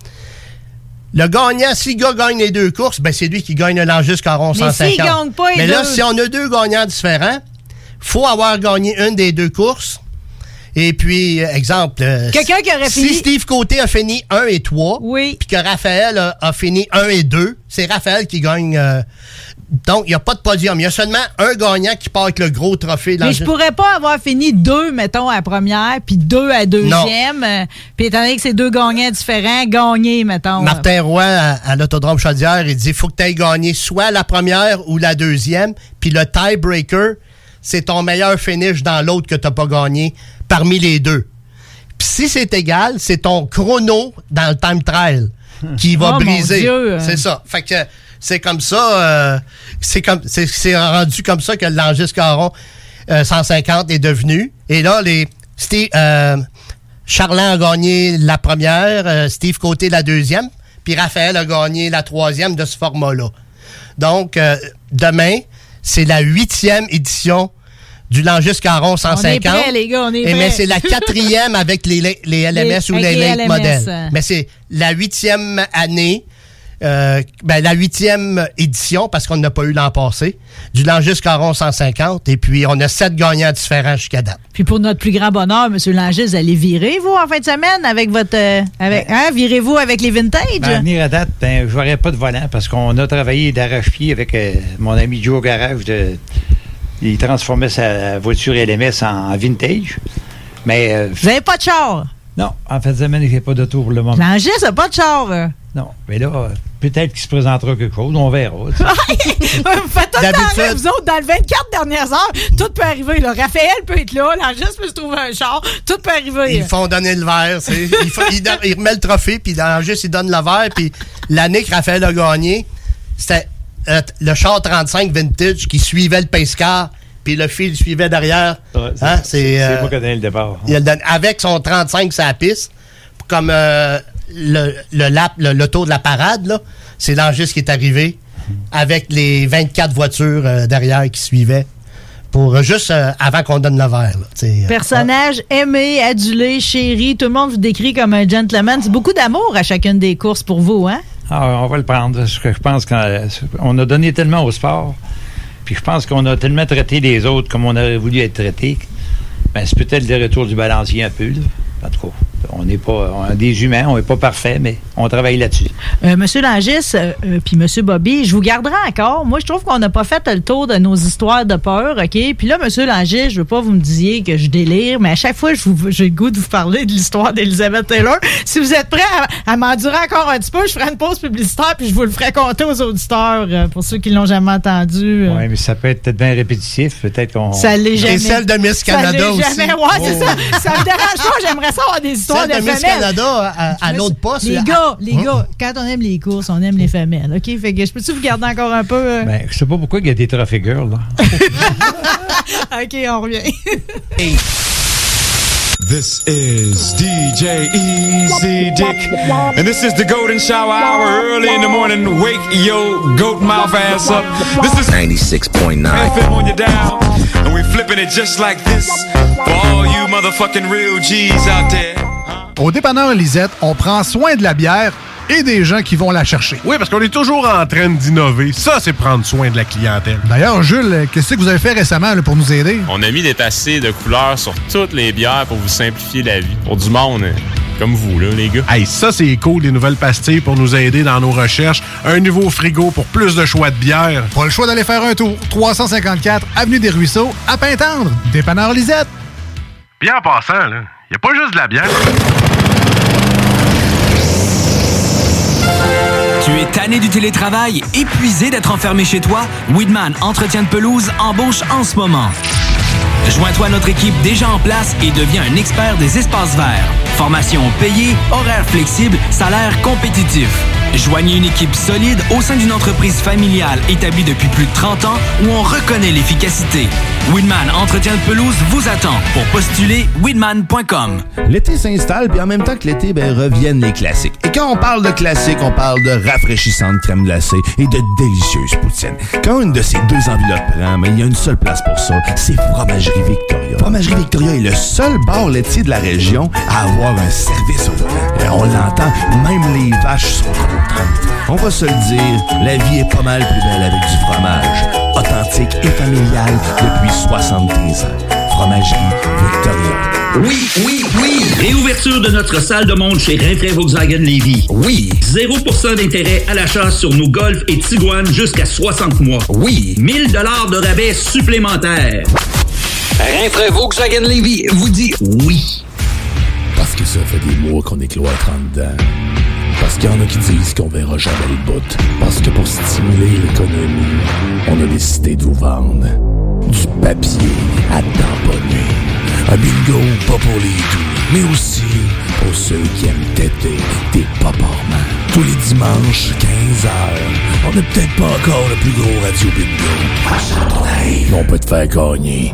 Le gagnant, si le gars gagne les 2 courses, ben c'est lui qui gagne le Langis Caron 150. Mais s'il gagne pas Mais là, si on a 2 gagnants différents, faut avoir gagné une des 2 courses. Et puis, exemple... quelqu'un qui aurait fini... Si Steve Côté a fini 1 et 3, puis que Raphaël a fini 1 et 2, c'est Raphaël qui gagne... donc, il n'y a pas de podium. Il y a seulement un gagnant qui part avec le gros trophée. Mais je pourrais pas avoir fini 2, mettons, à la première, puis 2 à la deuxième. Puis étant donné que c'est 2 gagnants différents, gagner, mettons. Martin Roy, à l'Autodrome Chaudière, il dit, faut que tu aies gagné soit la première ou la deuxième, puis le tiebreaker, c'est ton meilleur finish dans l'autre que tu n'as pas gagné parmi les 2. Puis si c'est égal, c'est ton chrono dans le time trial qui va briser. Mon Dieu. C'est ça. Fait que c'est comme ça, c'est rendu comme ça que le Langis Caron 150 est devenu. Et là, Charland a gagné la première, Steve Côté la deuxième, puis Raphaël a gagné la troisième de ce format-là. Donc, demain, c'est la 8e édition du Langis Caron 150. On est prêts, les gars, on est prêts. Mais c'est la 4e avec les LMS ou les late modèles. Mais c'est la 8e année, la 8e édition, parce qu'on n'a pas eu l'an passé, du Langis Caron 150. Et puis, on a 7 gagnants différents jusqu'à date. Puis, pour notre plus grand bonheur, M. Langis, vous allez virer, vous, en fin de semaine, avec votre... virez-vous avec les vintage? Ben, venir à date, je n'aurai pas de volant, parce qu'on a travaillé d'arrache-pied avec mon ami Joe Garage il transformait sa voiture LMS en vintage. Mais, vous n'avez pas de char? Non, en fait, il n'y a pas d'auto pour le moment. Langis n'a pas de char. Non, mais là, peut-être qu'il se présentera quelque chose, on verra. Faites tout le temps, vous autres, dans les 24 dernières heures, tout peut arriver. Là. Raphaël peut être là, Langis peut se trouver un char, tout peut arriver. Ils font donner le verre. Il remet le trophée, puis Langis, il donne le verre. Puis l'année que Raphaël a gagné, c'était le char 35 vintage qui suivait le pace-car, puis le fil suivait derrière. Ouais, c'est pas qu'on a le départ. Avec son 35 sur la piste, comme le tour de la parade, là, c'est Langis qui est arrivé avec les 24 voitures derrière qui suivaient. Pour juste avant qu'on donne le verre. Personnage aimé, adulé, chéri, tout le monde vous décrit comme un gentleman. C'est beaucoup d'amour à chacune des courses pour vous, hein? Ah, on va le prendre. Je pense qu'on a donné tellement au sport, puis je pense qu'on a tellement traité les autres comme on aurait voulu être traité. Ben, c'est peut-être le retour du balancier un peu. Là. En tout cas, on est des humains, on n'est pas parfait, mais On travaille là-dessus. Monsieur Langis, puis Monsieur Bobby, je vous garderai encore. Moi, je trouve qu'on n'a pas fait le tour de nos histoires de peur, OK? Puis là, Monsieur Langis, je veux pas vous me disiez que je délire, mais à chaque fois, j'ai le goût de vous parler de l'histoire d'Elizabeth Taylor. Si vous êtes prêts à m'endurer encore un petit peu, je ferai une pause publicitaire puis je vous le ferai compter aux auditeurs pour ceux qui l'ont jamais entendu. Oui, mais ça peut être peut-être bien répétitif. Peut-être qu'on... Ça l'est jamais. Et celle de Miss Canada aussi. Jamais. Ouais, c'est ça. Ça me dérange pas. J'aimerais ça avoir des histoires celle de Miss Canada à l'autre poste. Les gars, quand on aime les courses, on aime les femelles. OK? Fait que je peux-tu vous garder encore un peu? Ben, je sais pas pourquoi il y a des trophées girls, là. OK, on revient. This is DJ Easy Dick, and this is the Golden Shower Hour. Early in the morning, wake your goat mouth ass up. This is 96.9 FM on your dial, and we flipping it just like this for all you motherfucking real G's out there. Au dépanneur Lisette, on prend soin de la bière et des gens qui vont la chercher. Oui, parce qu'on est toujours en train d'innover. Ça, c'est prendre soin de la clientèle. D'ailleurs, Jules, qu'est-ce que vous avez fait récemment là, pour nous aider? On a mis des tassés de couleurs sur toutes les bières pour vous simplifier la vie. Pour du monde comme vous, là, les gars. Hey, ça, c'est cool, des nouvelles pastilles pour nous aider dans nos recherches. Un nouveau frigo pour plus de choix de bière. Pas le choix d'aller faire un tour. 354 Avenue des Ruisseaux, à Pintendre. Dépanneur Lisette. Bien en passant, là, y a pas juste de la bière. Tu es tanné du télétravail, épuisé d'être enfermé chez toi? Weedman Entretien de pelouse embauche en ce moment. Joins-toi à notre équipe déjà en place et deviens un expert des espaces verts. Formation payée, horaires flexibles, salaire compétitif. Joignez une équipe solide au sein d'une entreprise familiale établie depuis plus de 30 ans où on reconnaît l'efficacité. Weedman Entretien de pelouse vous attend. Pour postuler, weedman.com. L'été s'installe, puis en même temps que l'été, reviennent les classiques. Et quand on parle de classiques, on parle de rafraîchissante crème glacée et de délicieuses poutines. Quand une de ces deux enveloppes prend, il y a une seule place pour ça, c'est Fromagerie Victoria. Fromagerie Victoria est le seul bar laitier de la région à avoir un service au volant. Et on l'entend, même les vaches sont contentes. On va se le dire, la vie est pas mal plus belle avec du fromage. Authentique et familial depuis 73 ans. Fromagerie Victoria. Oui. Réouverture de notre salle de monde chez Rainfray Volkswagen Lévis. Oui. 0% d'intérêt à l'achat sur nos Golf et Tiguan jusqu'à 60 mois. Oui. 1000 $ de rabais supplémentaires. Rainfray Volkswagen Lévis vous dit oui. Parce que ça fait des mois qu'on est cloître en dedans. Parce qu'il y en a qui disent qu'on verra jamais le bout. Parce que pour stimuler l'économie, on a décidé de vous vendre du papier à tamponner. Un bingo pas pour les doux, mais aussi pour ceux qui aiment têter des paparmans. Tous les dimanches, 15h, on n'est peut-être pas encore le plus gros radio bingo à Châteauneuf. Mais on peut te faire gagner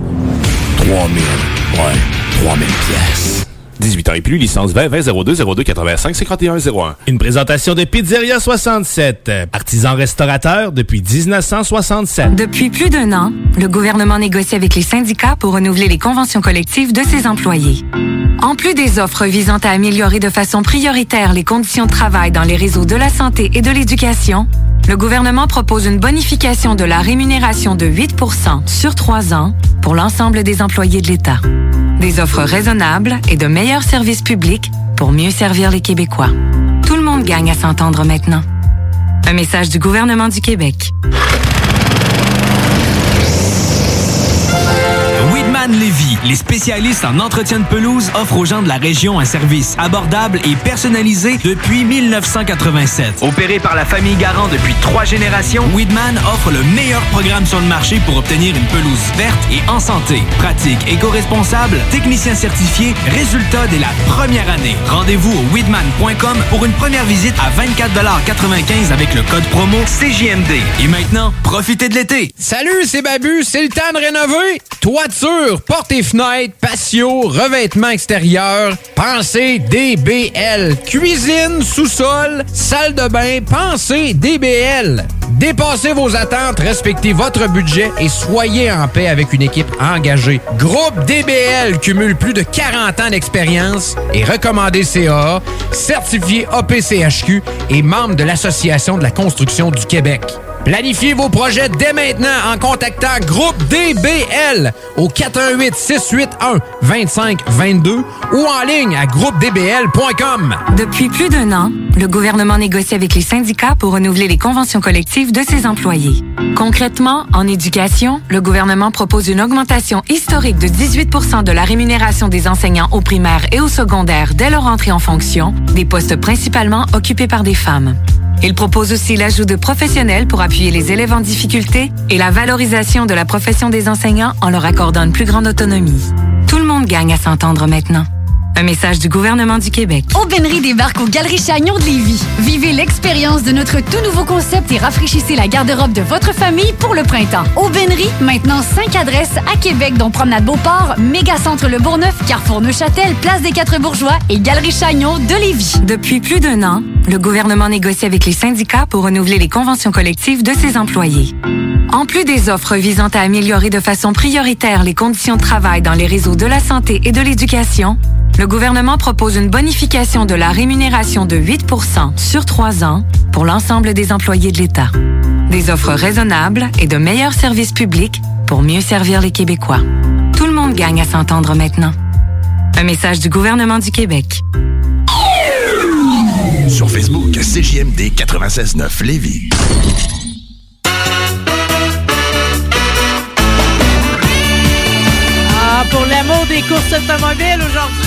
3000 pièces. 18 ans et plus, licence 20 02 02 85 51 01. Une présentation de Pizzeria 67, artisan restaurateur depuis 1967. Depuis plus d'1 an, le gouvernement négocie avec les syndicats pour renouveler les conventions collectives de ses employés. En plus des offres visant à améliorer de façon prioritaire les conditions de travail dans les réseaux de la santé et de l'éducation, le gouvernement propose une bonification de la rémunération de 8 % sur 3 ans pour l'ensemble des employés de l'État. Des offres raisonnables et de meilleurs services publics pour mieux servir les Québécois. Tout le monde gagne à s'entendre maintenant. Un message du gouvernement du Québec. Weedman Lévis, les spécialistes en entretien de pelouse, offrent aux gens de la région un service abordable et personnalisé depuis 1987. Opéré par la famille Garand depuis 3 générations, Weedman offre le meilleur programme sur le marché pour obtenir une pelouse verte et en santé. Pratique éco-responsable, technicien certifié, résultat dès la première année. Rendez-vous au weedman.com pour une première visite à 24,95 $ avec le code promo CJMD. Et maintenant, profitez de l'été. Salut, c'est Babu, c'est le temps de rénover. Toiture, portes et fenêtres, patio, revêtement extérieur, pensez DBL. Cuisine, sous-sol, salle de bain, pensez DBL. Dépassez vos attentes, respectez votre budget et soyez en paix avec une équipe engagée. Groupe DBL cumule plus de 40 ans d'expérience et recommandé CAA, certifié APCHQ et membre de l'Association de la construction du Québec. Planifiez vos projets dès maintenant en contactant Groupe DBL au 418-681-2522 ou en ligne à groupedbl.com. Depuis plus d'1 an, le gouvernement négocie avec les syndicats pour renouveler les conventions collectives de ses employés. Concrètement, en éducation, le gouvernement propose une augmentation historique de 18 % de la rémunération des enseignants au primaire et au secondaire dès leur entrée en fonction, des postes principalement occupés par des femmes. Il propose aussi l'ajout de professionnels pour appuyer les élèves en difficulté et la valorisation de la profession des enseignants en leur accordant une plus grande autonomie. Tout le monde gagne à s'entendre maintenant. Un message du gouvernement du Québec. Aubainerie débarque aux Galeries Chagnon de Lévis. Vivez l'expérience de notre tout nouveau concept et rafraîchissez la garde-robe de votre famille pour le printemps. Aubainerie, maintenant 5 adresses à Québec, dont Promenade Beauport, Mégacentre Le Bourgneuf, Carrefour Neuchâtel, Place des Quatre Bourgeois et Galeries Chagnon de Lévis. Depuis plus d'1 an, le gouvernement négocie avec les syndicats pour renouveler les conventions collectives de ses employés. En plus des offres visant à améliorer de façon prioritaire les conditions de travail dans les réseaux de la santé et de l'éducation, le gouvernement propose une bonification de la rémunération de 8 % sur 3 ans pour l'ensemble des employés de l'État. Des offres raisonnables et de meilleurs services publics pour mieux servir les Québécois. Tout le monde gagne à s'entendre maintenant. Un message du gouvernement du Québec. Sur Facebook, CJMD 96.9 Lévis. Pour l'amour des courses automobiles aujourd'hui.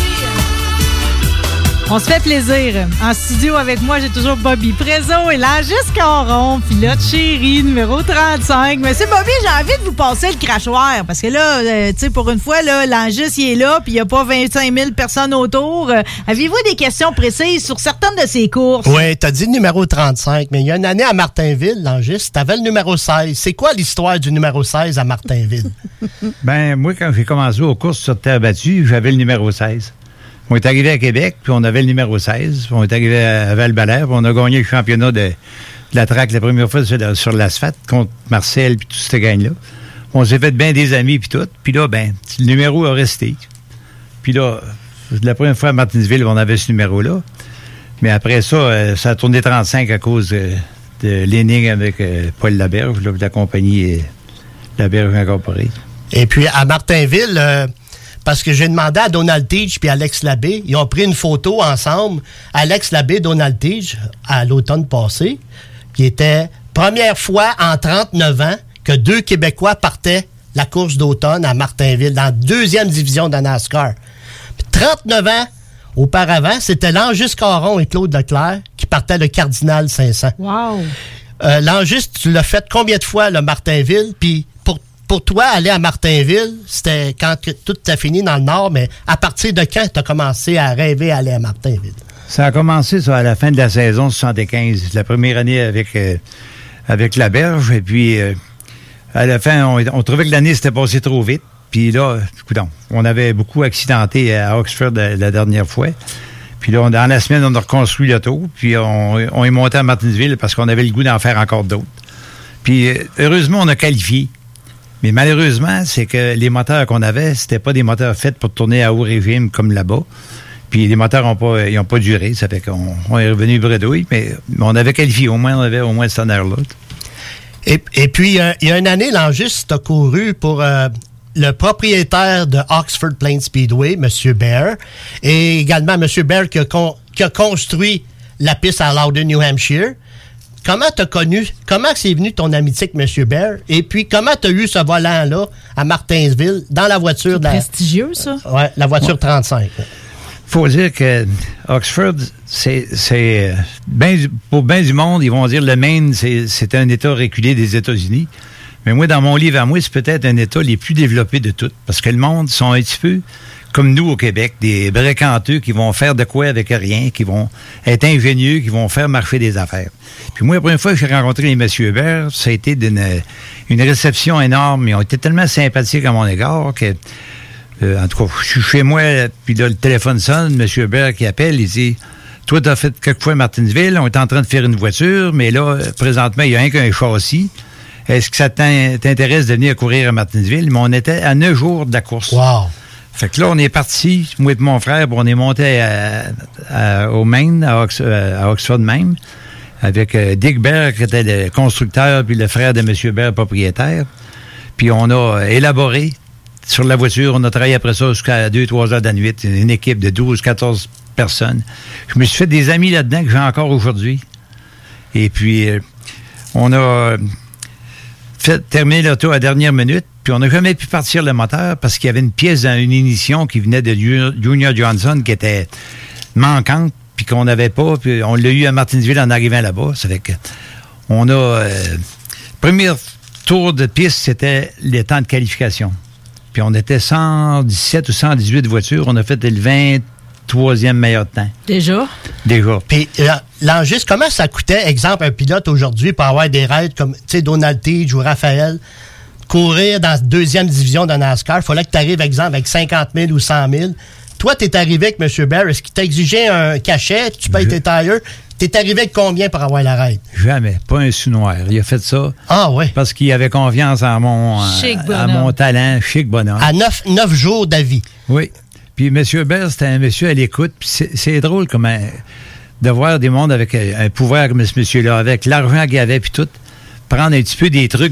On se fait plaisir. En studio avec moi, j'ai toujours Bobby Prézo et Langis Caron, pilote chéri, numéro 35. Monsieur Bobby, j'ai envie de vous passer le crachoir parce que là, tu sais, pour une fois, là, Langis, il est là puis il n'y a pas 25 000 personnes autour. Avez-vous des questions précises sur certaines de ces courses? Oui, t'as dit le numéro 35, mais il y a une année à Martinville, Langis, t'avais le numéro 16. C'est quoi l'histoire du numéro 16 à Martinville? Ben, moi, quand j'ai commencé aux courses sur terre battue, j'avais le numéro 16. On est arrivé à Québec, puis on avait le numéro 16. On est arrivé à Val-Belair, puis on a gagné le championnat de la track la première fois sur l'asphalte contre Marcel, puis toute cette gang-là. On s'est fait bien des amis, puis tout. Puis là, ben, le numéro a resté. Puis là, la première fois à Martinsville, on avait ce numéro-là. Mais après ça, ça a tourné 35 à cause de l'énigme avec Paul Laberge, là, de la compagnie Laberge Incorporée. Et puis, à Martinville... parce que j'ai demandé à Donald Teach puis Alex Labbé, ils ont pris une photo ensemble, Alex Labbé, Donald Teach, à l'automne passé, qui était première fois en 39 ans que 2 Québécois partaient la course d'automne à Martinville, dans la 2e division de NASCAR. Puis 39 ans auparavant, c'était Langis Caron et Claude Leclerc qui partaient le Cardinal 500. Wow! Langis, tu l'as fait combien de fois, le Martinville, puis pour toi, aller à Martinville, c'était quand tout a fini dans le Nord, mais à partir de quand tu as commencé à rêver d'aller à Martinville? Ça a commencé ça, à la fin de la saison 75, la première année avec Laberge, et puis à la fin, on trouvait que l'année s'était passée trop vite, puis là, écoutons, on avait beaucoup accidenté à Oxford la dernière fois, puis là, dans la semaine, on a reconstruit l'auto, puis on est monté à Martinsville parce qu'on avait le goût d'en faire encore d'autres. Puis heureusement, on a qualifié. Mais malheureusement, c'est que les moteurs qu'on avait, c'était pas des moteurs faits pour tourner à haut régime comme là-bas. Puis les moteurs n'ont pas duré. Ça fait qu'on est revenu bredouille, mais on avait qualifié. Au moins, on avait cet honneur-là. Et puis, il y a une année, Langis, tu as couru pour le propriétaire de Oxford Plains Speedway, M. Bear, et également M. Bear qui a construit la piste à Loudon, New Hampshire. Comment t'as connu, comment c'est venu ton amitié avec M. Bear? Et puis, comment t'as eu ce volant-là à Martinsville, dans la voiture... C'est prestigieux, ça? Oui, la voiture 35. Faut dire que Oxford, c'est pour bien du monde, ils vont dire le Maine, c'est un État reculé des États-Unis. Mais moi, dans mon livre à moi, c'est peut-être un État les plus développés de tous. Parce que le monde sont un petit peu... comme nous au Québec, des brécanteux qui vont faire de quoi avec rien, qui vont être ingénieux, qui vont faire marcher des affaires. Puis moi, la première fois que j'ai rencontré les messieurs Hébert, ça a été une réception énorme. Ils ont été tellement sympathiques à mon égard que, en tout cas, je suis chez moi, puis là, le téléphone sonne, monsieur Hébert qui appelle, il dit « Toi, t'as fait quelquefois Martinsville, on est en train de faire une voiture, mais là, présentement, il y a rien qu'un châssis. Est-ce que ça t'intéresse de venir courir à Martinsville? » Mais on était à 9 jours de la course. Wow! Fait que là, on est parti, moi et mon frère, on est monté au Maine, à Oxford même. avec Dick Baird, qui était le constructeur, puis le frère de M. Baird, propriétaire. Puis on a élaboré sur la voiture. On a travaillé après ça jusqu'à 2-3 heures de la nuit. Une équipe de 12-14 personnes. Je me suis fait des amis là-dedans que j'ai encore aujourd'hui. Et puis, on a terminé l'auto à la dernière minute. Puis on n'a jamais pu partir le moteur parce qu'il y avait une pièce dans une ignition qui venait de Junior Johnson qui était manquante, puis qu'on n'avait pas. Puis on l'a eu à Martinsville en arrivant là-bas. Ça fait que on a... premier tour de piste, c'était les temps de qualification. Puis on était 117 ou 118 voitures. On a fait le 23e meilleur temps. Déjà? Déjà. Puis, l'enjeu, comment ça coûtait, exemple, un pilote aujourd'hui pour avoir des raids comme, tu sais, Donald Tige ou Raphaël, courir dans la deuxième division de NASCAR? Il fallait que tu arrives, exemple, avec 50 000 ou 100 000. Toi, tu es arrivé avec M. Baird. Est-ce qu'il t'a exigé un cachet? Tu payes tes tailleurs? T'es arrivé avec combien pour avoir la raid? Jamais. Pas un sou noir. Il a fait ça. Ah oui? Parce qu'il avait confiance en mon talent. Chic bonhomme. À 9 jours d'avis. Oui. Puis M. Baird, c'était un monsieur à l'écoute. Puis c'est drôle comment de voir des mondes avec un pouvoir comme ce monsieur-là, avec l'argent qu'il avait, puis tout, prendre un petit peu des trucs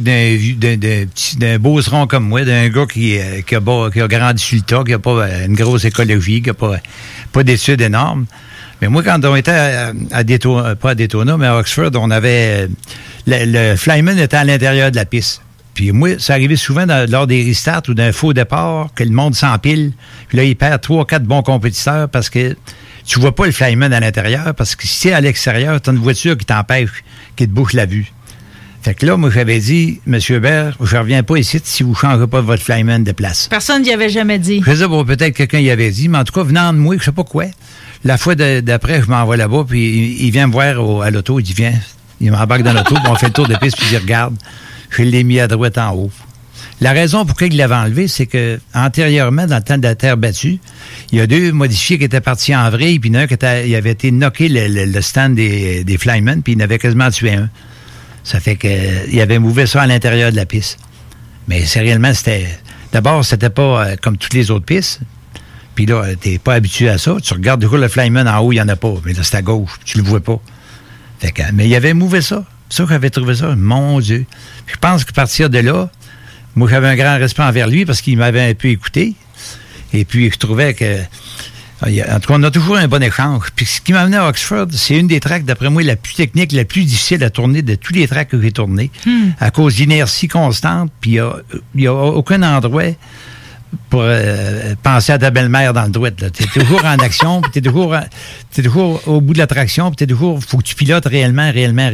d'un beauceron comme moi, d'un gars qui a grandi sur le tas, qui n'a pas une grosse écologie, qui n'a pas d'études énormes. Mais moi, quand on était à Daytona, pas à Daytona, mais à Oxford, on avait... Le flyman était à l'intérieur de la piste. Puis moi, ça arrivait souvent lors des restarts ou d'un faux départ, que le monde s'empile. Puis là, il perd 3-4 bons compétiteurs parce que tu vois pas le flyman à l'intérieur, parce que si tu es à l'extérieur, tu as une voiture qui t'empêche, qui te bouche la vue. Fait que là, moi, j'avais dit, M. Baird, je reviens pas ici si vous ne changez pas votre flyman de place. Personne n'y avait jamais dit. Je sais pas, peut-être quelqu'un y avait dit, mais en tout cas, venant de moi, je sais pas quoi. La fois d'après, je m'en vais là-bas, puis il vient me voir à l'auto, il dit, viens. Il m'embarque dans l'auto, puis on fait le tour de piste, puis il regarde. Je l'ai mis à droite en haut. La raison pour laquelle il l'avait enlevé, c'est que antérieurement, dans le temps de la terre battue, il y a 2 modifiés qui étaient partis en vrille, puis un il avait été knocké le stand des flymen, puis il en avait quasiment tué un. Ça fait qu'il avait mouvé ça à l'intérieur de la piste. Mais réellement, d'abord, c'était pas comme toutes les autres pistes. Puis là, t'es pas habitué à ça. Tu regardes du coup le flyman en haut, il n'y en a pas. Mais là, c'est à gauche, tu le vois pas. Fait que, mais il avait mouvé ça. C'est ça que j'avais trouvé ça. Mon Dieu. Puis je pense qu'à partir de là, moi, j'avais un grand respect envers lui parce qu'il m'avait un peu écouté. Et puis, je trouvais que... En tout cas, on a toujours un bon échange. Puis ce qui m'a amené à Oxford, c'est une des tracks, d'après moi, la plus technique, la plus difficile à tourner de tous les tracks que j'ai tournés. À cause d'inertie constante. Puis il n'y a aucun endroit pour penser à ta belle-mère dans le droit. Tu es toujours en action, puis tu es toujours au bout de la traction, puis faut que tu pilotes réellement.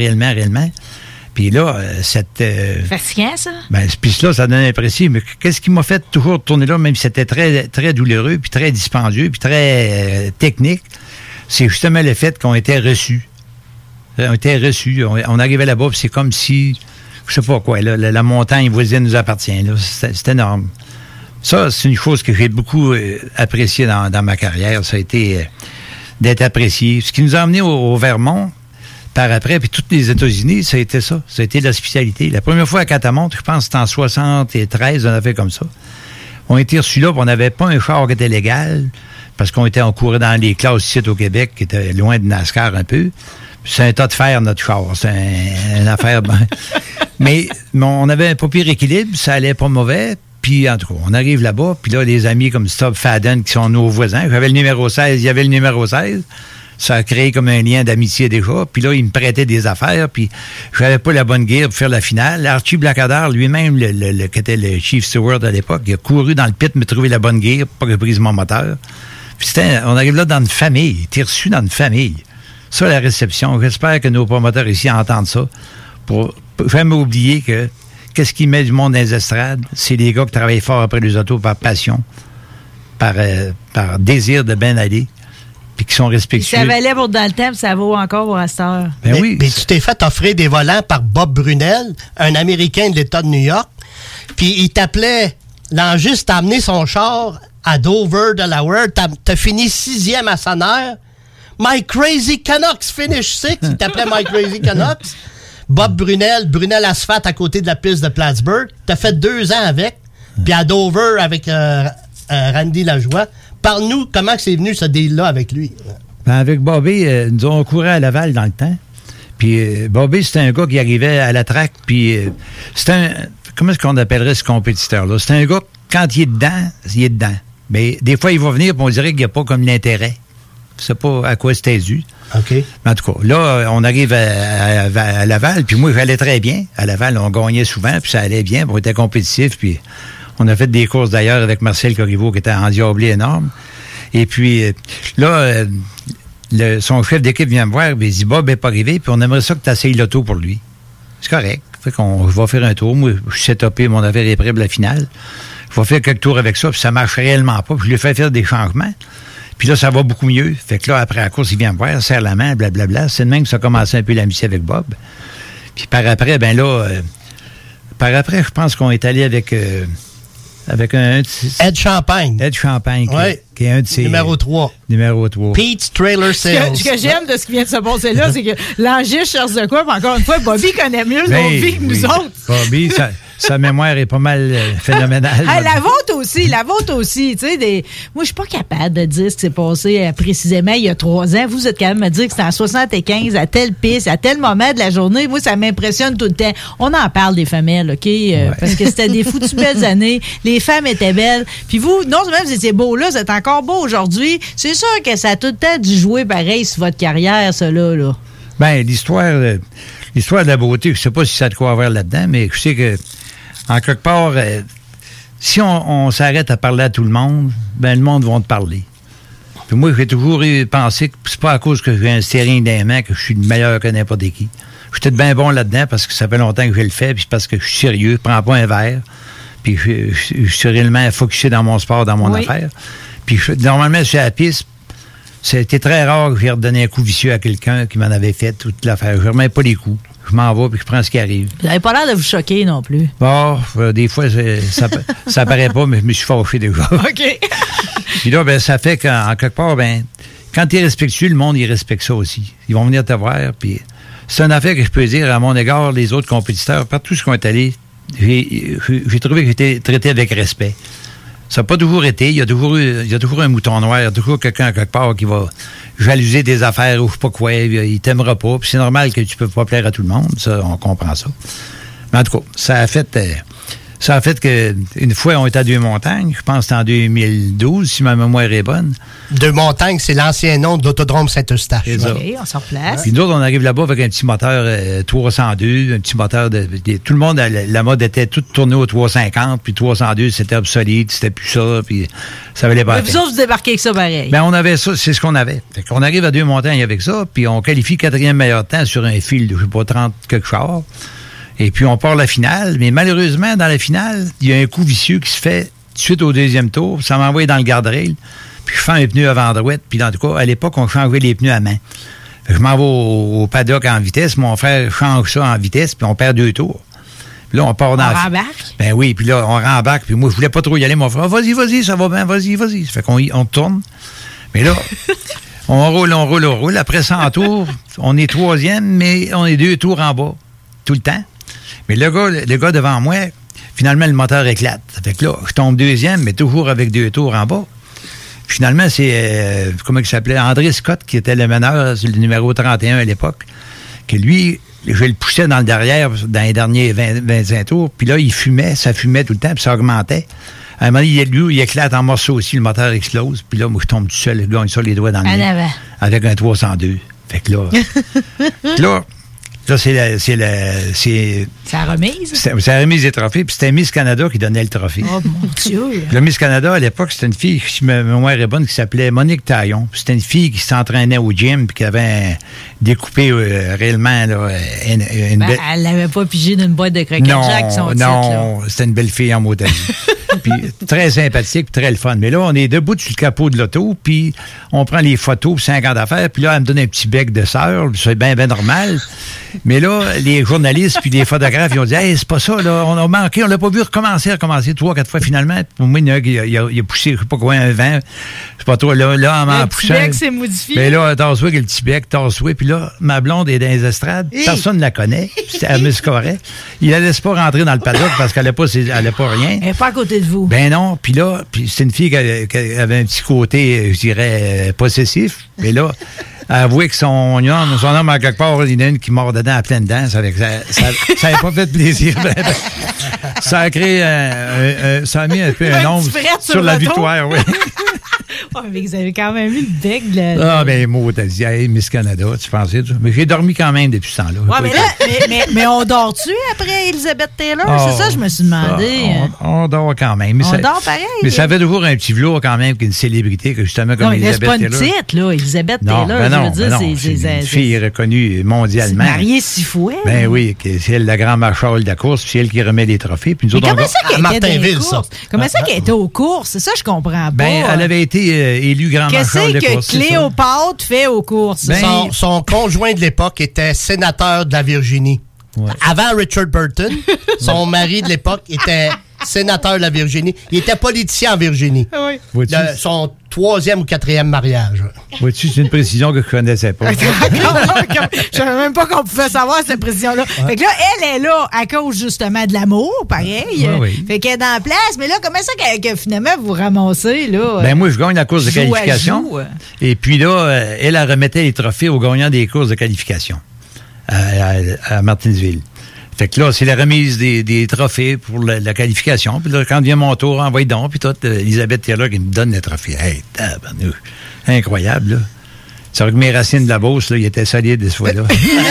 Puis là, fatigant, ça? Ben, puis là, ça donne l'impression. Mais qu'est-ce qui m'a fait toujours tourner là, même si c'était très, très douloureux, puis très dispendieux, puis très technique, c'est justement le fait qu'on était reçus. On arrivait là-bas, puis c'est comme si, je sais pas quoi, là, la montagne voisine nous appartient. Là. C'est énorme. Ça, c'est une chose que j'ai beaucoup appréciée dans ma carrière. Ça a été d'être apprécié. Ce qui nous a amené au Vermont, par après, puis tous les États-Unis, ça a été ça. Ça a été l'hospitalité. La première fois à Catamount, je pense que c'était en 73, on a fait comme ça. On était reçus là, puis on n'avait pas un char qui était légal, parce qu'on courait dans les classes ici au Québec, qui étaient loin de NASCAR un peu. Puis c'est un tas de fer, notre char. C'est une affaire... mais on avait un pas pire équilibre, ça allait pas mauvais. Puis, en tout cas, on arrive là-bas, puis là, des amis comme Stubb Fadden, qui sont nos voisins, j'avais le numéro 16, il y avait le numéro 16. Ça a créé comme un lien d'amitié déjà. Puis là, il me prêtait des affaires. Puis j'avais pas la bonne gear pour faire la finale. Archie Blackadder, lui-même, qui était le chief steward à l'époque, il a couru dans le pit me trouver la bonne gear pour pas que je brise mon moteur. Puis on arrive là dans une famille. T'es reçu dans une famille. Ça, la réception. J'espère que nos promoteurs ici entendent ça. Pour jamais oublier que qu'est-ce qui met du monde dans les estrades? C'est les gars qui travaillent fort après les autos par passion, par désir de bien aller. Puis qui sont respectueux. Ça valait pour dans le temps, ça vaut encore pour Astor. Ben oui. Mais tu t'es fait offrir des volants par Bob Brunel, un Américain de l'État de New York. Puis il t'appelait, l'enjeu, t'as amené son char à Dover, Delaware. T'as fini 6e à Sonner. My Crazy Canucks finish 6. Il t'appelait My Crazy Canucks. Bob Brunel Asphalt à côté de la piste de Plattsburgh. T'as fait 2 ans avec. Puis à Dover avec Randy Lajoie. Parle-nous comment c'est venu ce deal-là avec lui. Ben avec Bobby, nous on courait à Laval dans le temps. Puis Bobby, c'était un gars qui arrivait à la track, puis c'était un... Comment est-ce qu'on appellerait ce compétiteur-là? C'est un gars, quand il est dedans, il est dedans. Mais des fois, il va venir, puis on dirait qu'il n'y a pas comme l'intérêt. Je sais pas à quoi c'était dû. OK. Mais en tout cas, là, on arrive à Laval, puis moi, j'allais très bien. À Laval, on gagnait souvent, puis ça allait bien, puis on était compétitif, puis on a fait des courses d'ailleurs avec Marcel Corriveau, qui était endiablé énorme. Et puis, là, son chef d'équipe vient me voir, puis il dit, Bob n'est pas arrivé, puis on aimerait ça que tu essayes l'auto pour lui. C'est correct. Fait qu'on va faire un tour. Moi, je suis setupé, mon affaire est prête pour la finale. Je vais faire quelques tours avec ça, puis ça marche réellement pas. Puis je lui fais faire des changements. Puis là, ça va beaucoup mieux. Fait que là, après la course, il vient me voir, serre la main, blablabla. C'est de même que ça a commencé un peu l'amitié avec Bob. Puis par après, ben là, je pense qu'on est allé avec un... Ed Champagne. Ed Champagne, qui est un de ses... Numéro 3. Numéro 3. Pete's Trailer Sales. Ce que j'aime de ce qui vient de se passer là, c'est que l'Angers cherche de quoi, mais encore une fois, Bobby connaît mieux nos vies que nous autres. Bobby, sa mémoire est pas mal phénoménale. Hey, la vôtre aussi. Tu sais, moi, je suis pas capable de dire ce qui s'est passé précisément il y a 3 ans. Vous êtes quand même à dire que c'était en 75, à telle piste, à tel moment de la journée. Moi, ça m'impressionne tout le temps. On en parle des femelles, OK? Parce que c'était des foutues belles années. Les femmes étaient belles. Puis vous, non seulement vous étiez beau là, vous êtes encore beau aujourd'hui. C'est sûr que ça a tout le temps dû jouer pareil sur votre carrière, ça là. Ben, l'histoire de la beauté, je sais pas si ça a de quoi avoir là-dedans, mais je sais que en quelque part, si on s'arrête à parler à tout le monde, ben le monde va te parler. Puis moi, j'ai toujours pensé que c'est pas à cause que j'ai un steering dans les mains que je suis meilleur que n'importe qui. J'étais bien bon là-dedans parce que ça fait longtemps que je le fais, puis parce que je suis sérieux, je prends pas un verre, puis je suis réellement focusé dans mon sport, dans mon affaire. Puis normalement, sur la piste, c'était très rare que j'ai redonné un coup vicieux à quelqu'un qui m'en avait fait toute l'affaire. Je remets pas les coups. Je m'en vais puis je prends ce qui arrive. Vous n'avez pas l'air de vous choquer non plus. Bon, des fois, ça paraît pas, mais je me suis fâché déjà. OK. Puis là, ben, ça fait qu'en quelque part, ben, quand tu es respectueux, le monde, il respecte ça aussi. Ils vont venir te voir, puis c'est une affaire que je peux dire à mon égard, les autres compétiteurs, partout ce qu'on est allé, j'ai trouvé que j'étais traité avec respect. Ça n'a pas toujours été. Il y a toujours un mouton noir. Il y a toujours quelqu'un quelque part qui va jalouser des affaires ou je sais pas quoi. Il t'aimera pas. Puis c'est normal que tu peux pas plaire à tout le monde. Ça, on comprend ça. Mais en tout cas, ça a fait que une fois, on était à Deux-Montagnes. Je pense que c'était en 2012, si ma mémoire est bonne. Deux-Montagnes, c'est l'ancien nom de l'Autodrome Saint-Eustache. OK, on s'en replace. Puis nous autres, on arrive là-bas avec un petit moteur 302, un petit moteur tout le monde, la mode était toute tournée au 350, puis 302, c'était obsolète, c'était plus ça, puis ça valait pas la peine. Mais vous débarquez avec ça pareil. Ben, on avait ça, c'est ce qu'on avait. Fait qu'on arrive à Deux-Montagnes avec ça, puis on qualifie 4e meilleur temps sur un fil de, je sais pas, 30 quelque chose. Et puis, on part la finale. Mais malheureusement, dans la finale, il y a un coup vicieux qui se fait tout de suite au 2e tour. Ça m'envoie dans le guardrail. Puis, je fends un pneu avant droite. Puis, en tout cas, à l'époque, on changeait les pneus à main. Fait que je m'en vais au paddock en vitesse. Mon frère change ça en vitesse. Puis, on perd 2 tours. Puis là, on part dans... On rembarque? Ben oui. Puis là, on rembarque. Puis moi, je voulais pas trop y aller. Mon frère, vas-y, ça va bien. Vas-y. Fait qu'on tourne. Mais là... on roule. Après 100 tours, on est 3e, mais on est 2 tours en bas. Tout le temps. Mais le gars devant moi, finalement, le moteur éclate. Fait que là, je tombe 2e, mais toujours avec 2 tours en bas. Finalement, c'est, comment il s'appelait? André Scott, qui était le meneur, c'est le numéro 31 à l'époque, que lui, je le poussais dans le derrière, dans les derniers 25 tours, puis là, ça fumait tout le temps, puis ça augmentait. À un moment donné, lui, il éclate en morceaux aussi, le moteur explose, puis là, moi, je tombe tout seul, je gagne ça les doigts dans le nez. Avec un 302. Fait que là... Là, c'est la remise? C'est la remise des trophées. Puis c'était Miss Canada qui donnait le trophée. Oh, mon Dieu! Le Miss Canada, à l'époque, c'était une fille, si ma mémoire est bonne, qui s'appelait Monique Taillon. Puis c'était une fille qui s'entraînait au gym puis qui avait découpé réellement là, une belle... Elle l'avait pas pigé d'une boîte de croquettes Jack, son titre. Non, c'était une belle fille en modèle. Puis très sympathique, puis très le fun. Mais là, on est debout sur le capot de l'auto, puis on prend les photos, puis 50 affaires, puis là, elle me donne un petit bec de sœur, c'est bien normal. Mais là, les journalistes puis les photographes, ils ont dit « Hey, c'est pas ça, là, on a manqué, on l'a pas vu recommencer 3-4 fois finalement. » Pour moi, il a poussé, je sais pas quoi, un vent. C'est pas trop, là, en m'en poussant. Le petit bec s'est modifié. Mais là, tasse-toi avec le petit bec, tasse-toi. Puis là, ma blonde est dans les estrades. Personne ne la connaît. C'était à Miss Corée. Il la laisse pas rentrer dans le paddock parce qu'elle n'a pas rien. Elle n'est pas à côté de vous. Ben non. Puis là, c'est une fille qui avait un petit côté, je dirais, possessif. Mais là, avoué que son homme, à quelque part, il y en a une qui mord dedans à pleine dents. Ça n'avait pas fait plaisir. Ça a créé ça a mis un peu un ombre sur la victoire, oui. Oh, mais vous avez quand même eu le bec. Là. Ben, moi, t'as dit, hey, Miss Canada, tu pensais, ça? Mais j'ai dormi quand même depuis ce temps-là. Ouais, mais là, mais on dort-tu après Elizabeth Taylor? C'est ça, je me suis demandé. On dort quand même. Mais on dort pareil. Mais ça avait toujours un petit velours quand même qu'une célébrité, que justement comme Elizabeth Taylor. Non, mais c'est pas une petite, là, Elizabeth Taylor. Je veux dire, c'est une fille reconnue mondialement. C'est mariée 6 fois. Ben oui, c'est elle la grande marshal de la course, puis c'est elle qui remet les trophées. Puis nous autres, comment ça qu'elle était aux courses? Comment ça qu'elle était aux courses? C'est ça, je comprends pas. Ben, elle avait été élue grande marshal de course. Qu'est-ce que Cléopâtre fait aux courses? Son conjoint de l'époque était sénateur de la Virginie. Ouais. Avant Richard Burton, son mari de l'époque était sénateur de la Virginie. Il était politicien en Virginie. Oui. Son 3e ou 4e mariage. Vois-tu, c'est une précision que je connaissais pas. Je savais même pas qu'on pouvait savoir cette précision-là. Ouais. Fait que là, elle est là à cause justement de l'amour, pareil. Oui. Fait qu'elle est dans la place. Mais là, comment ça que finalement vous ramassez, là? Ben moi, je gagne la course de qualification. Et puis là, elle remettait les trophées aux gagnants des courses de qualification à Martinsville. Fait que là, c'est la remise des trophées pour la qualification. Puis là, quand vient mon tour, envoie donc. Puis toi, Elizabeth Taylor qui me donne les trophées. Hey, tabarnou. Incroyable, là. C'est vrai que mes racines de la Beauce, là, ils étaient solides ce fois-là.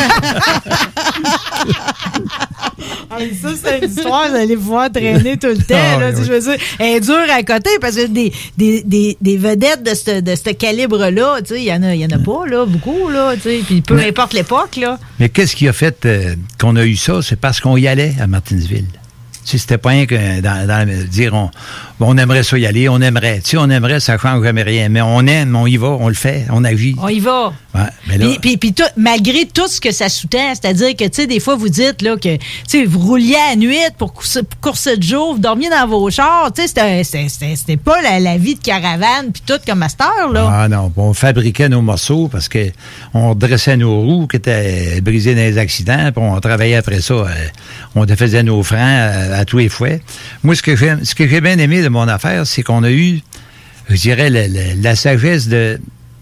Ça, c'est une histoire, vous allez pouvoir traîner tout le temps. Là, oui. Je veux dire, elle est dure à côté parce que des vedettes de ce calibre-là, il y en a pas, là, beaucoup, là, puis peu importe l'époque, là. Mais qu'est-ce qui a fait qu'on a eu ça? C'est parce qu'on y allait à Martinsville. Tu sais, c'était pas rien que dire on aimerait ça y aller, on aimerait. Tu sais, on aimerait, ça change jamais rien. Mais on aime, on y va, on le fait, on agit. On y va. Ouais, mais là... Puis malgré tout ce que ça sous-tend, c'est-à-dire que, tu sais, des fois, vous dites là que, tu sais, vous rouliez à nuit pour courser de jour, vous dormiez dans vos chars, tu sais, c'était pas la vie de caravane puis tout comme à cette heure, là. Ah non, on fabriquait nos morceaux parce que on dressait nos roues qui étaient brisées dans les accidents, puis on travaillait après ça, on faisait nos freins à tous les fouets. Moi, ce que j'ai bien aimé de mon affaire, c'est qu'on a eu, je dirais, la sagesse de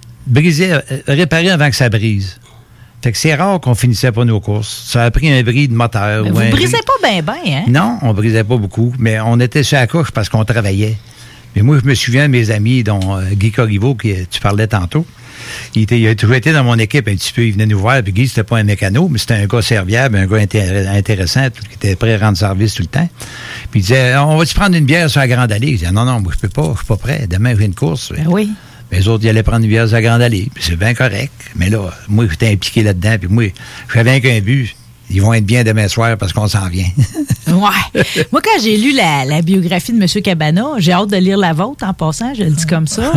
réparer avant que ça brise. Fait que c'est rare qu'on finissait pas nos courses. Ça a pris un bris de moteur. Mais vous brisez pas bien, hein? Non, on brisait pas beaucoup, mais on était sur la couche parce qu'on travaillait. Mais moi, je me souviens de mes amis, dont Guy Corriveau, que tu parlais tantôt. Il a toujours été dans mon équipe un petit peu. Il venait nous voir, puis Guy, c'était pas un mécano, mais c'était un gars serviable, un gars intéressant, qui était prêt à rendre service tout le temps. Puis il disait, on va-tu prendre une bière sur la Grande Allée? Il disait, non, moi, je peux pas, je suis pas prêt. Demain, j'ai une course. Ben oui. Mais les autres, ils allaient prendre une bière sur la Grande Allée. Puis c'est bien correct. Mais là, moi, j'étais impliqué là-dedans, puis moi, j'avais qu'un but. Ils vont être bien demain soir parce qu'on s'en vient. Ouais. Moi, quand j'ai lu la biographie de M. Cabana, j'ai hâte de lire la vôtre en passant, je le dis comme ça.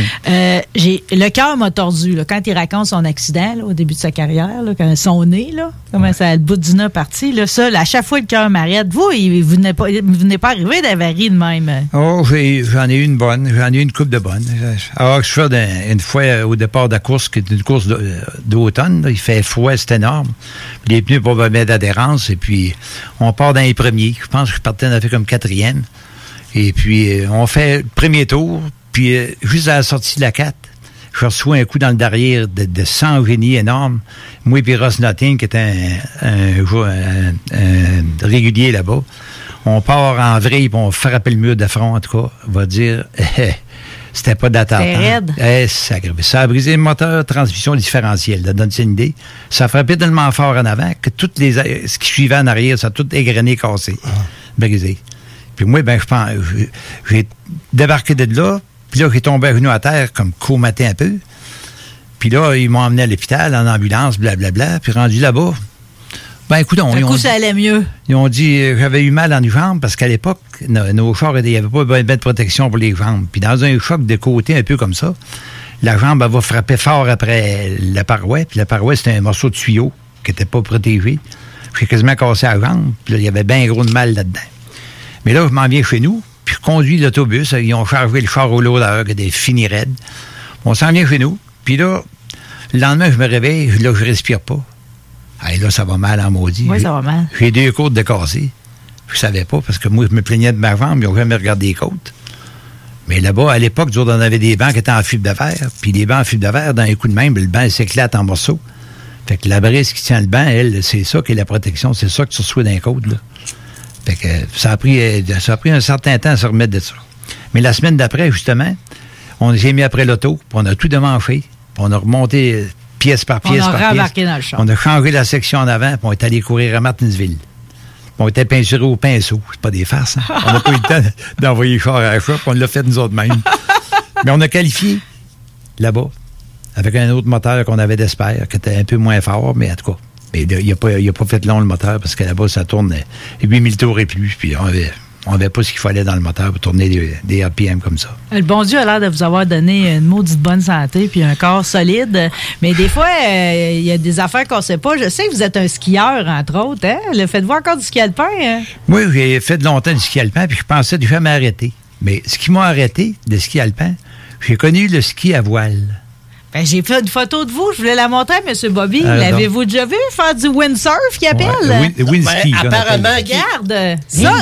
Le cœur m'a tordu là, quand il raconte son accident là, au début de sa carrière, là, quand son nez, là, comment ça, le bout du nez parti. Là, ça, à chaque fois, le cœur m'arrête. Vous n'êtes pas arrivé d'avarie de même. Oh, j'en ai eu une bonne. J'en ai eu une couple de bonnes. À Oxford, une fois au départ de la course, qui était une course d'automne, il fait froid, c'est énorme. Les pneus pour mettre d'adhérence, et puis on part dans les premiers. Je pense que je partais dans fait comme 4e. Et puis on fait le premier tour, puis juste à la sortie de la 4, je reçois un coup dans le derrière de 100 génies énorme. Moi et puis Ross Notting, qui était un régulier là-bas, on part en vrille, puis on frappe le mur de front, en tout cas, on va dire... C'était pas d'attente. C'était raide. Ça a brisé le moteur, transmission différentielle. Ça donne une idée. Ça frappait tellement fort en avant que ce qui suivait en arrière, ça a tout égrené, cassé, brisé. Puis moi, je pense, j'ai débarqué de là, puis là, j'ai tombé à genoux à terre, comme comaté un peu. Puis là, ils m'ont emmené à l'hôpital, en ambulance, blablabla, puis rendu là-bas. Écoute, ça allait mieux. Ils ont dit, j'avais eu mal dans les jambes parce qu'à l'époque, nos chars, il n'y avait pas bien de protection pour les jambes. Puis dans un choc de côté, un peu comme ça, la jambe, elle va frapper fort après la paroi. Puis la paroi, c'était un morceau de tuyau qui n'était pas protégé. J'ai quasiment cassé la jambe. Puis là, il y avait bien gros de mal là-dedans. Mais là, je m'en viens chez nous. Puis je conduis l'autobus. Ils ont chargé le char au loader, qui était fini raide. On s'en vient chez nous. Puis là, le lendemain, je me réveille. Là, je respire pas. Hey, là, ça va mal en maudit. Oui, ça va mal. J'ai 2 côtes de cassées. Je savais pas, parce que moi, je me plaignais de ma jambe, ils n'ont jamais regardé les côtes. Mais là-bas, à l'époque, nous autres, on avait des bancs qui étaient en fibre de verre. Puis les bancs en fibre de verre, dans un coup de même, le banc s'éclate en morceaux. Fait que la brise qui tient le banc, elle, c'est ça qui est la protection. C'est ça que tu reçois d'un côte, là. Fait que ça a pris un certain temps à se remettre de ça. Mais la semaine d'après, justement, on s'est mis après l'auto, puis on a tout démanché, puis on a remonté pièce par pièce par pièce. On a rembarqué dans le char. On a changé la section en avant, puis on est allé courir à Martinsville. On était peinturés au pinceau. C'est pas des farces, hein? On n'a pas eu le temps d'envoyer le char à la shop, on l'a fait nous autres mêmes. Mais on a qualifié là-bas avec un autre moteur qu'on avait d'Esper, qui était un peu moins fort, mais en tout cas. Mais il n'a pas fait long le moteur, parce que là-bas, ça tourne 8000 tours et plus, puis on avait pas ce qu'il fallait dans le moteur pour tourner des RPM comme ça. Le bon Dieu a l'air de vous avoir donné une maudite bonne santé puis un corps solide. Mais des fois, il y a des affaires qu'on sait pas. Je sais que vous êtes un skieur, entre autres. Hein? Faites-vous encore du ski alpin? Hein? Oui, j'ai fait longtemps du ski alpin, puis je pensais de jamais arrêter. Mais ce qui m'a arrêté, le ski alpin, j'ai connu le ski à voile. Ben, j'ai fait une photo de vous, je voulais la montrer à M. Bobby. L'avez-vous déjà vu faire du windsurf qu'il appelle? Windski. Apparemment, regarde. Ça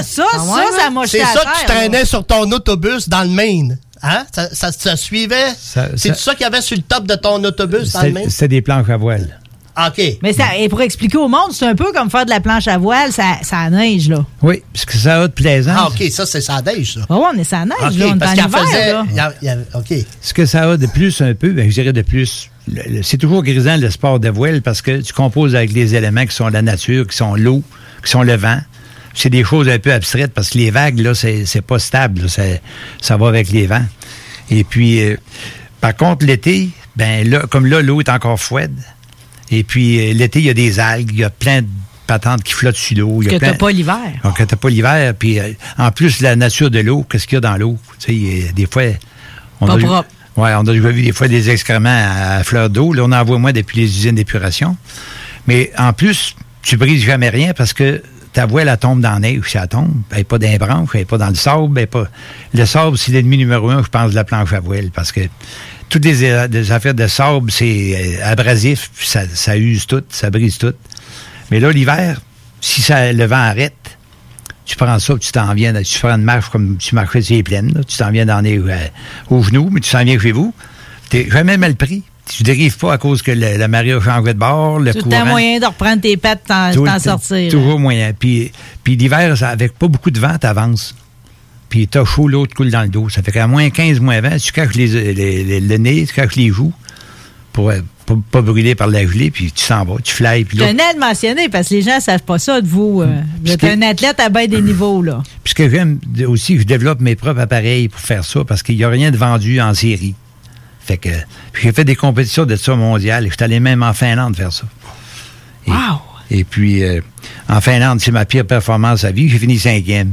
m'a jeté à terre. C'est ça que tu traînais sur ton autobus dans le Maine. Hein? Ça suivait? C'est ça qu'il y avait sur le top de ton autobus dans le Maine? C'était des planches à voile. OK. Mais et pour expliquer au monde, c'est un peu comme faire de la planche à voile, ça neige, là. Oui, parce que ça a de plaisance. Ah, OK, ça, c'est ça neige, ça. Oh, on est ça neige, là. On est en hiver, là. OK. Ce que ça a de plus, un peu, je dirais de plus, c'est toujours grisant, le sport de voile, parce que tu composes avec les éléments qui sont la nature, qui sont l'eau, qui sont le vent. C'est des choses un peu abstraites, parce que les vagues, là, c'est pas stable. Là, ça va avec les vents. Et puis, par contre, l'été, là, comme là, l'eau est encore froide. Et puis, l'été, il y a des algues, il y a plein de patentes qui flottent sur l'eau. Que t'as pas l'hiver. Donc, que t'as pas l'hiver. Puis, en plus, la nature de l'eau, qu'est-ce qu'il y a dans l'eau? Tu sais, des fois... Pas propre. Oui, on a déjà vu des fois des excréments à fleur d'eau. Là, on en voit moins depuis les usines d'épuration. Mais en plus, tu brises jamais rien parce que ta voile, elle tombe dans la neige, si elle tombe. Elle n'est pas dans les branches, elle n'est pas dans le sable. Le sable, c'est l'ennemi numéro 1, je pense, de la planche à voile. Parce que toutes les affaires de sable, c'est abrasif, puis ça use tout, ça brise tout. Mais là, l'hiver, si le vent arrête, tu prends ça, tu t'en viens, tu feras une marche comme tu marchais sur les plaines, là. Tu t'en viens dans aux genoux, mais tu t'en viens chez vous. T'es jamais mal pris. Tu dérives pas à cause que la marée a changé de bord, le courant. Tout le moyen de reprendre tes pattes, t'en sortir. Toujours moyen. Puis l'hiver, avec pas beaucoup de vent, t'avances. Puis t'as chaud, l'eau te coule dans le dos. Ça fait qu'à moins 15, moins 20, tu caches le nez, tu caches les joues pour pas brûler par la gelée, puis tu s'en vas, tu flyes. Je tenais à le mentionner, parce que les gens ne savent pas ça de vous. Vous êtes un athlète à bien des niveaux, là. Puis ce que j'aime aussi, je développe mes propres appareils pour faire ça, parce qu'il n'y a rien de vendu en série. Fait que j'ai fait des compétitions de ça mondiales, et je suis allé même en Finlande faire ça. Wow! Et puis, en Finlande, c'est ma pire performance à vie. J'ai fini 5e.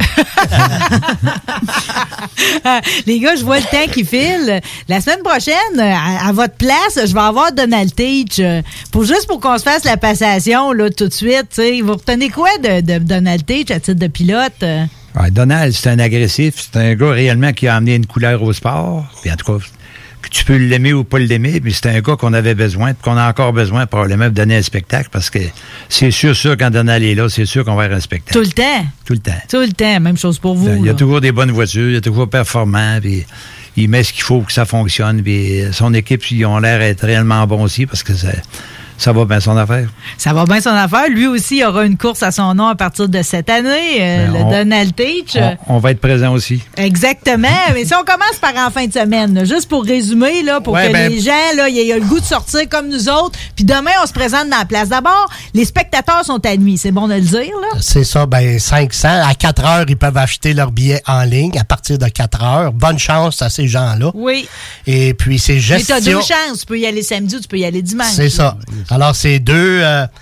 Les gars, je vois le temps qui file. La semaine prochaine, à votre place, je vais avoir Donald Teach. Juste pour qu'on se fasse la passation là, tout de suite. T'sais. Vous retenez quoi de Donald Teach à titre de pilote? Ouais, Donald, c'est un agressif. C'est un gars réellement qui a amené une couleur au sport. Puis en tout cas, que tu peux l'aimer ou pas l'aimer, mais c'est un gars qu'on avait besoin, puis qu'on a encore besoin probablement de donner un spectacle, parce que c'est sûr, quand Donald est là, c'est sûr qu'on va avoir un spectacle. Tout le temps? Tout le temps. Tout le temps, même chose pour vous. Il y a toujours des bonnes voitures, il y a toujours performant, puis il met ce qu'il faut pour que ça fonctionne, puis son équipe, ils ont l'air d'être réellement bons aussi, parce que ça va bien son affaire. Ça va bien son affaire. Lui aussi, il aura une course à son nom à partir de cette année, Donald Teach. On va être présent aussi. Exactement. Mais si on commence par en fin de semaine, là, juste pour résumer, là, pour que les gens là, aient le goût de sortir comme nous autres. Puis demain, on se présente dans la place. D'abord, les spectateurs sont admis. C'est bon de le dire, là? C'est ça. 500. À 4 heures, ils peuvent acheter leur billet en ligne à partir de 4 heures. Bonne chance à ces gens-là. Oui. Et puis, c'est gestion... Mais tu as 2 chances. Tu peux y aller samedi ou tu peux y aller dimanche. C'est ça. Alors, c'est deux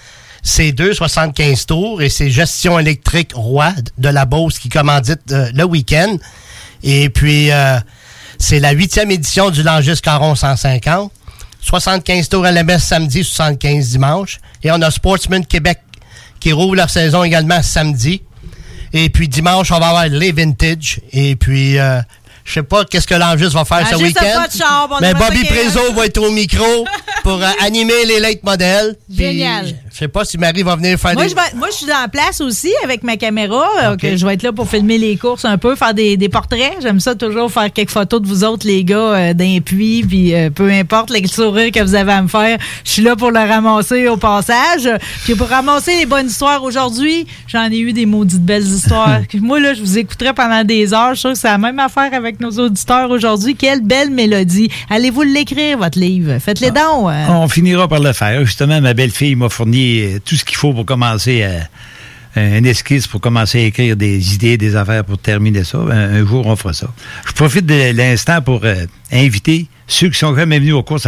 75 tours et c'est Gestion électrique Roy de la Beauce qui commandite le week-end. Et puis, c'est la 8e édition du Langis Caron 150. 75 tours LMS samedi, 75 dimanche. Et on a Sportsman Québec qui rouvre leur saison également samedi. Et puis, dimanche, on va avoir les Vintage. Et puis... je sais pas qu'est-ce que l'Angis va faire ce week-end. Mais Bobby Prézo va être au micro pour animer les late modèles. Génial. Je sais pas si Marie va venir faire Moi, je suis dans la place aussi avec ma caméra. Que je vais être là pour filmer les courses un peu, faire des portraits. J'aime ça toujours, faire quelques photos de vous autres, les gars, d'un puits. Puis peu importe le sourire que vous avez à me faire, je suis là pour le ramasser au passage. Puis pour ramasser les bonnes histoires aujourd'hui, j'en ai eu des maudites belles histoires. Moi, là, je vous écouterai pendant des heures. Je suis sûr que c'est la même affaire avec nos auditeurs aujourd'hui. Quelle belle mélodie. Allez-vous l'écrire, votre livre? Faites-les dons. On finira par le faire. Justement, ma belle-fille m'a fourni tout ce qu'il faut pour commencer un esquisse pour commencer à écrire des idées, des affaires pour terminer ça. Un jour, on fera ça. Je profite de l'instant pour inviter ceux qui sont jamais venus aux courses à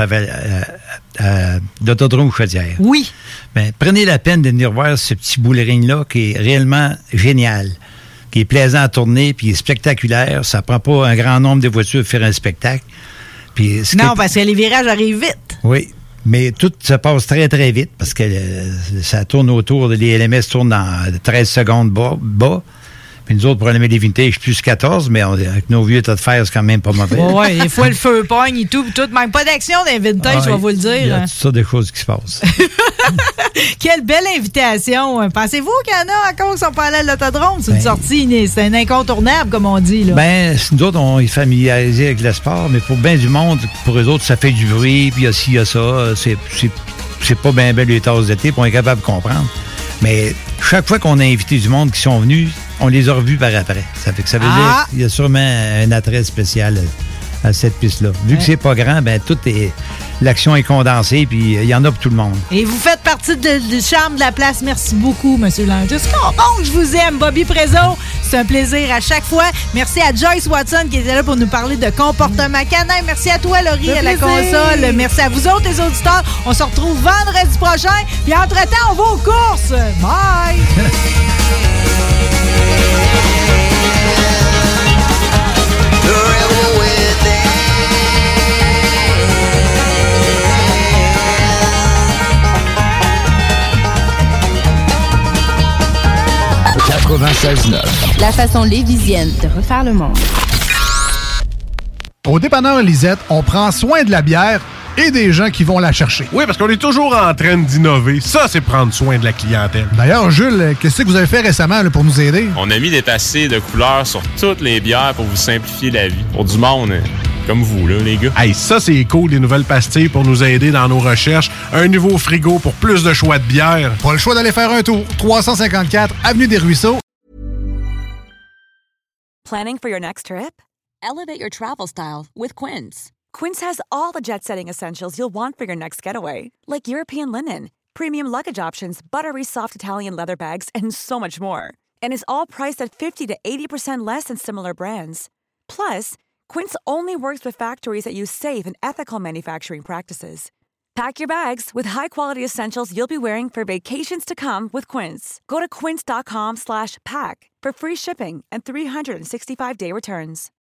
l'Autodrome Chaudière. Oui. Ben, prenez la peine de venir voir ce petit boulering-là qui est réellement génial, qui est plaisant à tourner, puis spectaculaire. Ça prend pas un grand nombre de voitures pour faire un spectacle. Puis, parce que les virages arrivent vite. Oui. Mais tout se passe très, très vite parce que ça tourne autour, les LMS tournent dans 13 secondes bas. Puis nous autres, pour allumer des vintage, plus 14, mais avec nos vieux tas de fer, c'est quand même pas mauvais. Oui, des fois, le feu pogne et tout. Manque pas d'action dans les vintage, je vais vous le dire. Il y a toutes sortes de choses qui se passent. Quelle belle invitation. Pensez-vous qu'il y en a encore qui sont pas allés à l'autodrome? C'est une sortie, c'est un incontournable, comme on dit. Là. Ben, nous autres, on est familiarisés avec le sport, mais pour bien du monde, pour eux autres, ça fait du bruit, puis il y a ci, il y a ça. C'est pas bien belle les tasses d'été, puis on est capable de comprendre. Mais chaque fois qu'on a invité du monde qui sont venus, on les a revus par après. Ça fait que ça veut dire qu'il y a sûrement un attrait spécial à cette piste-là. Vu que c'est pas grand, ben l'action est condensée, puis il y en a pour tout le monde. Et vous faites partie du charme de la place. Merci beaucoup, M. Lange. Je vous aime, Bobby Prézo. C'est un plaisir à chaque fois. Merci à Joyce Watson qui était là pour nous parler de comportement canin. Merci à toi, Laurie, à la console. Merci à vous autres, les auditeurs. On se retrouve vendredi prochain. Puis entre-temps, on va aux courses. Bye! La façon lévisienne de refaire le monde. Au dépanneur Lisette, on prend soin de la bière et des gens qui vont la chercher. Oui, parce qu'on est toujours en train d'innover. Ça, c'est prendre soin de la clientèle. D'ailleurs, Jules, qu'est-ce que vous avez fait récemment là, pour nous aider? On a mis des passés de couleurs sur toutes les bières pour vous simplifier la vie. Pour du monde comme vous, là, les gars. Hey, ça, c'est cool, des nouvelles pastilles pour nous aider dans nos recherches. Un nouveau frigo pour plus de choix de bières. Pas le choix d'aller faire un tour. 354 Avenue des Ruisseaux. Planning for your next trip? Elevate your travel style with Quince. Quince has all the jet-setting essentials you'll want for your next getaway, like European linen, premium luggage options, buttery soft Italian leather bags, and so much more. And is all priced at 50 to 80% less than similar brands. Plus, Quince only works with factories that use safe and ethical manufacturing practices. Pack your bags with high-quality essentials you'll be wearing for vacations to come with Quince. Go to quince.com/pack for free shipping and 365-day returns.